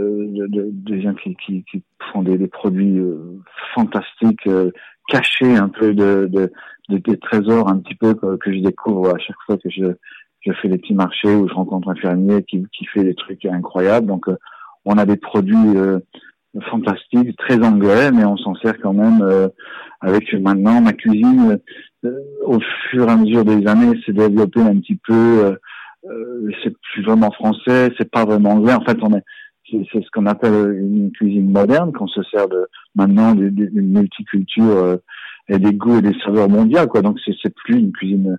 Speaker 8: de gens qui font des produits fantastiques, cachés un peu des trésors un petit peu que je découvre à chaque fois que je fais des petits marchés où je rencontre un fermier qui fait des trucs incroyables. Donc, on a des produits fantastiques, très anglais, mais on s'en sert quand même avec maintenant ma cuisine. Au fur et à mesure des années, s'est développée un petit peu. C'est plus vraiment français, c'est pas vraiment anglais. En fait, c'est ce qu'on appelle une cuisine moderne, qu'on se sert maintenant d'une multiculture et des goûts et des saveurs mondiales, quoi. Donc, c'est plus une cuisine.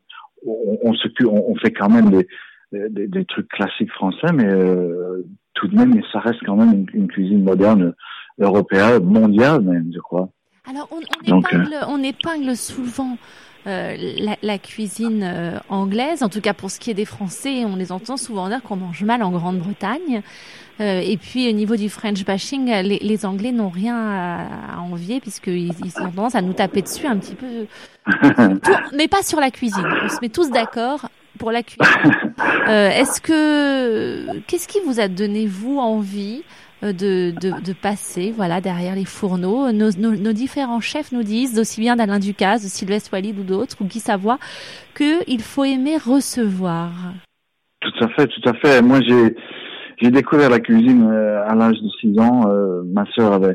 Speaker 8: On fait quand même des trucs classiques français, mais tout de même, ça reste quand même une cuisine moderne, européenne, mondiale même, je crois.
Speaker 3: Alors, on épingle souvent la cuisine anglaise, en tout cas pour ce qui est des Français, on les entend souvent dire qu'on mange mal en Grande-Bretagne. Et puis au niveau du French bashing, les Anglais n'ont rien à envier puisqu'ils ont tendance à nous taper dessus un petit peu. Mais pas sur la cuisine. On se met tous d'accord pour la cuisine. Qu'est-ce qui vous a donné vous envie de passer, voilà, derrière les fourneaux? Nos différents chefs nous disent, aussi bien d'Alain Ducasse, de Sylvestre Walid ou d'autres, ou Guy Savoie, qu'il faut aimer recevoir.
Speaker 8: Tout à fait. Moi, j'ai découvert la cuisine à l'âge de 6 ans. Ma sœur avait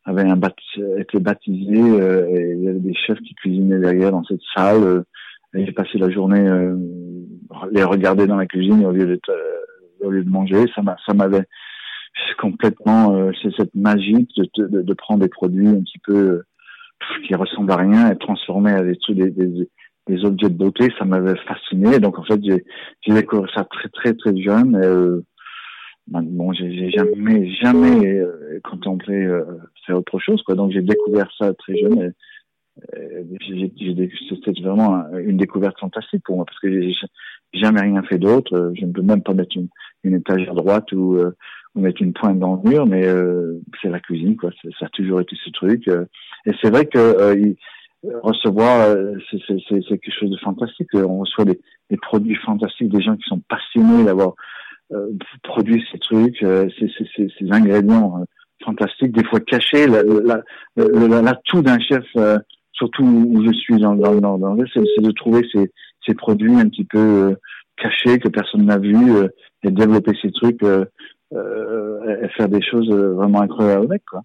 Speaker 8: été baptisée et il y avait des chefs qui cuisinaient derrière dans cette salle. Et j'ai passé la journée les regarder dans la cuisine au lieu de manger. Ça m'avait complètement c'est cette magie de prendre des produits un petit peu qui ressemblent à rien et transformer à des objets de beauté. Ça m'avait fasciné. Donc en fait j'ai découvert ça très très très jeune. Bon, j'ai jamais contemplé faire autre chose, quoi. Donc j'ai découvert ça très jeune. C'était vraiment une découverte fantastique pour moi parce que j'ai jamais rien fait d'autre. Je ne peux même pas mettre une étagère droite ou mettre une pointe dans le mur, mais c'est la cuisine, quoi. Ça a toujours été ce truc. Et c'est vrai que recevoir, c'est quelque chose de fantastique. On reçoit des produits fantastiques, des gens qui sont passionnés d'avoir produit ces trucs, ces ingrédients fantastiques, des fois cachés. L'atout d'un chef, surtout où je suis dans c'est de trouver ces produits un petit peu cachés que personne n'a vu et développer ces trucs et faire des choses vraiment incroyables avec, quoi.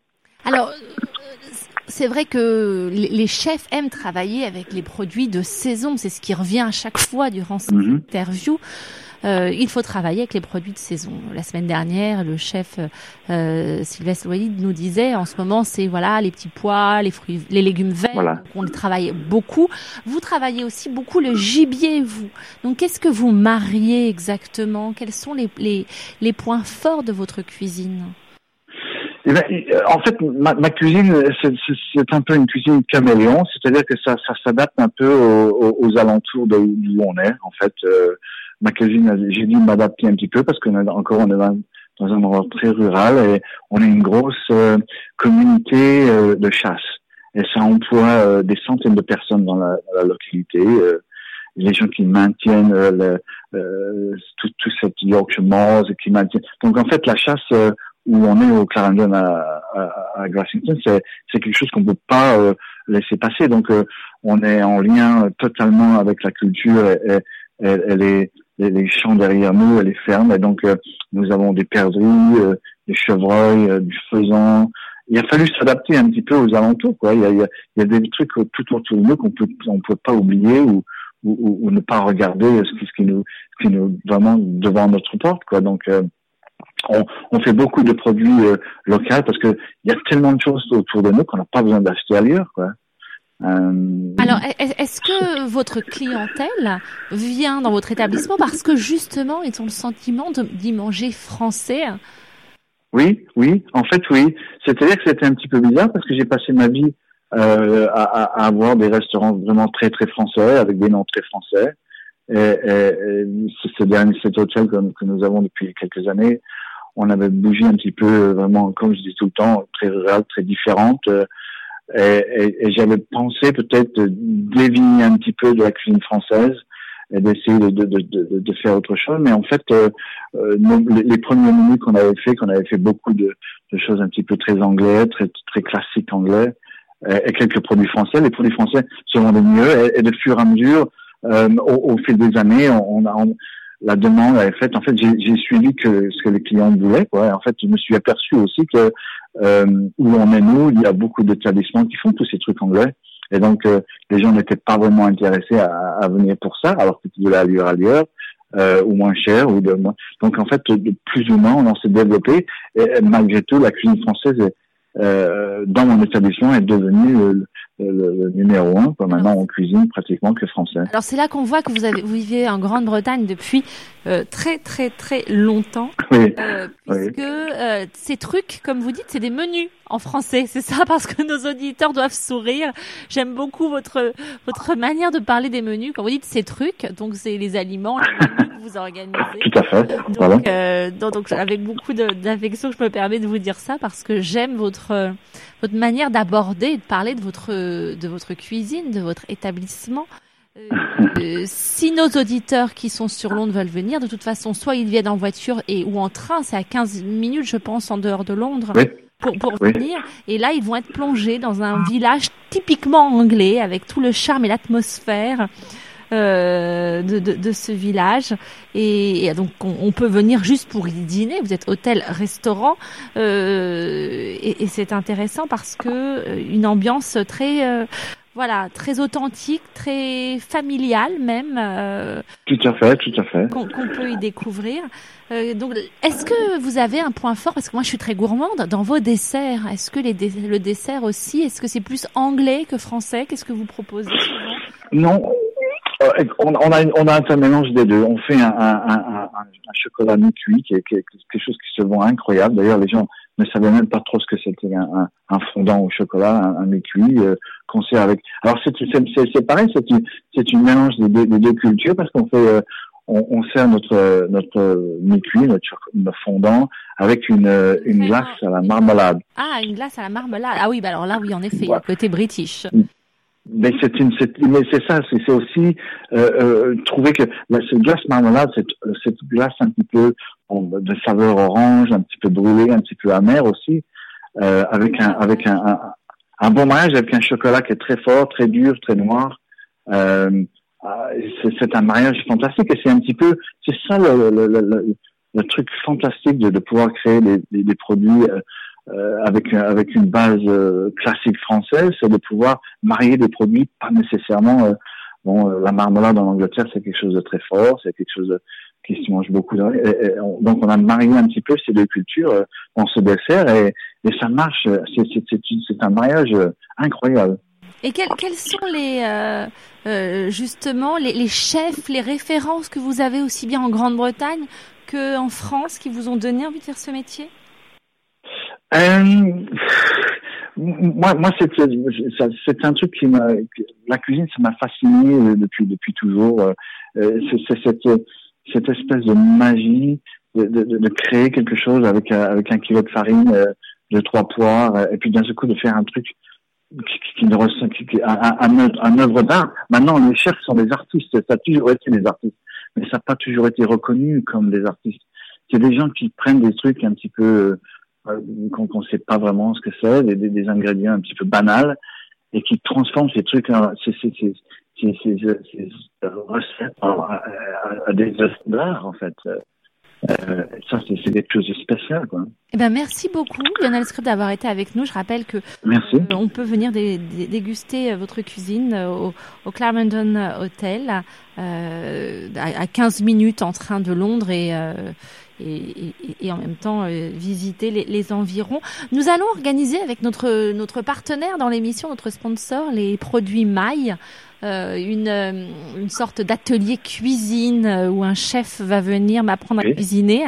Speaker 3: Alors, c'est vrai que les chefs aiment travailler avec les produits de saison. C'est ce qui revient à chaque fois durant cette interview. Il faut travailler avec les produits de saison. La semaine dernière, le chef Sylvestre Loïd nous disait, en ce moment, c'est les petits pois, les fruits, les légumes verts. Voilà. On les travaille beaucoup. Vous travaillez aussi beaucoup le gibier, vous. Donc, qu'est-ce que vous mariez exactement? Quels sont les points forts de votre cuisine?
Speaker 8: Eh ben, en fait, ma cuisine, c'est un peu une cuisine caméléon, c'est-à-dire que ça s'adapte un peu aux alentours d'où on est. En fait, ma cuisine, j'ai dû m'adapter un petit peu parce qu'on est dans un endroit très rural et on est une grosse communauté de chasse. Et ça emploie des centaines de personnes dans la localité. Les gens qui maintiennent tout cette Yorkshire Moors, qui maintiennent. Donc en fait, la chasse où on est au Clarendon à Grassington, c'est quelque chose qu'on peut pas laisser passer. Donc on est en lien totalement avec la culture et les champs derrière nous et les fermes. Et donc nous avons des perdrix, des chevreuils, du faisan. Il a fallu s'adapter un petit peu aux alentours, quoi. Il y a des trucs tout autour de nous on peut pas oublier ou ne pas regarder ce qui nous vraiment devant notre porte, quoi. Donc on fait beaucoup de produits locaux parce que il y a tellement de choses autour de nous qu'on n'a pas besoin d'acheter ailleurs, quoi.
Speaker 3: Alors, est-ce que votre clientèle vient dans votre établissement parce que justement ils ont le sentiment d'y manger français?
Speaker 8: Oui, en fait oui. C'est-à-dire que c'était un petit peu bizarre parce que j'ai passé ma vie à avoir des restaurants vraiment très très français avec des noms très français. Et cet hôtel que nous avons depuis quelques années, on avait bougé un petit peu vraiment, comme je dis tout le temps, très rural, très différente. Et j'avais pensé peut-être dévier un petit peu de la cuisine française et d'essayer de faire autre chose. Mais en fait, les premiers menus qu'on avait fait beaucoup de choses un petit peu très anglais, très très classiques anglais, et quelques produits français. Les produits français se vendaient mieux et de fur et à mesure, au fil des années, la demande avait fait. En fait, j'ai suivi ce que les clients voulaient, quoi. Et en fait, je me suis aperçu aussi que où on est nous, il y a beaucoup d'établissements qui font tous ces trucs anglais. Et donc, les gens n'étaient pas vraiment intéressés à venir pour ça, alors que tu voulais aller ailleurs, ou moins cher, Donc, en fait, de plus ou moins, on s'est développé. Et malgré tout, la cuisine française dans mon établissement est devenue le numéro 1. Quoi. Maintenant, on cuisine pratiquement que français.
Speaker 3: Alors, c'est là qu'on voit que vous vivez en Grande-Bretagne depuis très, très, très longtemps.
Speaker 8: Oui.
Speaker 3: Puisque ces trucs, comme vous dites, c'est des menus en français. C'est ça, parce que nos auditeurs doivent sourire. J'aime beaucoup votre manière de parler des menus. Quand vous dites ces trucs, donc c'est les aliments, les menus que vous organisez.
Speaker 8: Tout à fait.
Speaker 3: Donc avec beaucoup d'affection, je me permets de vous dire ça parce que j'aime votre manière d'aborder et de parler de votre cuisine, de votre établissement. Si nos auditeurs qui sont sur Londres veulent venir, de toute façon, soit ils viennent en voiture ou en train, c'est à 15 minutes, je pense, en dehors de Londres, pour venir. Et là, ils vont être plongés dans un village typiquement anglais, avec tout le charme et l'atmosphère de ce village. Et donc, on peut venir juste pour y dîner. Vous êtes hôtel-restaurant. Et c'est intéressant parce que une ambiance très... très authentique, très familiale même.
Speaker 8: Tout à fait.
Speaker 3: Qu'on peut y découvrir. Donc, est-ce que vous avez un point fort, parce que moi je suis très gourmande, dans vos desserts? Est-ce que le dessert aussi, est-ce que c'est plus anglais que français? Qu'est-ce que vous proposez souvent?
Speaker 8: Non, on a un mélange des deux. On fait un chocolat mi-cuit qui est quelque chose qui se vend incroyable. D'ailleurs, les gens ne savaient même pas trop ce que c'était un fondant au chocolat, un mi-cuit qu'on sert avec. Alors c'est pareil, c'est une mélange des deux cultures parce qu'on fait on sert notre mi-cuit, notre fondant avec une glace à la marmelade.
Speaker 3: Ah, une glace à la marmelade. Ah oui, bah alors là oui, en effet, il y a le côté british.
Speaker 8: Mais c'est ça, c'est aussi trouver que cette glace marmelade, cette glace un petit peu de saveur orange, un petit peu brûlée, un petit peu amère aussi, avec un bon mariage avec un chocolat qui est très fort, très dur, très noir. C'est un mariage fantastique et c'est ça le truc fantastique de pouvoir créer des produits avec une base classique française, c'est de pouvoir marier des produits pas nécessairement la marmelade en Angleterre, c'est quelque chose de très fort, c'est quelque chose qui se mange beaucoup. Donc on a marié un petit peu ces deux cultures dans ce dessert et ça marche. C'est un mariage incroyable.
Speaker 3: Et quels sont justement les chefs, les références que vous avez aussi bien en Grande-Bretagne qu'en France qui vous ont donné envie de faire ce métier?
Speaker 8: Moi, c'est un truc la cuisine, ça m'a fasciné depuis toujours. C'est cette espèce de magie de créer quelque chose avec un kilo de farine, 2-3 poires, et puis d'un seul coup de faire un truc qui ne ressemble un œuvre d'art. Maintenant, les chefs sont des artistes. Ça a toujours été des artistes, mais ça n'a pas toujours été reconnu comme des artistes. C'est des gens qui prennent des trucs un petit peu qu'on ne sait pas vraiment ce que c'est, des ingrédients un petit peu banals, et qui transforment ces trucs, ces recettes à des œuvres d'art, en fait. Ça, c'est quelque chose de spécial, quoi.
Speaker 3: Eh ben, merci beaucoup, Lionel Scrub, d'avoir été avec nous. Je rappelle que
Speaker 8: merci.
Speaker 3: On peut venir déguster votre cuisine au Clarendon Hotel, à 15 minutes en train de Londres et en même temps visiter les environs. Nous allons organiser avec notre partenaire dans l'émission, notre sponsor, les produits Maille, une sorte d'atelier cuisine où un chef va venir m'apprendre à cuisiner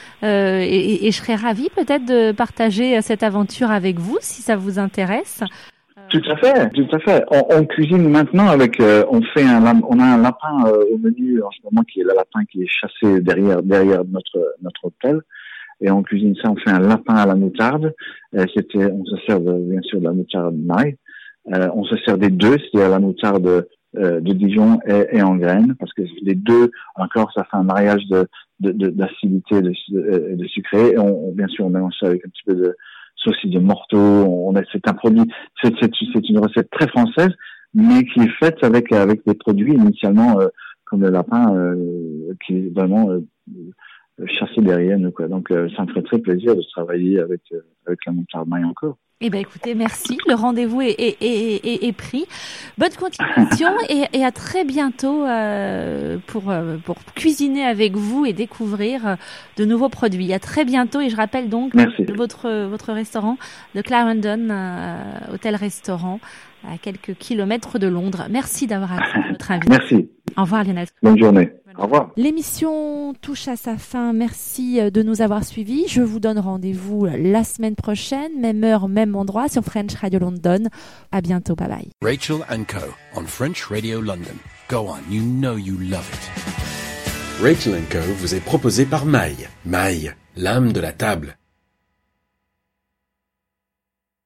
Speaker 3: et je serais ravie peut-être de partager cette aventure avec vous si ça vous intéresse.
Speaker 8: Tout à fait. On cuisine maintenant avec, on a un lapin au menu en ce moment qui est le lapin qui est chassé derrière notre hôtel, et on cuisine ça. On fait un lapin à la moutarde. On se sert bien sûr de la moutarde Maille. On se sert des deux, c'est-à-dire la moutarde de Dijon et en graines, parce que les deux encore, ça fait un mariage d'acidité et de sucré. Et bien sûr, on mélange ça avec un petit peu de saucisse de Morteau. C'est un produit, c'est une recette très française, mais qui est faite avec des produits initialement comme le lapin qui est vraiment chassé derrière nous, quoi. Donc ça me ferait très plaisir de travailler avec la moutarde Maille encore.
Speaker 3: Eh ben écoutez, merci. Le rendez-vous est pris. Bonne continuation et à très bientôt pour cuisiner avec vous et découvrir de nouveaux produits. À très bientôt et je rappelle donc votre restaurant, le Clarendon Hôtel-Restaurant, à quelques kilomètres de Londres. Merci d'avoir accepté notre invitation.
Speaker 8: Merci.
Speaker 3: Au revoir Lionel.
Speaker 8: Bonne journée. Au revoir.
Speaker 3: L'émission touche à sa fin. Merci de nous avoir suivis. Je vous donne rendez-vous la semaine prochaine, même heure, même endroit sur French Radio London. À bientôt. Bye bye.
Speaker 1: Rachel & Co. on French Radio London. Go on, you know you love it.
Speaker 9: Rachel & Co. vous est proposé par Maille. Maille, l'âme de la table.